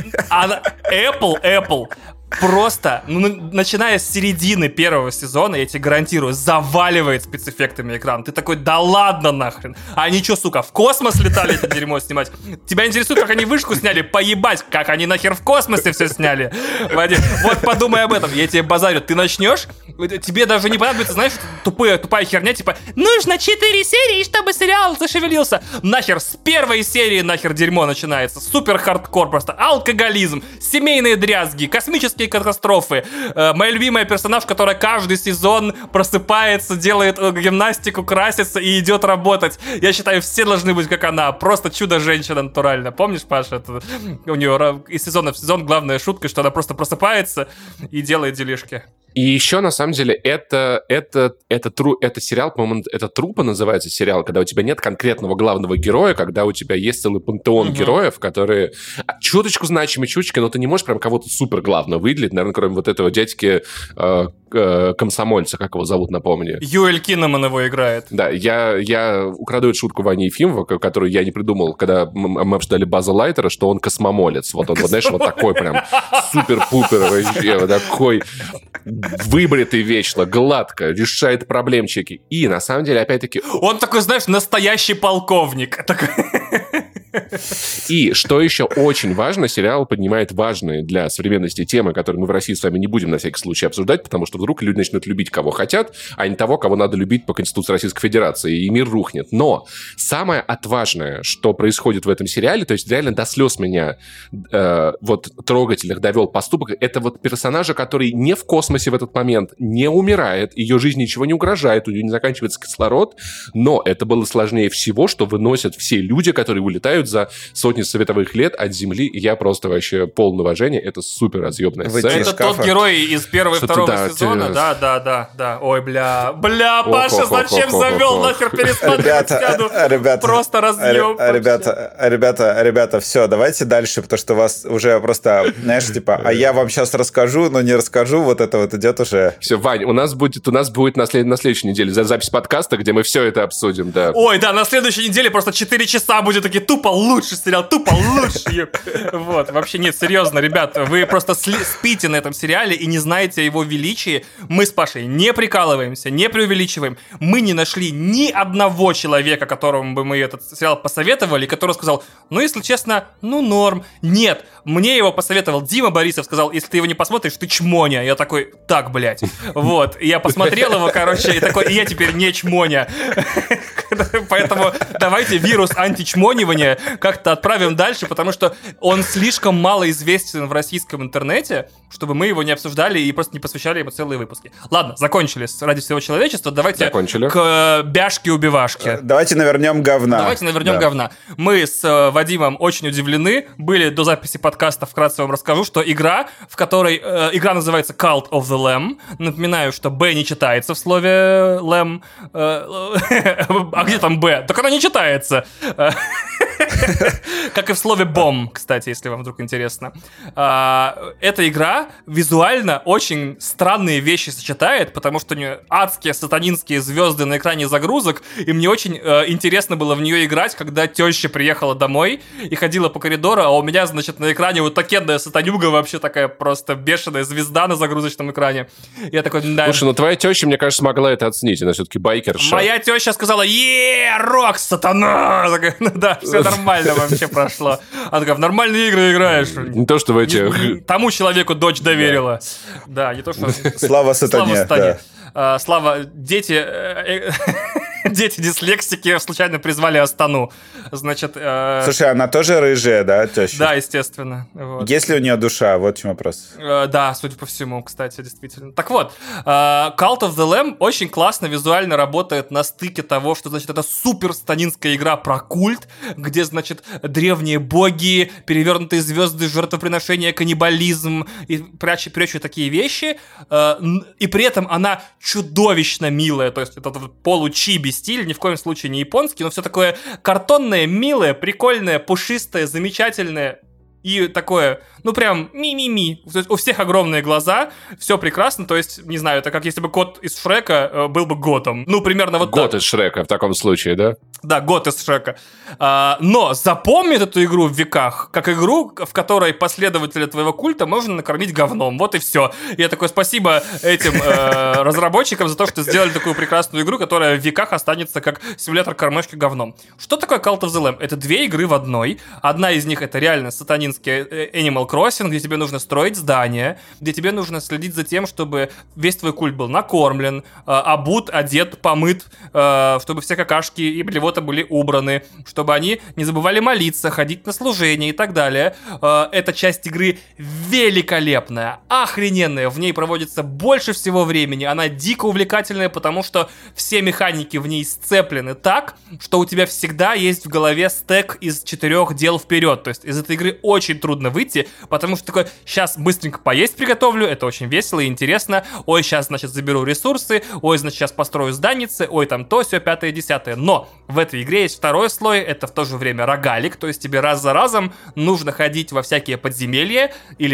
Apple просто, начиная с середины первого сезона, я тебе гарантирую, заваливает спецэффектами экран. Ты такой, да ладно нахрен. А они что, сука, в космос летали это дерьмо снимать? Тебя интересует, как они вышку сняли? Поебать, как они нахер в космосе все сняли? Вадим, вот подумай об этом, я тебе базарю. Ты начнешь, тебе даже не понадобится, знаешь, тупая херня, типа, нужно 4 серии, чтобы сериал зашевелился. Нахер, с первой серии нахер дерьмо начинается. Супер хардкор просто. Алкоголизм, семейные дрязги, космические катастрофы. Моя любимая персонаж, которая каждый сезон просыпается, делает гимнастику, красится и идет работать. Я считаю, все должны быть как она. Просто чудо-женщина натурально. Помнишь, Паша? Это у нее из сезона в сезон главная шутка, что она просто просыпается и делает делишки. И еще, на самом деле, это сериал, по-моему, это «Трупа» называется сериал, когда у тебя нет конкретного главного героя, когда у тебя есть целый пантеон героев, которые чуточку значимые, но ты не можешь прям кого-то супер главного выделить, наверное, кроме вот этого дядьки комсомольца, как его зовут, напомни. Юэль Киннаман его играет. Да, я украду эту шутку Вани Ефимова, которую я не придумал, когда мы обсуждали База Лайтера, что он космомолец. Вот он, вот, знаешь, вот такой прям супер-пупер вообще, вот такой выбритый вечно, гладко, решает проблемчики. И, на самом деле, опять-таки... Он такой, знаешь, настоящий полковник. И, что еще очень важно, сериал поднимает важные для современности темы, которые мы в России с вами не будем на всякий случай обсуждать, потому что вдруг люди начнут любить кого хотят, а не того, кого надо любить по Конституции Российской Федерации, и мир рухнет. Но самое отважное, что происходит в этом сериале, то есть реально до слез меня вот трогательных довел поступок, это вот персонажа, который не в космосе в этот момент, не умирает, ее жизни ничего не угрожает, у нее не заканчивается кислород, но это было сложнее всего, что выносят все люди, которые улетают за сотни световых лет от Земли, и я просто вообще полное уважение, это супер разъебная сцена. Это тот герой из первого и второго сезона? Да. Ой, бля, Паша, зачем завел нахер пересмотреть сцену? Просто разъем. Ребята, все, давайте дальше, потому что у вас уже просто, знаешь, типа, а я вам сейчас расскажу, но не расскажу, вот это вот идет уже. Все, Вань, у нас будет на следующей неделе запись подкаста, где мы все это обсудим, да. Ой, да, на следующей неделе просто 4 часа будет такие тупо лучший сериал, тупо лучший. Вот, вообще нет, серьезно, ребят, вы просто спите на этом сериале и не знаете о его величии. Мы с Пашей не прикалываемся, не преувеличиваем. Мы не нашли ни одного человека, которому бы мы этот сериал посоветовали, который сказал, ну, если честно, ну, норм. Нет, мне его посоветовал Дима Борисов, сказал, если ты его не посмотришь, ты чмоня. Я такой, так, блядь. Вот, и я посмотрел его, короче, и такой, и я теперь не чмоня. Поэтому давайте вирус античмонивания как-то отправим дальше, потому что он слишком мало известен в российском интернете, чтобы мы его не обсуждали и просто не посвящали ему целые выпуски. Ладно, закончили ради всего человечества. Давайте к бяшке-убивашке. Давайте навернем говна. Говна. Мы с Вадимом очень удивлены. Были до записи подкаста, вкратце вам расскажу, что игра, в которой... игра называется Cult of the Lamb. Напоминаю, что Б не читается в слове Lamb. А где там Б? Так она не читается. Как и в слове бом, кстати, если вам вдруг интересно. Эта игра визуально очень странные вещи сочетает, потому что у нее адские сатанинские звезды на экране загрузок, и мне очень интересно было в нее играть, когда теща приехала домой и ходила по коридору, а у меня, значит, на экране вот такенная сатанюга, вообще такая просто бешеная звезда на загрузочном экране. Я такой, да. Слушай, ну твоя теща, мне кажется, смогла это оценить, она все-таки байкерша. Моя теща сказала, рок, сатана! Такая, ну да, все нормально вообще прошло. Она такая, в нормальные игры играешь. Не то, что в эти... Тому человеку дочь доверила. Да, не то, что... Слава сатане. Слава, дети... Дети дислексики случайно призвали Астану. Значит... Слушай, она тоже рыжая, да, теща? Да, естественно. Вот. Есть ли у нее душа? Вот в чем вопрос. Да, судя по всему, кстати, действительно. Так вот, Cult of the Lamb очень классно визуально работает на стыке того, что, значит, это супер сатанинская игра про культ, где, значит, древние боги, перевернутые звезды, жертвоприношения, каннибализм и прочие такие вещи. И при этом она чудовищно милая, то есть это получиби стиль, ни в коем случае не японский, но все такое картонное, милое, прикольное, пушистое, замечательное и такое, ну прям ми-ми-ми. То есть у всех огромные глаза, все прекрасно, то есть, не знаю, это как если бы кот из Шрека был бы Готом. Ну, примерно вот Гот так. из Шрека в таком случае, да? Да, Гот из Шрека. Но запомнит эту игру в веках, как игру, в которой последователя твоего культа можно накормить говном. Вот и все. Я такой, спасибо этим разработчикам за то, что сделали такую прекрасную игру, которая в веках останется как симулятор кормежки говном. Что такое Cult of the Lamb? Это две игры в одной. Одна из них это реально сатанинский Animal Crossing, где тебе нужно строить здания, где тебе нужно следить за тем, чтобы весь твой культ был накормлен, обут, одет, помыт, чтобы все какашки и блевоты были убраны, чтобы они не забывали молиться, ходить на служение и так далее. Эта часть игры великолепная, охрененная, в ней проводится больше всего времени, она дико увлекательная, потому что все механики в ней сцеплены так, что у тебя всегда есть в голове стэк из 4 дел вперед, то есть из этой игры очень трудно выйти, потому что такой, сейчас быстренько поесть приготовлю, это очень весело и интересно, ой, сейчас, значит, заберу ресурсы, ой, значит, сейчас построю зданицы, ой, там то, сё, 5-10. Но в этой игре есть второй слой, это в то же время рогалик, то есть тебе раз за разом нужно ходить во всякие подземелья или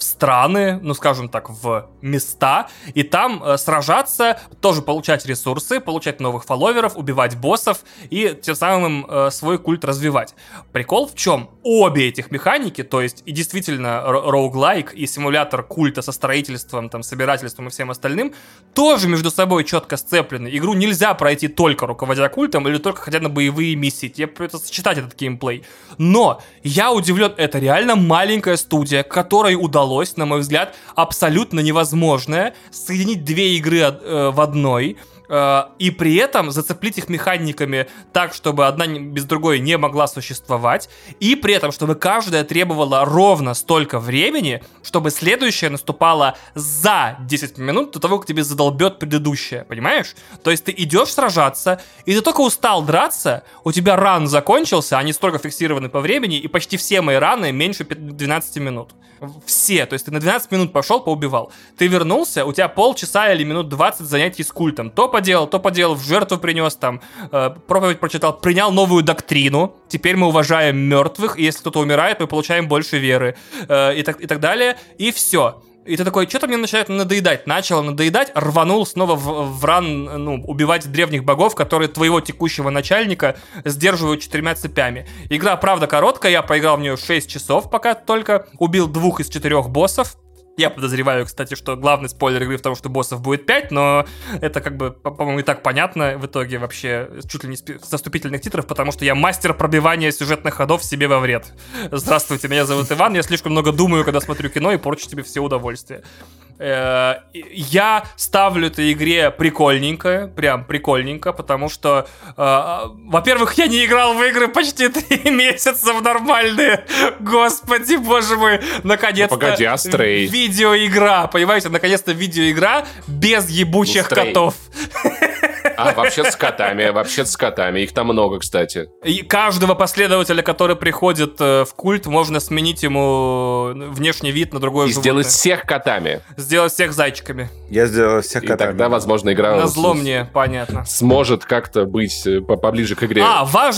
страны, ну, скажем так, в места, и там сражаться, тоже получать ресурсы, получать новых фолловеров, убивать боссов и тем самым свой культ развивать. Прикол в чем? Обе этих механики, то есть и действительно роуглайк, и симулятор культа со строительством, там, собирательством и всем остальным, тоже между собой четко сцеплены. Игру нельзя пройти только руководя культом или только ходя на боевые миссии. Тебе придется сочетать этот геймплей. Но я удивлен, это реально маленькая студия, которой удалось, на мой взгляд, абсолютно невозможное соединить две игры в одной, и при этом зацеплить их механиками так, чтобы одна без другой не могла существовать, и при этом, чтобы каждая требовала ровно столько времени, чтобы следующая наступала за 10 минут до того, как тебе задолбет предыдущая, понимаешь? То есть ты идешь сражаться, и ты только устал драться, у тебя ран закончился, они строго фиксированы по времени, и почти все мои раны меньше 12 минут. Все, то есть ты на 12 минут пошел, поубивал. Ты вернулся, у тебя полчаса или минут 20 занятий с культом. То поделал, в жертву принес, там, проповедь прочитал, принял новую доктрину. Теперь мы уважаем мертвых, и если кто-то умирает, мы получаем больше веры. И так далее, и все. И ты такой, что-то мне начинает надоедать. Начало надоедать, рванул снова в ран, ну, убивать древних богов, которые твоего текущего начальника сдерживают 4 цепями. Игра, правда, короткая, я поиграл в нее 6 часов, пока только убил 2 из 4 боссов. Я подозреваю, кстати, что главный спойлер игры в том, что боссов будет 5, но это как бы, по-моему, и так понятно в итоге вообще, чуть ли не со вступительных титров, потому что я мастер пробивания сюжетных ходов себе во вред. Здравствуйте, меня зовут Иван, я слишком много думаю, когда смотрю кино, и порчу тебе все удовольствия. Я ставлю этой игре прикольненько, прям прикольненько, потому что, во-первых, я не играл в игры почти 3 месяца в нормальные. Господи, боже мой, наконец-то. Ну, погоди, Астрей. Видеоигра, понимаете, наконец-то видеоигра без ебучих котов. Вообще с котами, их там много, кстати. И каждого последователя, который приходит в культ, можно сменить ему внешний вид на другое животное. И сделать всех котами. Сделать всех зайчиками. Я сделал всех котами. И тогда, возможно, игра... Назло мне, понятно. Сможет как-то быть поближе к игре.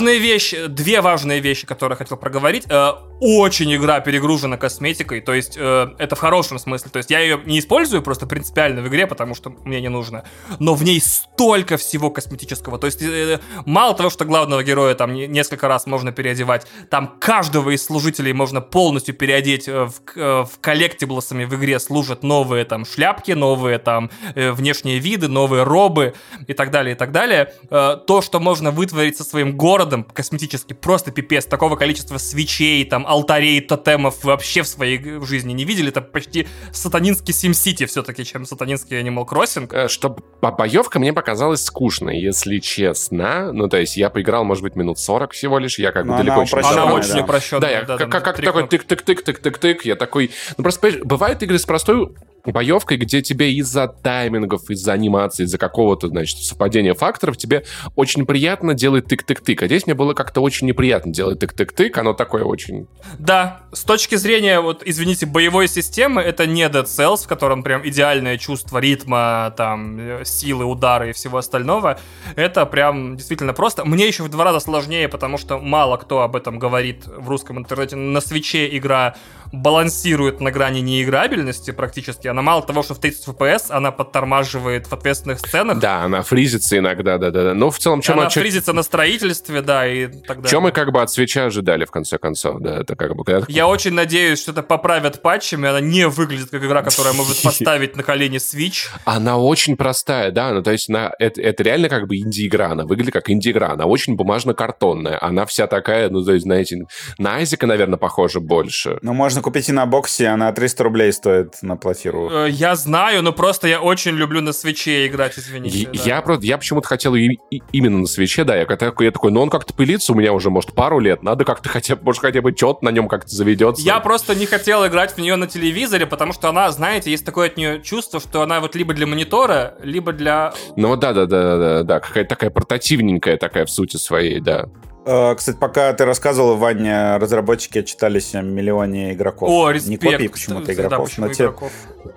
Две важные вещи, которые я хотел проговорить. Очень игра перегружена косметикой, то есть это в хорошем смысле. То есть я ее не использую просто принципиально в игре, потому что мне не нужно. Но в ней столько всего косметического. То есть мало того, что главного героя там несколько раз можно переодевать, там каждого из служителей можно полностью переодеть в коллектиблсами в игре служат новые там шляпки, новые там внешние виды, новые робы и так далее, и так далее. То, что можно вытворить со своим городом косметически, просто пипец. Такого количества свечей, там, алтарей, тотемов вообще в своей жизни не видели. Это почти сатанинский SimCity все-таки, чем сатанинский Animal Crossing. Что боевка мне показалась скучной, если честно. Ну, то есть я поиграл, может быть, минут 40 всего лишь. Я как бы далеко еще... Она очень упрощенная. Да, я как такой тык-тык-тык-тык-тык-тык. Я такой... Ну, просто, понимаешь, бывают игры с простой боевкой, где тебе из-за таймингов, из-за анимации, из-за какого-то, значит, совпадения факторов тебе очень приятно делать тык-тык-тык. А здесь мне было как-то очень неприятно делать тык-тык-тык. Оно такое очень... Да, с точки зрения, вот, извините, боевой системы, это не Dead Cells, в котором прям идеальное чувство ритма, там, силы, удары и всего остального. Это прям действительно просто. Мне еще в 2 раза сложнее, потому что мало кто об этом говорит в русском интернете. На Свитче игра балансирует на грани неиграбельности практически. Она мало того, что в 30 FPS, она подтормаживает в ответственных сценах. Да, она фризится иногда, да-да-да. Но в целом... Она фризится на строительстве, да, и так далее. Чем мы как бы от Свитча ожидали, в конце концов, да, это как бы... Я очень надеюсь, что это поправят патчами, она не выглядит как игра, которая может поставить на колени Switch. Она очень простая, да, ну то есть это реально как бы инди-игра, она выглядит как инди-игра, она очень бумажно-картонная, она вся такая, ну то есть, знаете, на Айзека, наверное, похожа больше. Ну, можно купить и на боксе, она 300 рублей стоит на платиру. Я знаю, но просто я очень люблю на Свитче играть, извините. Я почему-то хотел именно на Свитче, да, я такой, ну он как-то пылится у меня уже, может, пару лет, надо как-то хотя бы что-то на нем как-то заведется. Я просто не хотел играть в нее на телевизоре, потому что она, знаете, есть такое от нее чувство, что она вот либо для монитора, либо для... Ну да, какая-то такая портативненькая такая в сути своей, да. Кстати, пока ты рассказывал, Ваня, разработчики отчитались о миллионе игроков. О, респект. Не копий почему-то игроков. Да, почему игроков?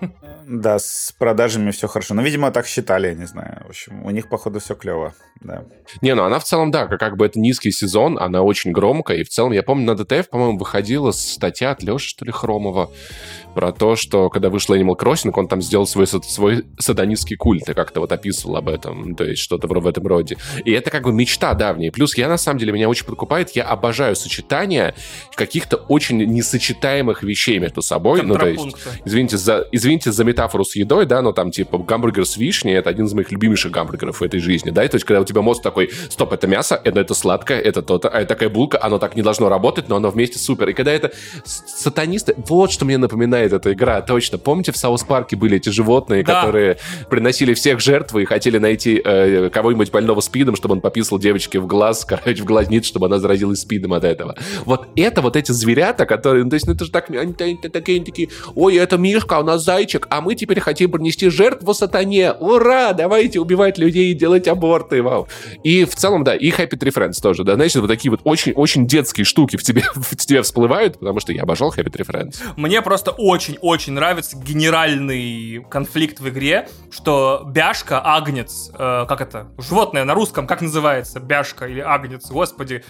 Да, с продажами все хорошо. Ну, видимо, так считали, я не знаю. В общем, у них, походу, все клево. Да. Не, ну она в целом, да, как бы это низкий сезон, она очень громкая, и в целом, я помню, на ДТФ, по-моему, выходила статья от Леши, что ли, Хромова, про то, что когда вышел Animal Crossing, он там сделал свой сатанистский культ, и как-то вот описывал об этом, то есть что-то в этом роде. И это как бы мечта давняя. Плюс я, на самом деле, меня очень подкупает, я обожаю сочетание каких-то очень несочетаемых вещей между собой. Ну, то есть, извините за метафору с едой, да, но там, типа, гамбургер с вишней — это один из моих любимейших гамбургеров в этой жизни, да, и то есть, когда у тебя мозг такой, стоп, это мясо, это сладкое, это то-то, а это такая булка, оно так не должно работать, но оно вместе супер. И когда это сатанисты, вот что мне напоминает эта игра, точно. Помните, в Саус Парке были эти животные, да, которые приносили всех жертвы и хотели найти кого-нибудь больного спидом, чтобы он пописал девочке в глаз, короче, в глазниц, чтобы она заразилась спидом от этого. Вот это вот эти зверята, которые, ну, то есть, ну, это же так, они такие, ой, это Мишка, у нас зайчик, а мы теперь хотим принести жертву сатане. Ура! Давайте убивать людей и делать аборты. Вау. И в целом, да, и Happy Tree Friends тоже, да, знаете, вот такие вот очень детские штуки в тебе всплывают, потому что я обожал Happy Tree Friends. Мне просто очень нравится генеральный конфликт в игре, что бяшка, агнец, как это, животное на русском, как называется, бяшка или агнец, господи.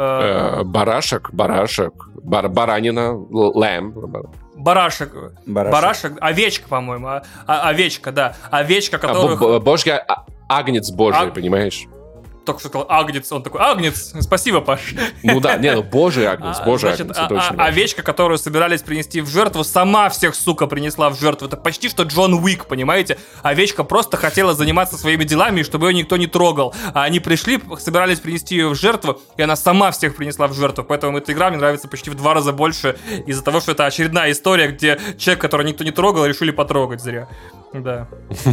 Барашек, баранина, лэм. Барашек, овечка, по-моему, овечка, да, овечка, которая... Божья, агнец божий, понимаешь? Только что сказал агнец, он такой, агнец, спасибо, Паш. Ну да, не, ну божий агнец, значит, агнец, овечка, которую собирались принести в жертву, сама всех, сука, принесла в жертву. Это почти что Джон Уик, понимаете? Овечка просто хотела заниматься своими делами, чтобы ее никто не трогал. А они пришли, собирались принести ее в жертву, и она сама всех принесла в жертву. Поэтому эта игра мне нравится почти в 2 раза больше из-за того, что это очередная история, где человек, которого никто не трогал, решили потрогать зря. Да.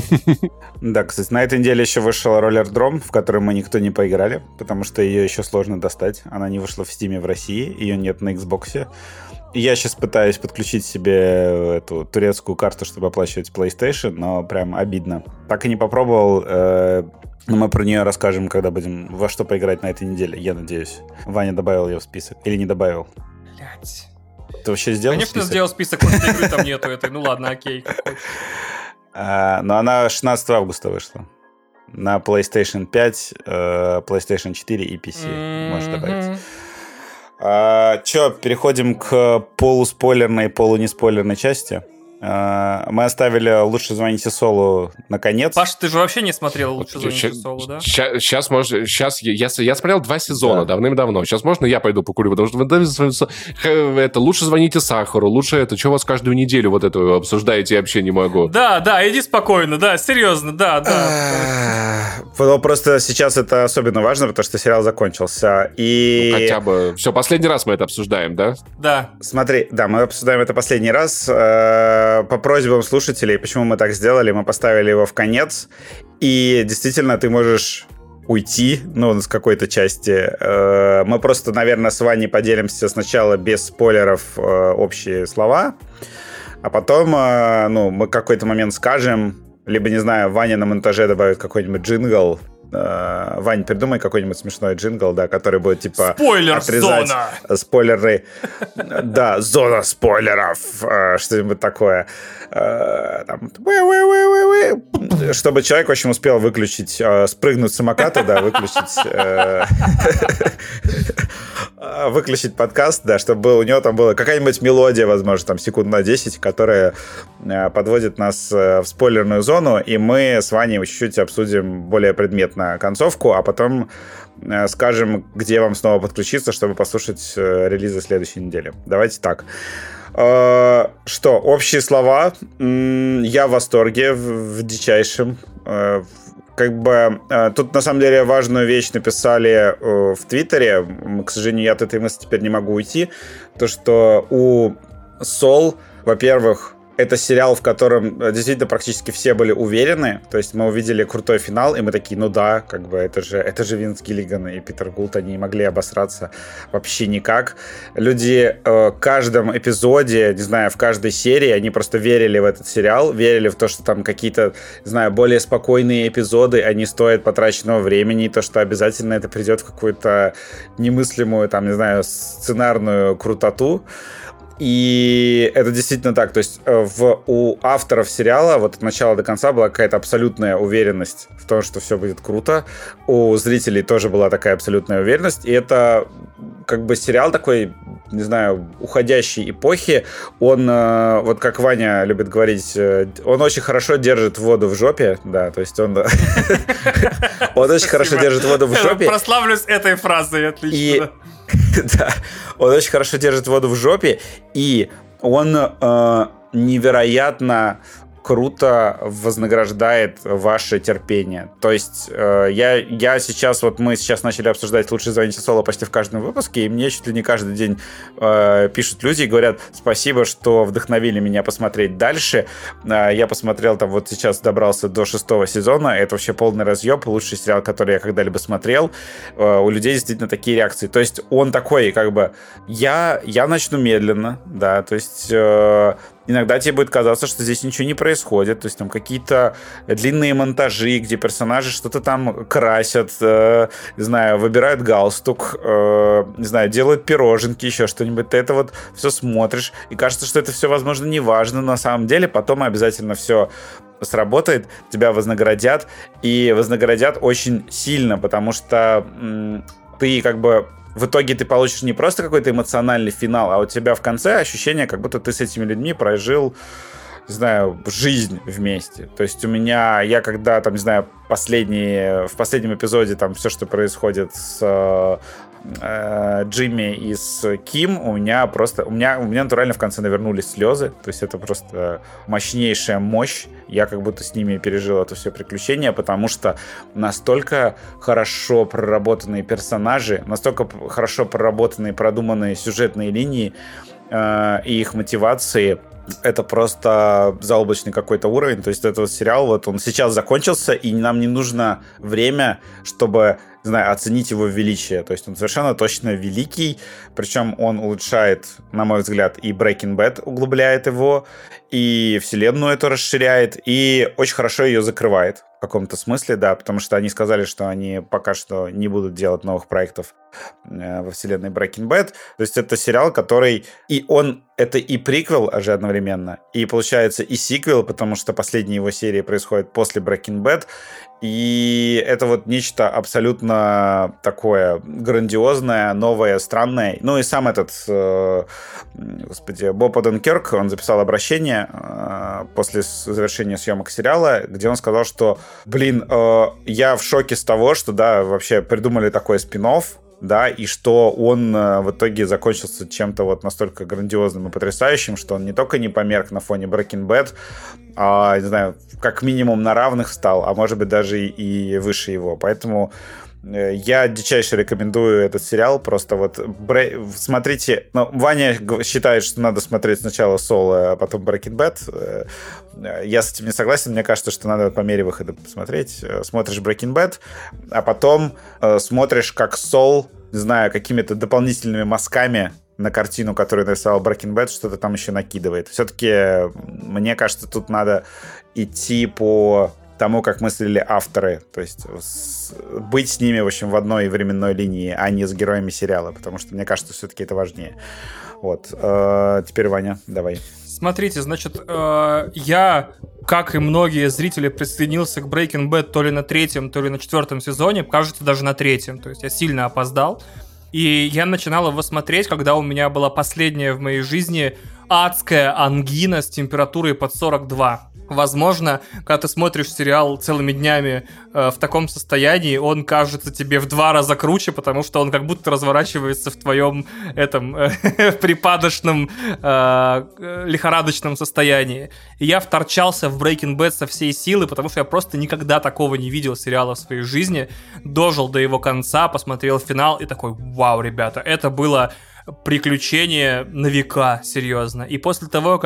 Да, кстати, на этой неделе еще вышел Роллердром, в который мы никто не поиграли, потому что ее еще сложно достать. Она не вышла в Steam в России, ее нет на Xbox. И я сейчас пытаюсь подключить себе эту турецкую карту, чтобы оплачивать PlayStation, но прям обидно. Так и не попробовал. Но мы про нее расскажем, когда будем во что поиграть на этой неделе, я надеюсь. Ваня добавил ее в список. Или не добавил? Блять. Ты вообще сделал список? Конечно, сделал список, после игры там нету этой. Ну ладно, окей, как хочешь. Но она 16 августа вышла. На PlayStation 5, PlayStation 4 и PC. Можешь добавить. Переходим к полуспойлерной, полунеспойлерной части. Мы оставили «Лучше звоните Солу» наконец. Паш, ты же вообще не смотрел «Лучше звоните Солу», да? Сейчас я смотрел 2 сезона, да, давным-давно. Сейчас можно я пойду покурю, потому что это «Лучше звоните Сахару», лучше это, что у вас каждую неделю вот это обсуждаете, я вообще не могу. Да, иди спокойно, да, серьезно, да. Просто сейчас это особенно важно, потому что сериал закончился. И... Ну, хотя бы. Все, последний раз мы это обсуждаем, да? Да. Смотри, да, мы обсуждаем это последний раз. По просьбам слушателей, почему мы так сделали, мы поставили его в конец, и действительно ты можешь уйти, ну, с какой-то части. Мы просто, наверное, с Ваней поделимся сначала без спойлеров общие слова, а потом, мы какой-то момент скажем, либо, не знаю, Ваня на монтаже добавит какой-нибудь джингл. Вань, придумай какой-нибудь смешной джингл, да, который будет типа отрезать спойлеры. Да, зона спойлеров, что-нибудь такое. Чтобы человек, в общем, успел выключить, спрыгнуть с самоката, да, выключить подкаст, да, чтобы у него там была какая-нибудь мелодия, возможно, там секунд на 10, которая подводит нас в спойлерную зону, и мы с Ваней чуть-чуть обсудим более предметно концовку, а потом скажем, где вам снова подключиться, чтобы послушать релизы следующей недели. Давайте так. Что, общие слова. Я в восторге, в дичайшем. Тут, на самом деле, важную вещь написали в Твиттере. К сожалению, я от этой мысли теперь не могу уйти. То, что у Soul, во-первых, это сериал, в котором действительно практически все были уверены. То есть мы увидели крутой финал, и мы такие, ну да, это же Винс Гиллиган и Питер Гулт, они не могли обосраться вообще никак. Люди в каждом эпизоде, не знаю, в каждой серии, они просто верили в этот сериал, верили в то, что там какие-то, не знаю, более спокойные эпизоды, они стоят потраченного времени, и то, что обязательно это придет в какую-то немыслимую, там, не знаю, сценарную крутоту. И это действительно так. То есть у авторов сериала вот от начала до конца была какая-то абсолютная уверенность в том, что все будет круто. У зрителей тоже была такая абсолютная уверенность. И это как бы сериал такой, не знаю, уходящей эпохи. Он, вот как Ваня любит говорить, он очень хорошо держит воду в жопе. Да, то есть он очень хорошо держит воду в жопе. Прославлюсь этой фразой, отлично. Да, он очень хорошо держит воду в жопе, и он невероятно круто вознаграждает ваше терпение. То есть я сейчас, вот мы сейчас начали обсуждать «Лучшие звоните Соло» почти в каждом выпуске, и мне чуть ли не каждый день пишут люди и говорят: спасибо, что вдохновили меня посмотреть дальше. Я посмотрел там, вот сейчас добрался до 6-го сезона, это вообще полный разъеб, лучший сериал, который я когда-либо смотрел. У людей действительно такие реакции. То есть он такой, как бы, я начну медленно, да, то есть иногда тебе будет казаться, что здесь ничего не происходит. То есть там какие-то длинные монтажи, где персонажи что-то там красят, не знаю, выбирают галстук, не знаю, делают пироженки, еще что-нибудь. Ты это вот все смотришь, и кажется, что это все, возможно, не важно. На самом деле потом обязательно все сработает, тебя вознаградят, и вознаградят очень сильно, потому что ты как бы в итоге ты получишь не просто какой-то эмоциональный финал, а у тебя в конце ощущение, как будто ты с этими людьми прожил, не знаю, жизнь вместе. То есть я когда, там, не знаю, в последнем эпизоде там все, что происходит с Джимми и с Ким, у меня натурально в конце навернулись слезы. То есть это просто мощнейшая мощь. Я как будто с ними пережил это все приключение, потому что настолько хорошо проработанные персонажи, настолько хорошо проработанные, продуманные сюжетные линии и их мотивации. Это просто заоблачный какой-то уровень. То есть этот сериал, вот он сейчас закончился, и нам не нужно время, чтобы, не знаю, оценить его величие. То есть он совершенно точно великий, причем он улучшает, на мой взгляд, и Breaking Bad углубляет его, и вселенную эту расширяет, и очень хорошо ее закрывает в каком-то смысле, да, потому что они сказали, что они пока что не будут делать новых проектов во вселенной Breaking Bad. То есть это сериал, который... И он... Это и приквел же одновременно, и, получается, и сиквел, потому что последние его серии происходят после Breaking Bad. И это вот нечто абсолютно такое грандиозное, новое, странное. Ну и сам этот, Боб Оденкерк, он записал обращение после завершения съемок сериала, где он сказал, что, я в шоке с того, что, да, вообще придумали такой спин-офф, да, и что он в итоге закончился чем-то вот настолько грандиозным и потрясающим, что он не только не померк на фоне Breaking Bad, а, не знаю, как минимум на равных стал, а может быть даже и выше его. Поэтому я дичайше рекомендую этот сериал. Просто вот смотрите. Ну, Ваня считает, что надо смотреть сначала Соло, а потом Breaking Bad. Я с этим не согласен. Мне кажется, что надо по мере выхода посмотреть. Смотришь Breaking Bad, а потом смотришь, как Сол, не знаю, какими-то дополнительными мазками на картину, которую нарисовал Breaking Bad, что-то там еще накидывает. Все-таки, мне кажется, тут надо идти по тому, как мыслили авторы, то есть быть с ними, в общем, в одной временной линии, а не с героями сериала, потому что, мне кажется, все-таки это важнее. Вот. Теперь, Ваня, давай. Смотрите, значит, я, как и многие зрители, присоединился к Breaking Bad то ли на 3-м, то ли на 4-м сезоне, кажется, даже на 3-м, то есть я сильно опоздал. И я начинал его смотреть, когда у меня была последняя в моей жизни адская ангина с температурой под 42. Возможно, когда ты смотришь сериал целыми днями в таком состоянии, он кажется тебе в 2 раза круче, потому что он как будто разворачивается в твоем припадочном, лихорадочном состоянии. И я вторчался в Breaking Bad со всей силы, потому что я просто никогда такого не видел сериала в своей жизни. Дожил до его конца, посмотрел финал и такой: вау, ребята, это было приключение на века, серьезно. И после того, как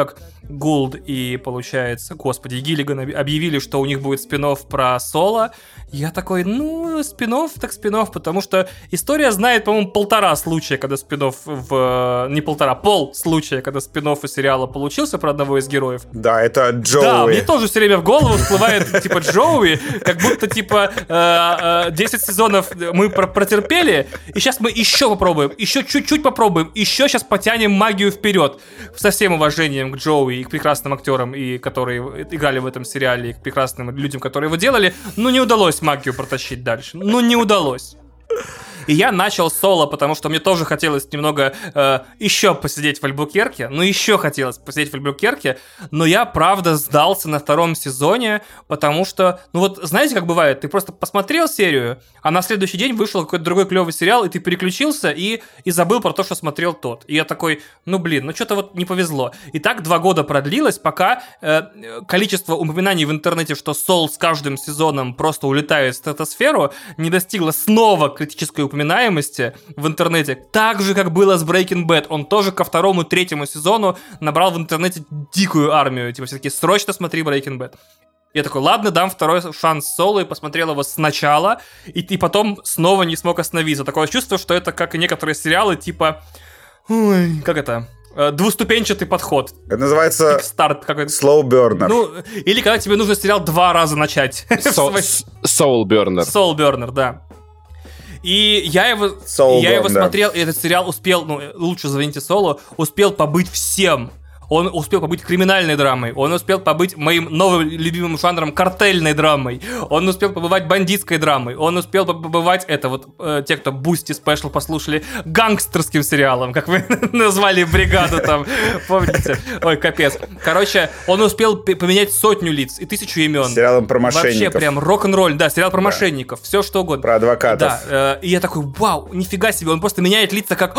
Гулд и, получается, господи, Гиллиган объявили, что у них будет спин-офф про Соло. Я такой, ну, спин-офф, так спин-офф, потому что история знает, по-моему, полтора случая, когда спин-офф не полтора, пол случая, когда спин-офф из сериала получился про одного из героев. Да, это Джоуи. Да, мне тоже все время в голову всплывает, типа, Джоуи, как будто, типа, 10 сезонов мы протерпели, и сейчас мы еще попробуем, еще чуть-чуть попробуем, еще сейчас потянем магию вперед. Со всем уважением к Джоуи и к прекрасным актерам, и которые играли в этом сериале, и к прекрасным людям, которые его делали, но не удалось магию протащить дальше. Ну, не удалось. И я начал Соло, потому что мне тоже хотелось немного еще посидеть в Альбукерке. Ну, еще хотелось посидеть в Альбукерке. Но я, правда, сдался на втором сезоне, потому что, ну вот, знаете, как бывает? Ты просто посмотрел серию, а на следующий день вышел какой-то другой клевый сериал, и ты переключился и забыл про то, что смотрел тот. И я такой, ну, блин, ну, что-то вот не повезло. И так 2 года продлилось, пока количество упоминаний в интернете, что Сол с каждым сезоном просто улетает в стратосферу, не достигло снова критической упоминаемости в интернете, так же, как было с Breaking Bad. Он тоже ко 2-3 сезону набрал в интернете дикую армию. Типа, все-таки срочно смотри Breaking Bad. Я такой, ладно, дам второй шанс Соло, и посмотрел его сначала, и потом снова не смог остановиться. Такое чувство, что это как и некоторые сериалы, типа, ой, как это... двуступенчатый подход. Это называется старт какой-то. Slow burner. Ну, или когда тебе нужно сериал 2 раза начать. Soul Burner. Soul Burner, да. И я его смотрел, и этот сериал успел, ну, лучше звоните Соло, успел побыть всем. Он успел побыть криминальной драмой, он успел побыть моим новым любимым жанром картельной драмой, он успел побывать бандитской драмой, он успел побывать, это вот те, кто Бусти Спешл послушали, гангстерским сериалом, как вы назвали бригаду там, помните? Ой, капец. Короче, он успел поменять 100 лиц и 1000 имен. Сериалом про мошенников. Вообще прям рок-н-ролл, да, сериал про мошенников, все что угодно. Про адвокатов. Да, и я такой, вау, нифига себе, он просто меняет лица как...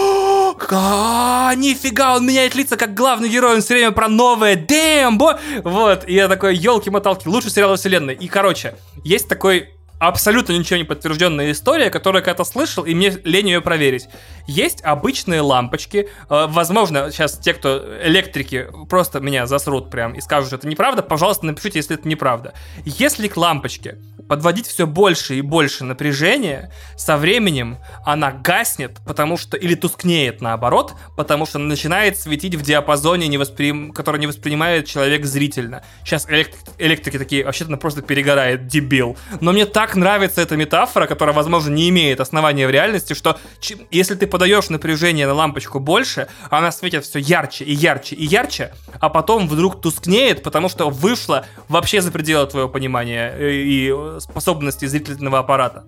Нифига, он меняет лица как главный герой, он все время про новое, дэмбо! Вот, и я такой, елки-моталки, лучший сериал вселенной. И, короче, есть такой абсолютно ничего не подтвержденная история, которую я когда-то слышал, и мне лень ее проверить. Есть обычные лампочки, возможно, сейчас те, кто электрики, просто меня засрут прям и скажут, что это неправда, пожалуйста, напишите, если это неправда. Если к лампочке подводить все больше и больше напряжения, со временем она гаснет, потому что, или тускнеет наоборот, потому что начинает светить в диапазоне, который не воспринимает человек зрительно. Сейчас электрики такие, вообще-то она просто перегорает, дебил. Но мне так нравится эта метафора, которая, возможно, не имеет основания в реальности, что если ты подаешь напряжение на лампочку больше, она светит все ярче и ярче и ярче, а потом вдруг тускнеет, потому что вышла вообще за пределы твоего понимания и способности зрительного аппарата.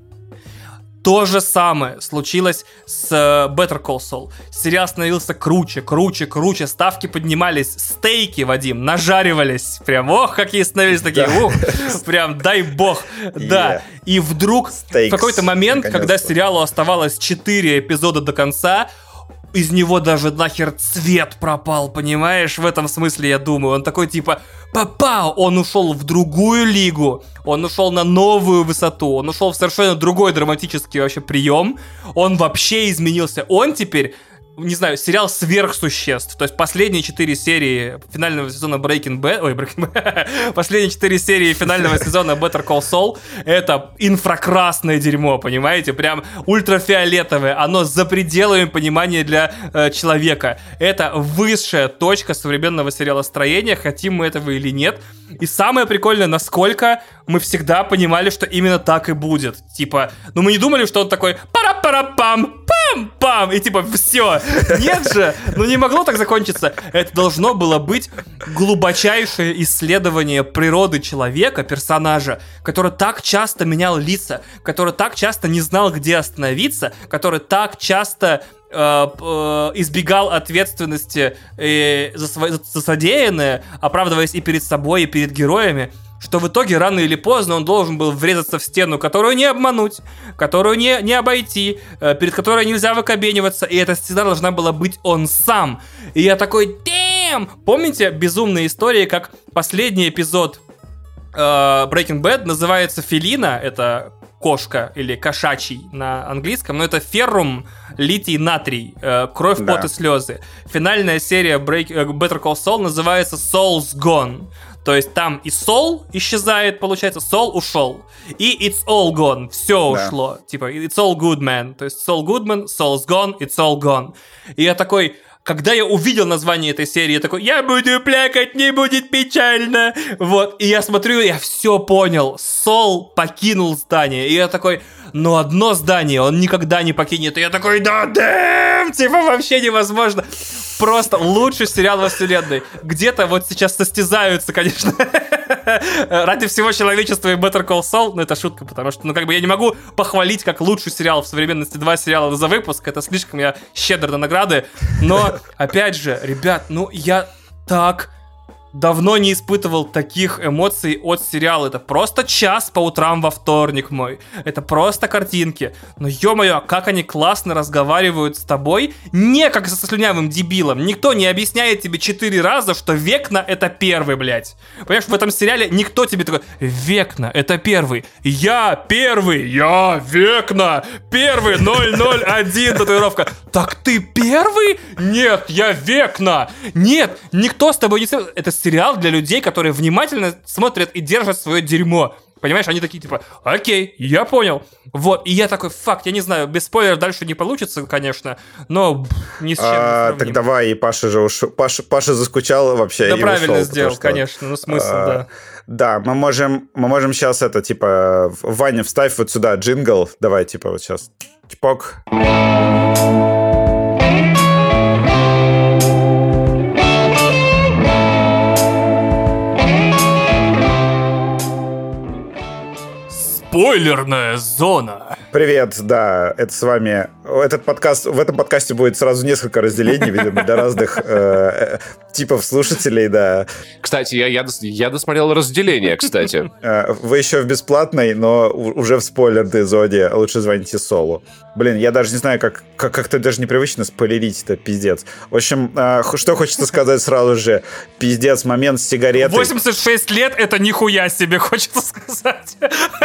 То же самое случилось с Better Call Saul. Сериал становился круче, ставки поднимались, стейки, Вадим, нажаривались. Прям, ох, какие становились такие, ух, прям дай бог. Да, и вдруг в какой-то момент, когда сериалу оставалось 4 эпизода до конца, из него даже нахер цвет пропал, понимаешь? В этом смысле, я думаю. Он такой типа, попал! Он ушел в другую лигу, он ушел на новую высоту, он ушел в совершенно другой драматический вообще прием. Он вообще изменился. Он теперь... Не знаю, сериал сверхсуществ. То есть последние 4 серии финального сезона Breaking Bad... Последние 4 серии финального сезона Better Call Saul — это инфракрасное дерьмо, понимаете? Прям ультрафиолетовое. Оно за пределами понимания для человека. Это высшая точка современного сериалостроения, хотим мы этого или нет. И самое прикольное, насколько мы всегда понимали, что именно так и будет. Типа, ну мы не думали, что он такой пара-пара-пам, пам-пам, и типа все. Нет же, ну не могло так закончиться. Это должно было быть глубочайшее исследование природы человека, персонажа, который так часто менял лица, который так часто не знал, где остановиться, который так часто избегал ответственности за содеянное, оправдываясь и перед собой, и перед героями, что в итоге рано или поздно он должен был врезаться в стену, которую не обмануть, которую не обойти, перед которой нельзя выкобениваться, и эта стена должна была быть он сам. И я такой, дэм! Помните безумные истории, как последний эпизод Breaking Bad называется «Фелина», это кошка или кошачий на английском, но это феррум, литий, натрий, кровь, пот и слезы. Финальная серия Better Call Saul называется Soul's Gone. То есть там и Soul исчезает, получается, Soul ушел. И It's all gone, все ушло. Типа, it's all good, man. То есть Saul Goodman, Soul's gone, it's all gone. И я такой... Когда я увидел название этой серии, я такой, я буду плакать, не будет печально. Вот, и я смотрю, я все понял. Сол покинул здание. И я такой, ну одно здание он никогда не покинет. И я такой, да дэм, типа вообще невозможно. Просто лучший сериал во вселенной. Где-то вот сейчас состязаются, конечно, ради всего человечества и Better Call Saul. Ну, это шутка, потому что, ну, как бы я не могу похвалить как лучший сериал в современности 2 сериала за выпуск. Это слишком я щедр на награды. Но, опять же, ребят, ну, я так давно не испытывал таких эмоций от сериала. Это просто час по утрам во вторник мой. Это просто картинки. Но, ё-моё, как они классно разговаривают с тобой. Не как со слюнявым дебилом. Никто не объясняет тебе 4 раза, что Векна — это первый, блядь. Понимаешь, в этом сериале никто тебе такой, Векна — это первый. Я первый. Я Векна. Первый. 001 татуировка. Так ты первый? Нет, я Векна. Нет, никто с тобой не... Это сериал для людей, которые внимательно смотрят и держат свое дерьмо. Понимаешь, они такие, типа, окей, я понял. Вот, и я такой, факт, я не знаю, без спойлеров дальше не получится, конечно, но ни с чем не сравним. Так давай, Паша же ушел. Паша заскучал вообще. Да, и правильно ушел, сделал, что, конечно, ну смысл, да. Да, мы можем сейчас это, типа, Ваня, вставь вот сюда джингл. Давай, типа, вот сейчас. Чпок. Спойлерная зона. Привет, да, это с вами... В этом подкасте будет сразу несколько разделений, видимо, для разных типов слушателей, да. Кстати, я досмотрел разделение, кстати. Вы еще в бесплатной, но уже в спойлерной зоне. Лучше звоните Солу. Блин, я даже не знаю, как-то даже непривычно спойлерить, это пиздец. В общем, что хочется сказать сразу же. Пиздец, момент с сигаретой. 86 лет — это нихуя себе, хочется сказать.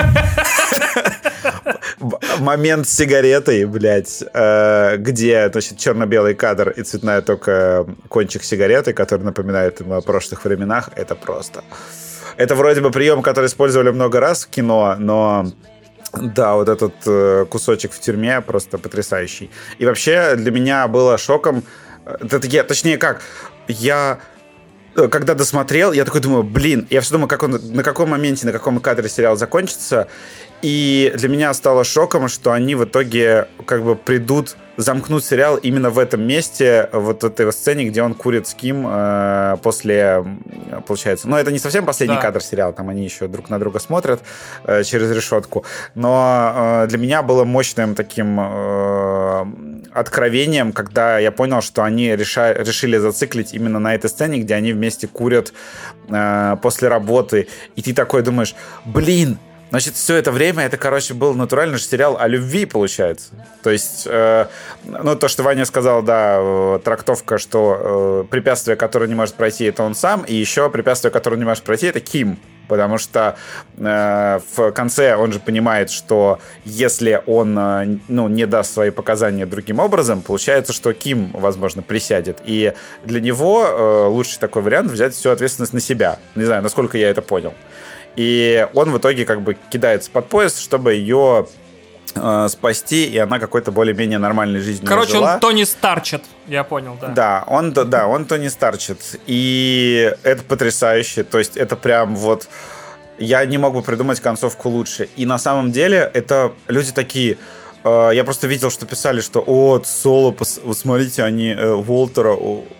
Момент с сигаретой, блядь, где, значит, черно-белый кадр и цветная только кончик сигареты, который напоминает ему о прошлых временах, это просто... Это вроде бы прием, который использовали много раз в кино, но... Да, вот этот кусочек в тюрьме просто потрясающий. И вообще для меня было шоком... Я когда досмотрел, я такой думаю, блин, я все думаю, на каком моменте, на каком кадре сериал закончится. И для меня стало шоком, что они в итоге как бы замкнут сериал именно в этом месте, вот этой сцене, где он курит с Ким после, получается... Ну, это не совсем последний кадр сериала, там они еще друг на друга смотрят через решетку. Но для меня было мощным таким откровением, когда я понял, что они решили зациклить именно на этой сцене, где они вместе курят после работы. И ты такой думаешь, блин, значит, все это время это, короче, был натуральный же сериал о любви, получается. То есть, ну, то, что Ваня сказал, да, трактовка, что препятствие, которое не может пройти, это он сам, и еще препятствие, которое не может пройти, это Ким. Потому что в конце он же понимает, что если он не даст свои показания другим образом, получается, что Ким, возможно, присядет. И для него лучший такой вариант взять всю ответственность на себя. Не знаю, насколько я это понял. И он в итоге как бы кидается под поезд, чтобы ее спасти, и она какой-то более-менее нормальной жизнью жила. Короче, он Тони Старчет, я понял, да. Да, он Тони Старчет. И это потрясающе. То есть это прям вот... Я не мог бы придумать концовку лучше. И на самом деле это люди такие... Я просто видел, что писали, что Соло, вот смотрите, они Уолтера...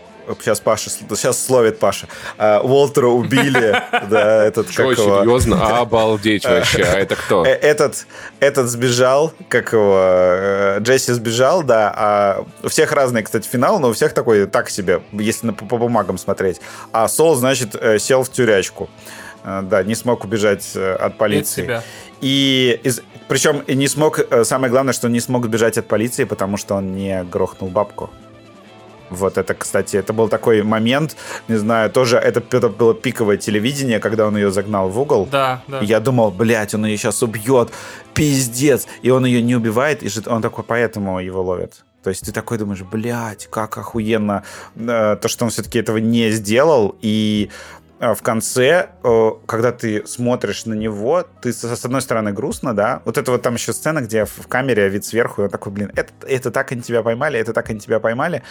Сейчас словит Паша. Уолтера убили. Да, этот что, серьезно? Обалдеть вообще. А это кто? Этот сбежал, как его... Джесси сбежал, да. А у всех разный, кстати, финал, но у всех такой так себе, если по бумагам смотреть. А Сол, значит, сел в тюрячку. Да, не смог убежать от полиции. Причем не смог... Самое главное, что не смог убежать от полиции, потому что он не грохнул бабку. Вот это, кстати, это был такой момент, не знаю, тоже это было пиковое телевидение, когда он ее загнал в угол. Да, да. И я думал, блядь, он ее сейчас убьет, пиздец. И он ее не убивает, и он такой, поэтому его ловят. То есть ты такой думаешь, блядь, как охуенно то, что он все-таки этого не сделал. И в конце, когда ты смотришь на него, ты с одной стороны грустно, да, вот это вот там еще сцена, где в камере вид сверху, и он такой, блин, это так они тебя поймали, это так они тебя поймали,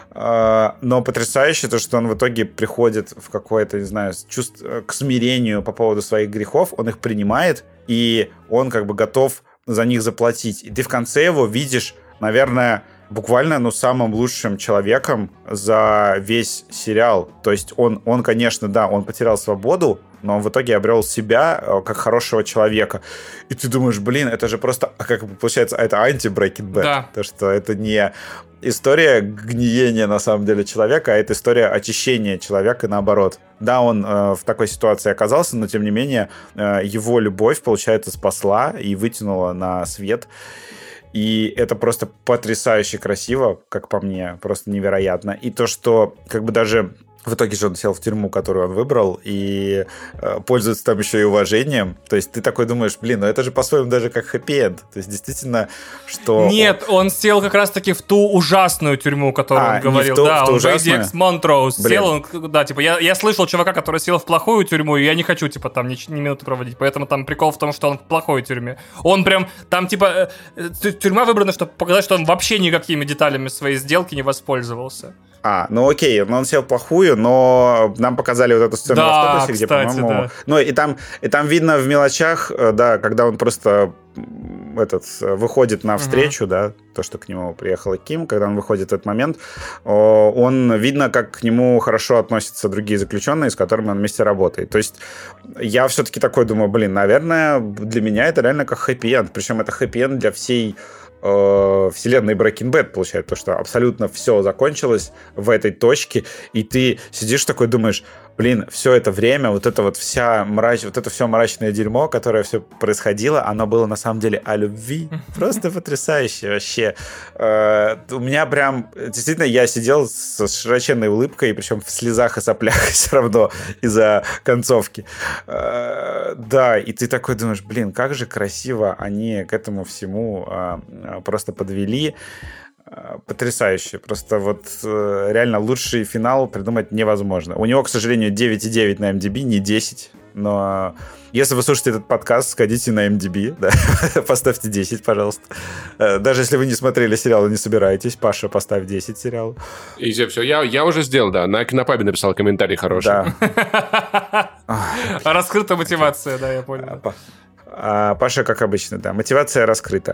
но потрясающе то, что он в итоге приходит в какое-то, не знаю, чувство к смирению по поводу своих грехов, он их принимает, и он как бы готов за них заплатить, и ты в конце его видишь, наверное, буквально, самым лучшим человеком за весь сериал. То есть он, конечно, да, он потерял свободу, но он в итоге обрел себя как хорошего человека. И ты думаешь, блин, это же просто, как получается, это анти-Breaking Bad. Да. То, что это не история гниения, на самом деле, человека, а это история очищения человека, наоборот. Да, он в такой ситуации оказался, но, тем не менее, его любовь, получается, спасла и вытянула на свет. И это просто потрясающе красиво, как по мне, просто невероятно. И то, что как бы даже в итоге же он сел в тюрьму, которую он выбрал, и пользуется там еще и уважением. То есть ты такой думаешь, блин, это же по-своему даже как хэппи-энд. То есть действительно, что... Нет, он сел как раз-таки в ту ужасную тюрьму, которую он говорил. Да, он в ADX Montrose сел, он, да, типа, я слышал чувака, который сел в плохую тюрьму, и я не хочу, типа, там ни минуты проводить. Поэтому там прикол в том, что он в плохой тюрьме. Он прям, там, типа, тюрьма выбрана, чтобы показать, что он вообще никакими деталями своей сделки не воспользовался. Ну окей, он сел в плохую, но нам показали вот эту сцену в автобусе, где, кстати, по-моему... Да. Ну, и там видно в мелочах, да, когда он просто выходит навстречу, да, то, что к нему приехала Ким, когда он выходит в этот момент, он видно, как к нему хорошо относятся другие заключенные, с которыми он вместе работает. То есть я все-таки такой думаю, блин, наверное, для меня это реально как хэппи-энд, причем это хэппи-энд для всей вселенной Breaking Bad, получается, то, что абсолютно все закончилось в этой точке, и ты сидишь такой, думаешь, блин, все это время, вот это вот все мрачное дерьмо, которое все происходило, оно было на самом деле о любви. Просто потрясающе вообще. У меня прям, действительно, я сидел с широченной улыбкой, причем в слезах и соплях все равно из-за концовки. Да, и ты такой думаешь, блин, как же красиво они к этому всему просто подвели. Потрясающе. Просто вот реально лучший финал придумать невозможно. У него, к сожалению, 9,9 на MDB, не 10. Но если вы слушаете этот подкаст, сходите на MDB, да, поставьте 10, пожалуйста. Даже если вы не смотрели сериал и не собираетесь, Паша, поставь 10 сериалов. И все, я уже сделал, да. На Кинопабе написал комментарий хороший. Да. Раскрыта мотивация, да, я понял. Паша, как обычно, да. Мотивация раскрыта.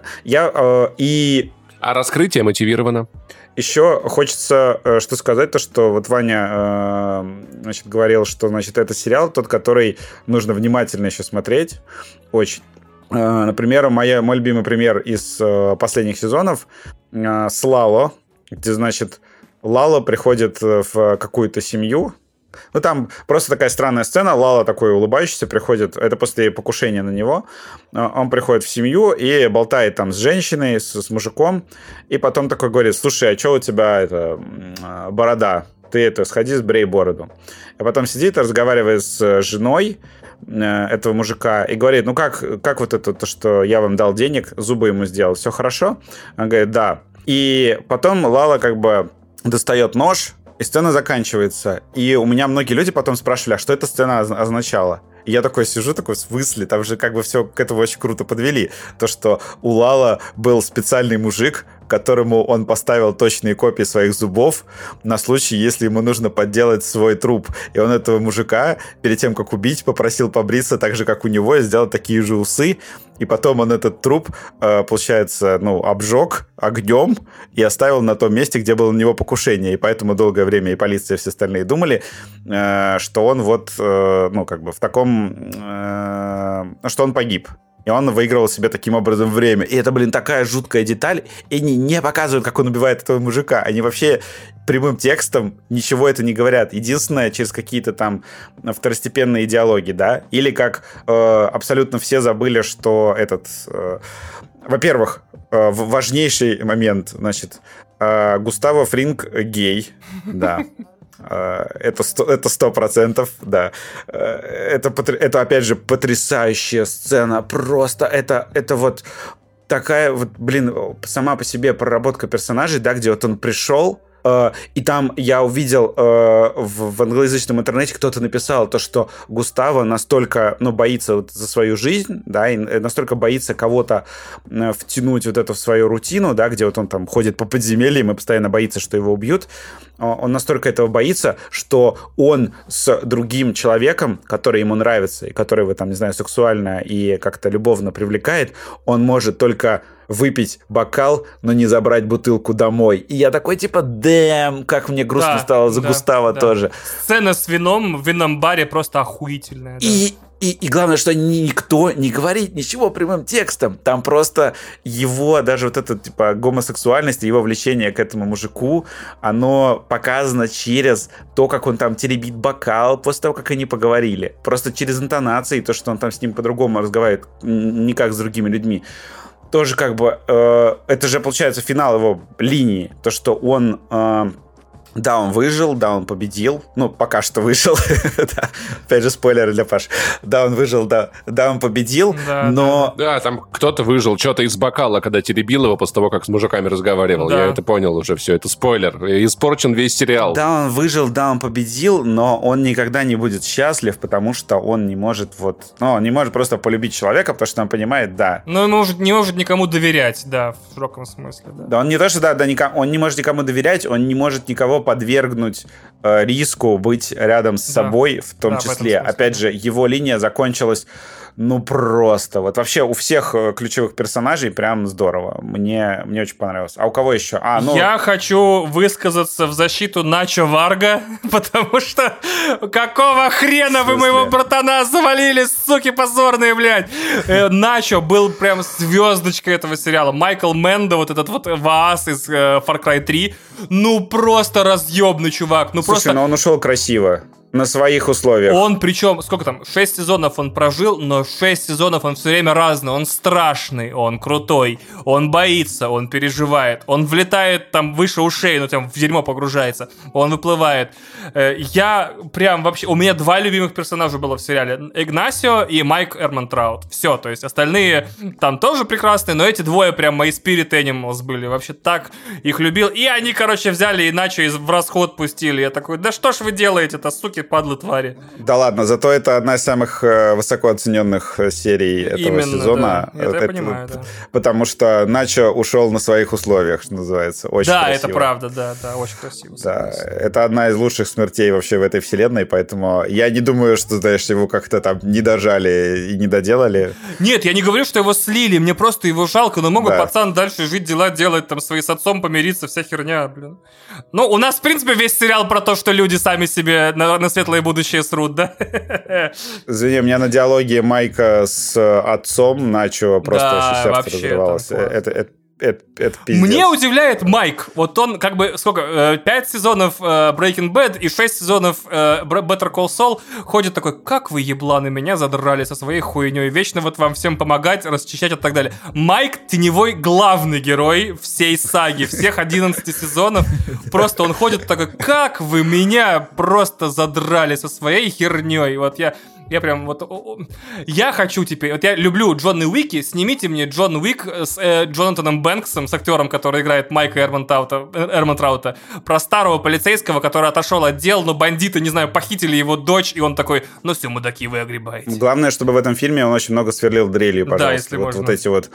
А раскрытие мотивировано. Еще хочется что сказать, то, что вот Ваня говорил, что значит, это сериал тот, который нужно внимательно еще смотреть. Очень. Например, мой любимый пример из последних сезонов с Лало, где, значит, Лало приходит в какую-то семью. Ну, там просто такая странная сцена. Лало такой улыбающийся приходит, это после покушения на него. Он приходит в семью и болтает там с женщиной, с мужиком. И потом такой говорит, слушай, а что у тебя борода? Ты сходи, сбрей бороду. А потом сидит и разговаривает с женой этого мужика и говорит, ну как вот это, то, что я вам дал денег, зубы ему сделал, все хорошо? Он говорит, да. И потом Лало как бы достает нож, и сцена заканчивается. И у меня многие люди потом спрашивали, а что эта сцена означала? И я такой сижу, такой, в смысле? Там же как бы все к этому очень круто подвели. То, что у Лало был специальный мужик, которому он поставил точные копии своих зубов на случай, если ему нужно подделать свой труп. И он этого мужика, перед тем, как убить, попросил побриться так же, как у него, и сделать такие же усы. И потом он этот труп, получается, обжег огнем и оставил на том месте, где было на него покушение. И поэтому долгое время и полиция, и все остальные думали, что он в таком... что он погиб. И он выигрывал себе таким образом время. И это, такая жуткая деталь. И они не показывают, как он убивает этого мужика. Они вообще прямым текстом ничего это не говорят. Единственное, через какие-то там второстепенные диалоги, да. Или как абсолютно все забыли, что во-первых, важнейший момент, значит, Густаво Фринг гей, да. Это 100%, да. Это, опять же, потрясающая сцена. Просто это вот такая вот, сама по себе проработка персонажей, да, где вот он пришел, и там я увидел в англоязычном интернете, кто-то написал то, что Густаво настолько, боится вот за свою жизнь, да, и настолько боится кого-то втянуть вот эту в свою рутину, да, где вот он там ходит по подземельям и постоянно боится, что его убьют. Он настолько этого боится, что он с другим человеком, который ему нравится, и который его там, не знаю, сексуально и как-то любовно привлекает, он может только выпить бокал, но не забрать бутылку домой. И я такой, типа, дэм, как мне грустно стало за Густаво тоже. Сцена с вином в винном баре просто охуительная. Да. И главное, что никто не говорит ничего прямым текстом. Там просто его, даже вот эта, типа, гомосексуальность, его влечение к этому мужику, оно показано через то, как он там теребит бокал после того, как они поговорили. Просто через интонации, то, что он там с ним по-другому разговаривает, не как с другими людьми. Тоже как бы, это же, получается, финал его линии. То, что он... Да, он выжил, да, он победил. Пока что выжил. Да. Опять же, спойлеры для Паши. Да, он выжил, да, он победил, но... Да, там кто-то выжил что-то из бокала, когда теребил его после того, как с мужиками разговаривал. Да. Я это понял уже, все, это спойлер. Испорчен весь сериал. Да, он выжил, да, он победил, но он никогда не будет счастлив, потому что он не может он не может просто полюбить человека, потому что он понимает, да. Но он не может никому доверять, да, в широком смысле. Да, он не то, что, он не может никому доверять, он не может никого подвергнуть риску быть рядом с собой, в том числе. Опять же, его линия закончилась просто. Вот вообще у всех ключевых персонажей прям здорово. Мне очень понравилось. А у кого еще? Я хочу высказаться в защиту Начо Варга, потому что какого хрена вы моего братана завалили, суки позорные, блядь. Начо был прям звездочкой этого сериала. Майкл Мэндо, вот этот вот Ваас из Far Cry 3, просто разъебный чувак. Слушай, но он ушел красиво. На своих условиях. Он, причем, сколько там, 6 сезонов он прожил, но 6 сезонов он все время разный. Он страшный, он крутой, он боится, он переживает, он влетает там выше ушей, там в дерьмо погружается, он выплывает. Я прям вообще... У меня 2 любимых персонажа было в сериале. Игнасио и Майк Эрмантраут. Все, то есть остальные там тоже прекрасные, но эти 2 прям мои spirit animals были. Вообще так их любил. И они, взяли иначе в расход пустили. Я такой, да что ж вы делаете-то, суки, падлы твари. Да ладно, зато это одна из самых высоко оцененных серий этого сезона. Да. Это я понимаю, да. Потому что Начо ушел на своих условиях, что называется. Очень красиво. Да, это правда, да, очень красиво. Да, это одна из лучших смертей вообще в этой вселенной, поэтому я не думаю, что, знаешь, его как-то там не дожали и не доделали. Нет, я не говорю, что его слили, мне просто его жалко, но мог бы пацан дальше жить, дела делать, там, свои с отцом помириться, вся херня, блин. У нас, в принципе, весь сериал про то, что люди сами себе на светлое будущее срут, да? Извини, у меня на диалоге Майка с отцом Начо просто вообще сердце разрывалось. Это пиздец. Мне удивляет Майк. Вот он 5 сезонов Breaking Bad и 6 сезонов Better Call Saul ходит такой, как вы, ебланы, меня задрали со своей хуйней. Вечно вот вам всем помогать, расчищать и так далее. Майк теневой главный герой всей саги, всех 11 сезонов. Просто он ходит такой, как вы меня просто задрали со своей херней. Вот я прям я хочу теперь... Вот я люблю Джона Уики. Снимите мне Джон Уик с Джонатаном Бэнксом, с актером, который играет Майка Эрмантраута, про старого полицейского, который отошел от дел, но бандиты, не знаю, похитили его дочь, и он такой, все, мудаки, вы огребаете. Главное, чтобы в этом фильме он очень много сверлил дрелью, пожалуйста. Да, если можно. Вот эти вот...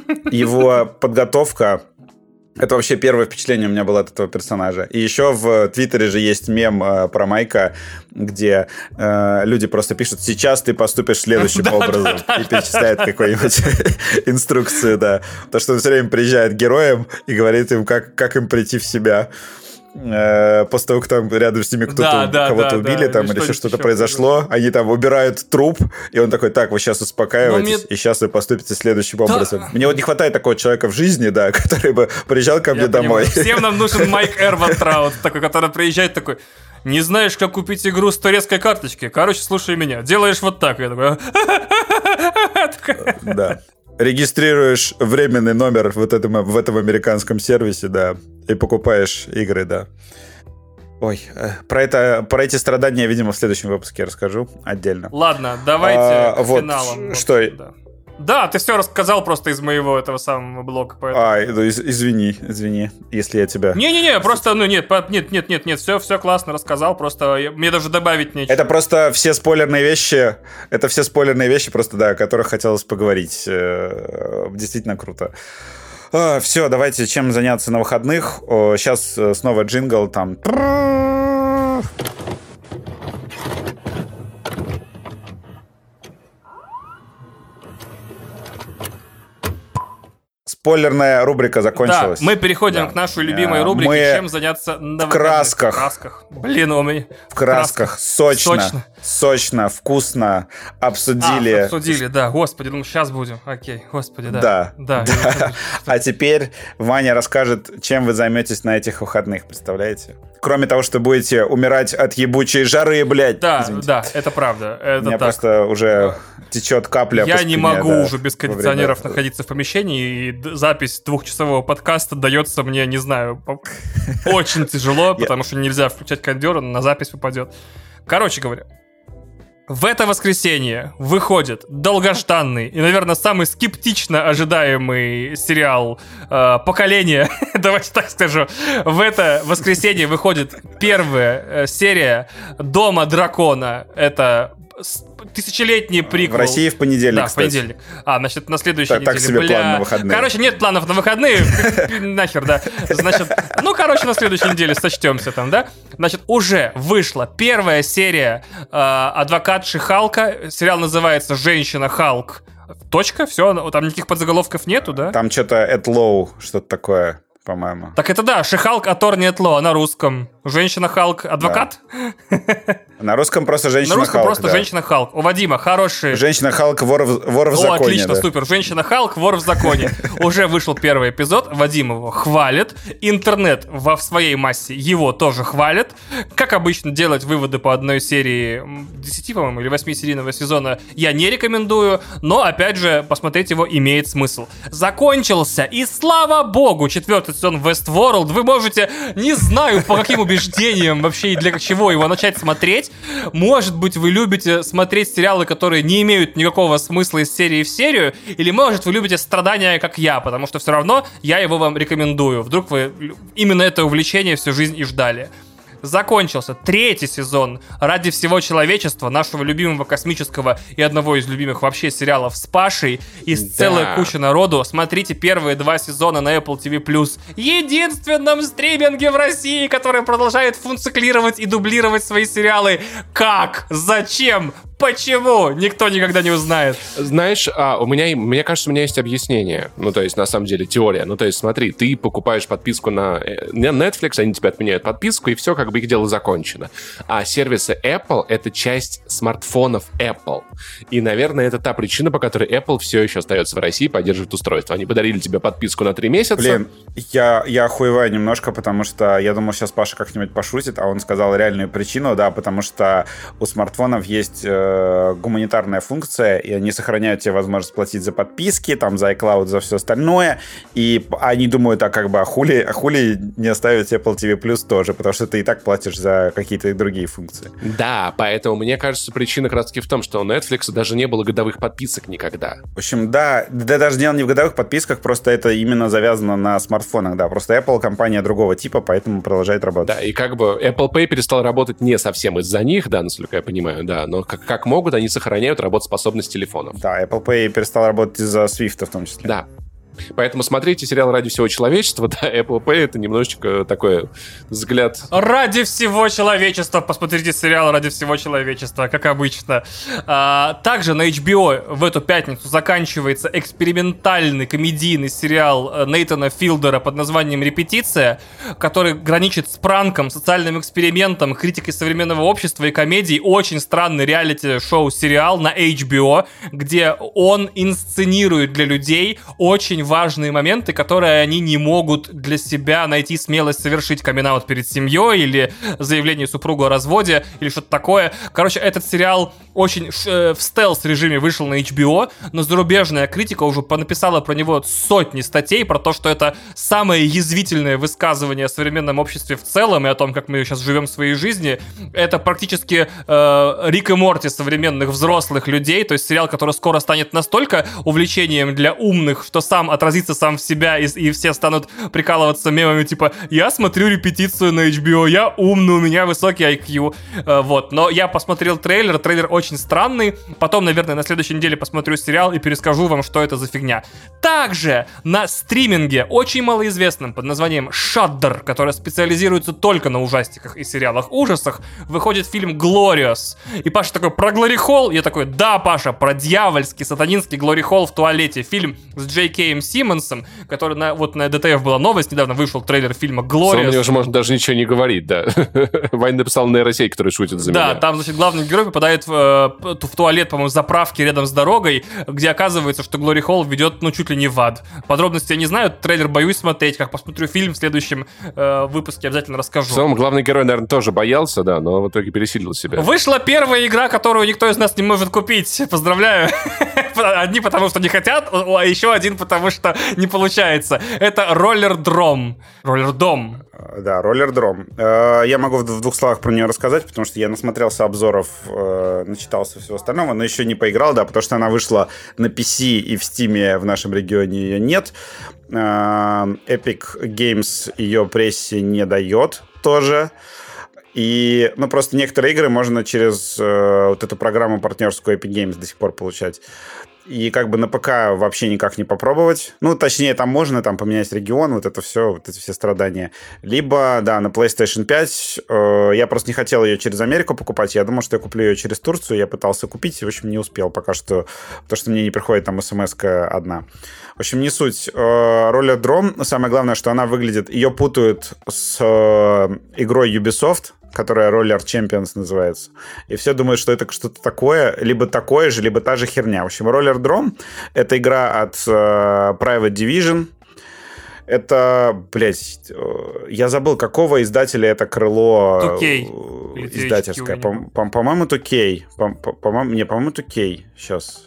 Его подготовка... Это вообще первое впечатление у меня было от этого персонажа. И еще в Твиттере же есть мем про Майка, где люди просто пишут, сейчас ты поступишь следующим образом. И перечисляют какую-нибудь инструкцию, да. То, что он все время приезжает к героям и говорит им, как им прийти в себя. После того, как там рядом с ними кого-то убили, там, или еще что-то произошло, они там убирают труп, и он такой, так, вы сейчас успокаиваетесь, и сейчас вы поступите следующим образом. Мне вот не хватает такого человека в жизни, да, который бы приезжал ко мне домой. Всем нам нужен Майк Эрмантраут, такой, который приезжает такой, не знаешь, как купить игру с турецкой карточки? Короче, слушай меня, делаешь вот так. Я такой... Да. Регистрируешь временный номер в этом американском сервисе, да. и покупаешь игры, да. Ой, про эти страдания, видимо, в следующем выпуске я расскажу отдельно. Ладно, давайте к вот, финалам. Что? Да, ты все рассказал просто из моего этого самого блока. Поэтому... Извини, если я тебя... Не-не-не, просто, нет, все классно рассказал, просто мне даже добавить нечего. Это просто все спойлерные вещи, просто, да, о которых хотелось поговорить. Действительно круто. Все, давайте, чем заняться на выходных. Сейчас снова джингл там... Спойлерная рубрика закончилась. Да, мы переходим к нашей любимой рубрике «Чем заняться на выходных». В красках. Блин, у меня... В красках. Сочно, вкусно. Обсудили, да. Господи, думаю, сейчас будем. Окей, господи, да. Да. А теперь Ваня расскажет, чем вы займетесь на этих выходных, представляете? Кроме того, что будете умирать от ебучей жары, блядь. Да, это правда. У меня просто уже течет капля по спине. Я не могу уже без кондиционеров находиться в помещении, и запись 2-часового подкаста дается мне, не знаю, очень тяжело, потому что нельзя включать кондер, он на запись попадет. Короче говоря, в это воскресенье выходит долгожданный и, наверное, самый скептично ожидаемый сериал «Поколение». Давайте так скажу. В это воскресенье выходит первая серия «Дома дракона». Это тысячелетний приквел. В России в понедельник, да, кстати. в понедельник. Значит, на следующей неделе. Так себе план на выходные. Короче, нет планов на выходные. Нахер, да. Значит, на следующей неделе сочтемся там, да? Значит, уже вышла первая серия «Адвокатши Халка». Сериал называется «Женщина Халк». Точка, все, там никаких подзаголовков нету, да? Там что-то at low, что-то такое, по-моему. Так это да, Ши-Халк Аторни Этло, на русском. Женщина-Халк адвокат? Да. На русском просто женщина-Халк. На русском просто женщина-Халк. У Вадима хороший... Женщина-Халк, вор в законе. Отлично, супер. Женщина-Халк, вор в законе. Уже вышел первый эпизод, Вадим его хвалит. Интернет в своей массе его тоже хвалит. Как обычно, делать выводы по одной серии 10, по-моему, или 8-серийного сезона я не рекомендую. Но, опять же, посмотреть его имеет смысл. Закончился, и слава богу, 4-й сезон Westworld. Вы можете, не знаю, по каким убеждениям вообще и для чего его начать смотреть. Может быть, вы любите смотреть сериалы, которые не имеют никакого смысла из серии в серию, или, может, вы любите страдания, как я, потому что все равно я его вам рекомендую. Вдруг вы именно это увлечение всю жизнь и ждали. Закончился 3-й сезон «Ради всего человечества», нашего любимого космического и одного из любимых вообще сериалов с Пашей, и целая куча народу. Смотрите первые 2 сезона на Apple TV+, единственном стриминге в России, который продолжает функционировать и дублировать свои сериалы. Как? Зачем? Почему? Никто никогда не узнает. Знаешь, мне кажется, у меня есть объяснение. Ну, то есть, на самом деле, теория. Ну, то есть, смотри, ты покупаешь подписку на Netflix, они тебе отменяют подписку, и все, как бы их дело закончено. А сервисы Apple — это часть смартфонов Apple. И, наверное, это та причина, по которой Apple все еще остается в России, поддерживает устройство. Они подарили тебе подписку на 3 месяца. Блин, я охуеваю немножко, потому что я думал, сейчас Паша как-нибудь пошутит, а он сказал реальную причину, да, потому что у смартфонов есть гуманитарная функция, и они сохраняют тебе возможность платить за подписки, там, за iCloud, за все остальное, и они думают, а хули не оставить Apple TV Plus тоже, потому что ты и так платишь за какие-то другие функции. Да, поэтому мне кажется, причина как раз таки в том, что у Netflix даже не было годовых подписок никогда. В общем, да, даже дело не в годовых подписках, просто это именно завязано на смартфонах, да, просто Apple компания другого типа, поэтому продолжает работать. Да, и как бы Apple Pay перестал работать не совсем из-за них, да, насколько я понимаю, да, но как могут, они сохраняют работоспособность телефонов. Да, Apple Pay перестал работать из-за Swift в том числе. Да. Поэтому смотрите сериал «Ради всего человечества». Да, Apple Pay — это немножечко такой взгляд. Ради всего человечества. Посмотрите сериал «Ради всего человечества», как обычно. Также на HBO в эту пятницу заканчивается экспериментальный комедийный сериал Нейтана Филдера под названием «Репетиция», который граничит с пранком, социальным экспериментом, критикой современного общества и комедией. Очень странный реалити-шоу-сериал на HBO, где он инсценирует для людей очень очень важные моменты, которые они не могут для себя найти смелость совершить камин-аут перед семьей или заявление супругу о разводе или что-то такое. Короче, этот сериал очень в стелс-режиме вышел на HBO, но зарубежная критика уже понаписала про него сотни статей про то, что это самое язвительное высказывание о современном обществе в целом и о том, как мы сейчас живем в своей жизни. Это практически Рик и Морти современных взрослых людей, то есть сериал, который скоро станет настолько увлечением для умных, что сам отразится сам в себя, и все станут прикалываться мемами типа «Я смотрю репетицию на HBO, я умный, у меня высокий IQ». Вот. Но я посмотрел трейлер очень странный. Потом, наверное, на следующей неделе посмотрю сериал и перескажу вам, что это за фигня. Также на стриминге, очень малоизвестном, под названием Shudder, который специализируется только на ужастиках и сериалах ужасах, выходит фильм Glorious. И Паша такой: про Glory Hall? Я такой: да, Паша, про дьявольский, сатанинский Glory Hall в туалете. Фильм с Джей Кейм Симмонсом, который на ДТФ была новость, недавно вышел трейлер фильма Glorious. Мне уже можно даже ничего не говорить, да. Вань написал нейросеть, который шутит за меня. Да, там, значит, главный герой попадает в туалет, по-моему, заправки рядом с дорогой, где оказывается, что Glory Hall ведет, чуть ли не в ад. Подробности я не знаю, трейлер боюсь смотреть. Как посмотрю фильм в следующем выпуске, обязательно расскажу. В целом, главный герой, наверное, тоже боялся, да, но в итоге пересилил себя. Вышла первая игра, которую никто из нас не может купить. Поздравляю. Одни потому, что не хотят, а еще один потому, что не получается. Это Роллердром. Роллердом. Да, Роллердром. Я могу в двух словах про нее рассказать, потому что я насмотрелся обзоров, начитался всего остального, но еще не поиграл, да, потому что она вышла на PC и в Steam в нашем регионе ее нет. Epic Games ее прессе не дает тоже. И, просто некоторые игры можно через вот эту программу партнерскую Epic Games до сих пор получать. И как бы на ПК вообще никак не попробовать. Точнее, там можно поменять регион, вот это все, вот эти все страдания. Либо, да, на PlayStation 5. Я просто не хотел ее через Америку покупать. Я думал, что я куплю ее через Турцию. Я пытался купить, и, в общем, не успел пока что. Потому что мне не приходит там смс-ка одна. В общем, не суть. Роллердром, самое главное, что она выглядит... Ее путают с игрой Ubisoft, которая Roller Champions называется. И все думают, что это что-то такое, либо такое же, либо та же херня. В общем, Роллердром — это игра от Private Division. Это, я забыл, какого издателя это крыло 2K. Издательское. По-моему, 2K. По-моему, 2K. Сейчас.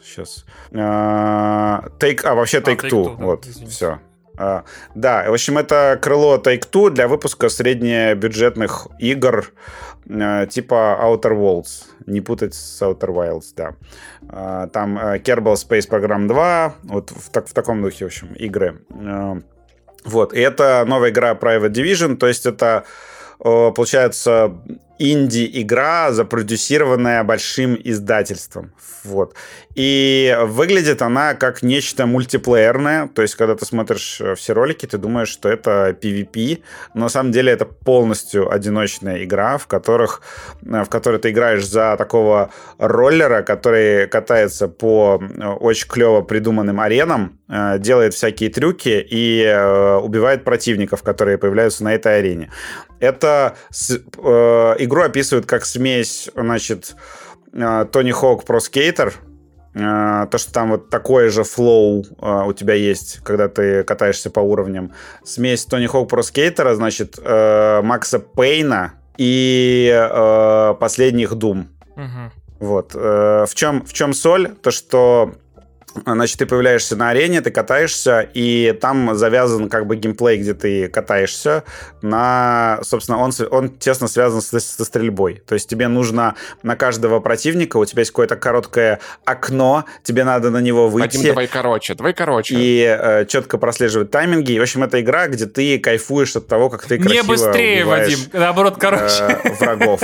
Вообще Take-Two. Вот, все. Да, в общем, это крыло Take-Two для выпуска среднебюджетных игр типа Outer Worlds. Не путать с Outer Wilds, да. Там Kerbal Space Program 2, вот в таком духе, в общем, игры. Вот, и это новая игра Private Division, то есть это, получается, инди-игра, запродюсированная большим издательством. Вот. И выглядит она как нечто мультиплеерное. То есть, когда ты смотришь все ролики, ты думаешь, что это PvP. Но на самом деле это полностью одиночная игра, в которой ты играешь за такого роллера, который катается по очень клево придуманным аренам, делает всякие трюки и убивает противников, которые появляются на этой арене. Это игру описывают как смесь, значит, Тони Хоук Pro Skater. То, что там вот такое же флоу у тебя есть, когда ты катаешься по уровням. Смесь Тони Хоук Pro Skater, значит, Макса Пейна и последних Doom. Угу. Вот. В чем соль? То, что... Значит, ты появляешься на арене, ты катаешься, и там завязан как бы геймплей, где ты катаешься. Собственно, он тесно связан со стрельбой. То есть тебе нужно на каждого противника, у тебя есть какое-то короткое окно, тебе надо на него выйти. Вадим, давай короче. И четко прослеживать тайминги. И, в общем, это игра, где ты кайфуешь от того, как ты красиво не быстрее, Вадим, наоборот, короче. Врагов.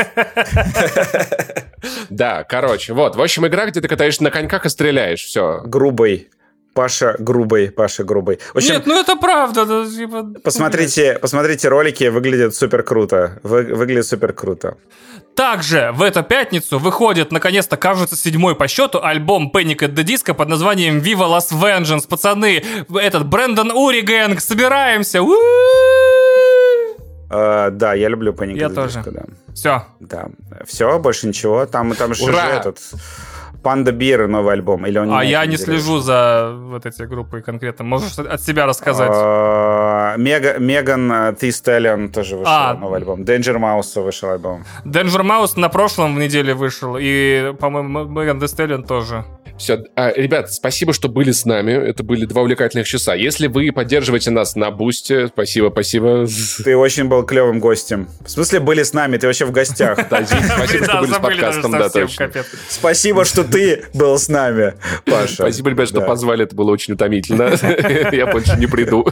Да, короче. Вот, в общем, игра, где ты катаешься на коньках и стреляешь. Все. Грубый. Паша грубый. В общем, нет, это правда. Посмотрите ролики, выглядит супер круто. Выглядит супер круто. Также в эту пятницу выходит, наконец-то, кажется, 7-й по счету альбом Panic at the Disco под названием Viva Las Vengeance. Пацаны, Брэндон Ури Гэнг, собираемся. Да, я люблю Panic at the Disco. Я тоже. Да. Все. Да. Все, больше ничего. Там еще же Панда Бир новый альбом. Или он я не слежу за вот эти группы конкретно. Можешь от себя рассказать? Меган Thee Stallion тоже вышел новый альбом. Danger Mouse вышел альбом. Danger Mouse на прошлом неделе вышел. И, по-моему, Меган Thee Stallion тоже. Все, ребят, спасибо, что были с нами. Это были 2 увлекательных часа. Если вы поддерживаете нас на Бусте, спасибо. Ты очень был клевым гостем. В смысле, были с нами? Ты вообще в гостях. Спасибо, что были с подкастом. Да, точно. Спасибо, что ты был с нами, Паша. Спасибо, ребят, что позвали. Это было очень утомительно. Я больше не приду.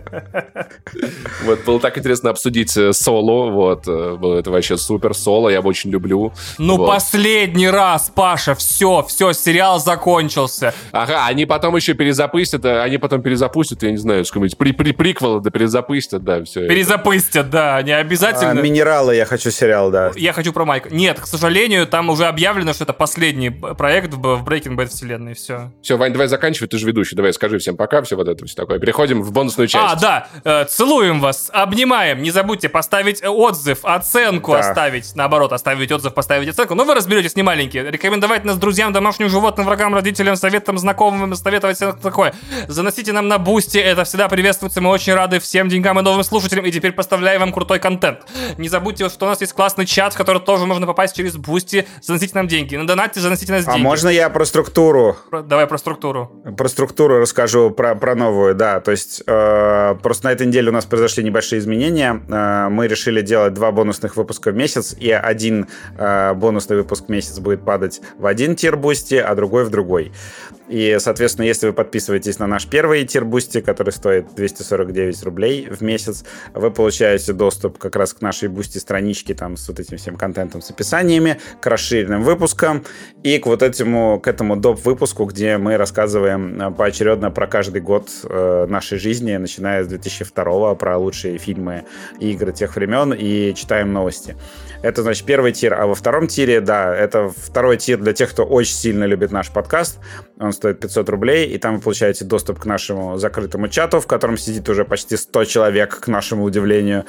Вот, было так интересно обсудить соло. Вот, было это вообще супер. Соло я очень люблю. Последний раз, Паша, все, сериал закончился. Ага, они потом еще перезапустят, я не знаю, что-нибудь приквелы перезапустят, да, все. Перезапустят, да, они обязательно. Минералы, я хочу сериал, да. Я хочу про Майка. Нет, к сожалению, там уже объявлено, что это последний проект в Breaking Bad вселенной, все. Все, Вань, давай заканчивай, ты же ведущий, давай скажи всем пока, все вот это все такое. Переходим в бонусную часть. Да, целуем вас, обнимаем, не забудьте поставить отзыв, оценку оставить, наоборот, оставить отзыв, поставить оценку, но вы разберетесь, не маленькие. Рекомендовать нас друзьям, домашним животным, врагам, родителям, советам, знакомым, советовать все такое. Заносите нам на Бусти, это всегда приветствуется, мы очень рады всем деньгам и новым слушателям, и теперь поставляем вам крутой контент. Не забудьте, что у нас есть классный чат, в который тоже можно попасть через Бусти, заносите нам деньги. На донате заносите нас деньги. А можно я про структуру? Давай про структуру. Про структуру расскажу, про новую, да. То есть просто на этой неделе у нас произошли небольшие изменения. Мы решили делать 2 бонусных выпуска в месяц, и 1 бонусный выпуск в месяц будет падать в один тир Бусти, а другой в другой. И, соответственно, если вы подписываетесь на наш первый тир Бусти, который стоит 249 рублей в месяц, вы получаете доступ как раз к нашей Бусти страничке там с вот этим всем контентом, с описаниями, к расширенным выпускам и к этому доп-выпуску, где мы рассказываем поочередно про каждый год нашей жизни, начиная с 2002 про лучшие фильмы и игры тех времен, и читаем новости. Это, значит, первый тир. А во втором тире, да, это второй тир для тех, кто очень сильно любит наш подкаст. Он стоит 500 рублей, и там вы получаете доступ к нашему закрытому чату, в котором сидит уже почти 100 человек, к нашему удивлению.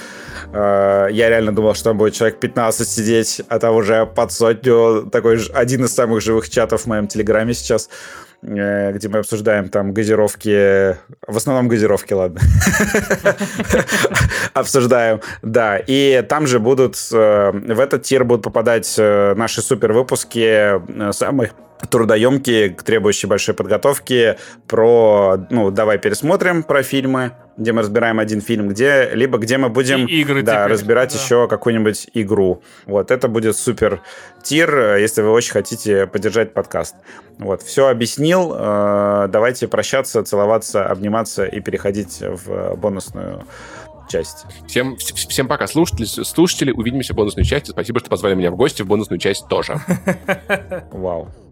Я реально думал, что там будет человек 15 сидеть, а там уже под 100. Такой один из самых живых чатов в моем телеграме сейчас, где мы обсуждаем там газировки, в основном газировки, ладно, обсуждаем, да, и там же в этот тир будут попадать наши супер выпуски, самые трудоемкие, требующие большой подготовки, давай пересмотрим про фильмы, где мы разбираем один фильм, где мы будем разбирать еще какую-нибудь игру. Вот, это будет супер тир, если вы очень хотите поддержать подкаст. Вот, все объяснил. Давайте прощаться, целоваться, обниматься и переходить в бонусную часть. Всем пока, слушатели. Увидимся в бонусной части. Спасибо, что позвали меня в гости в бонусную часть тоже. Вау.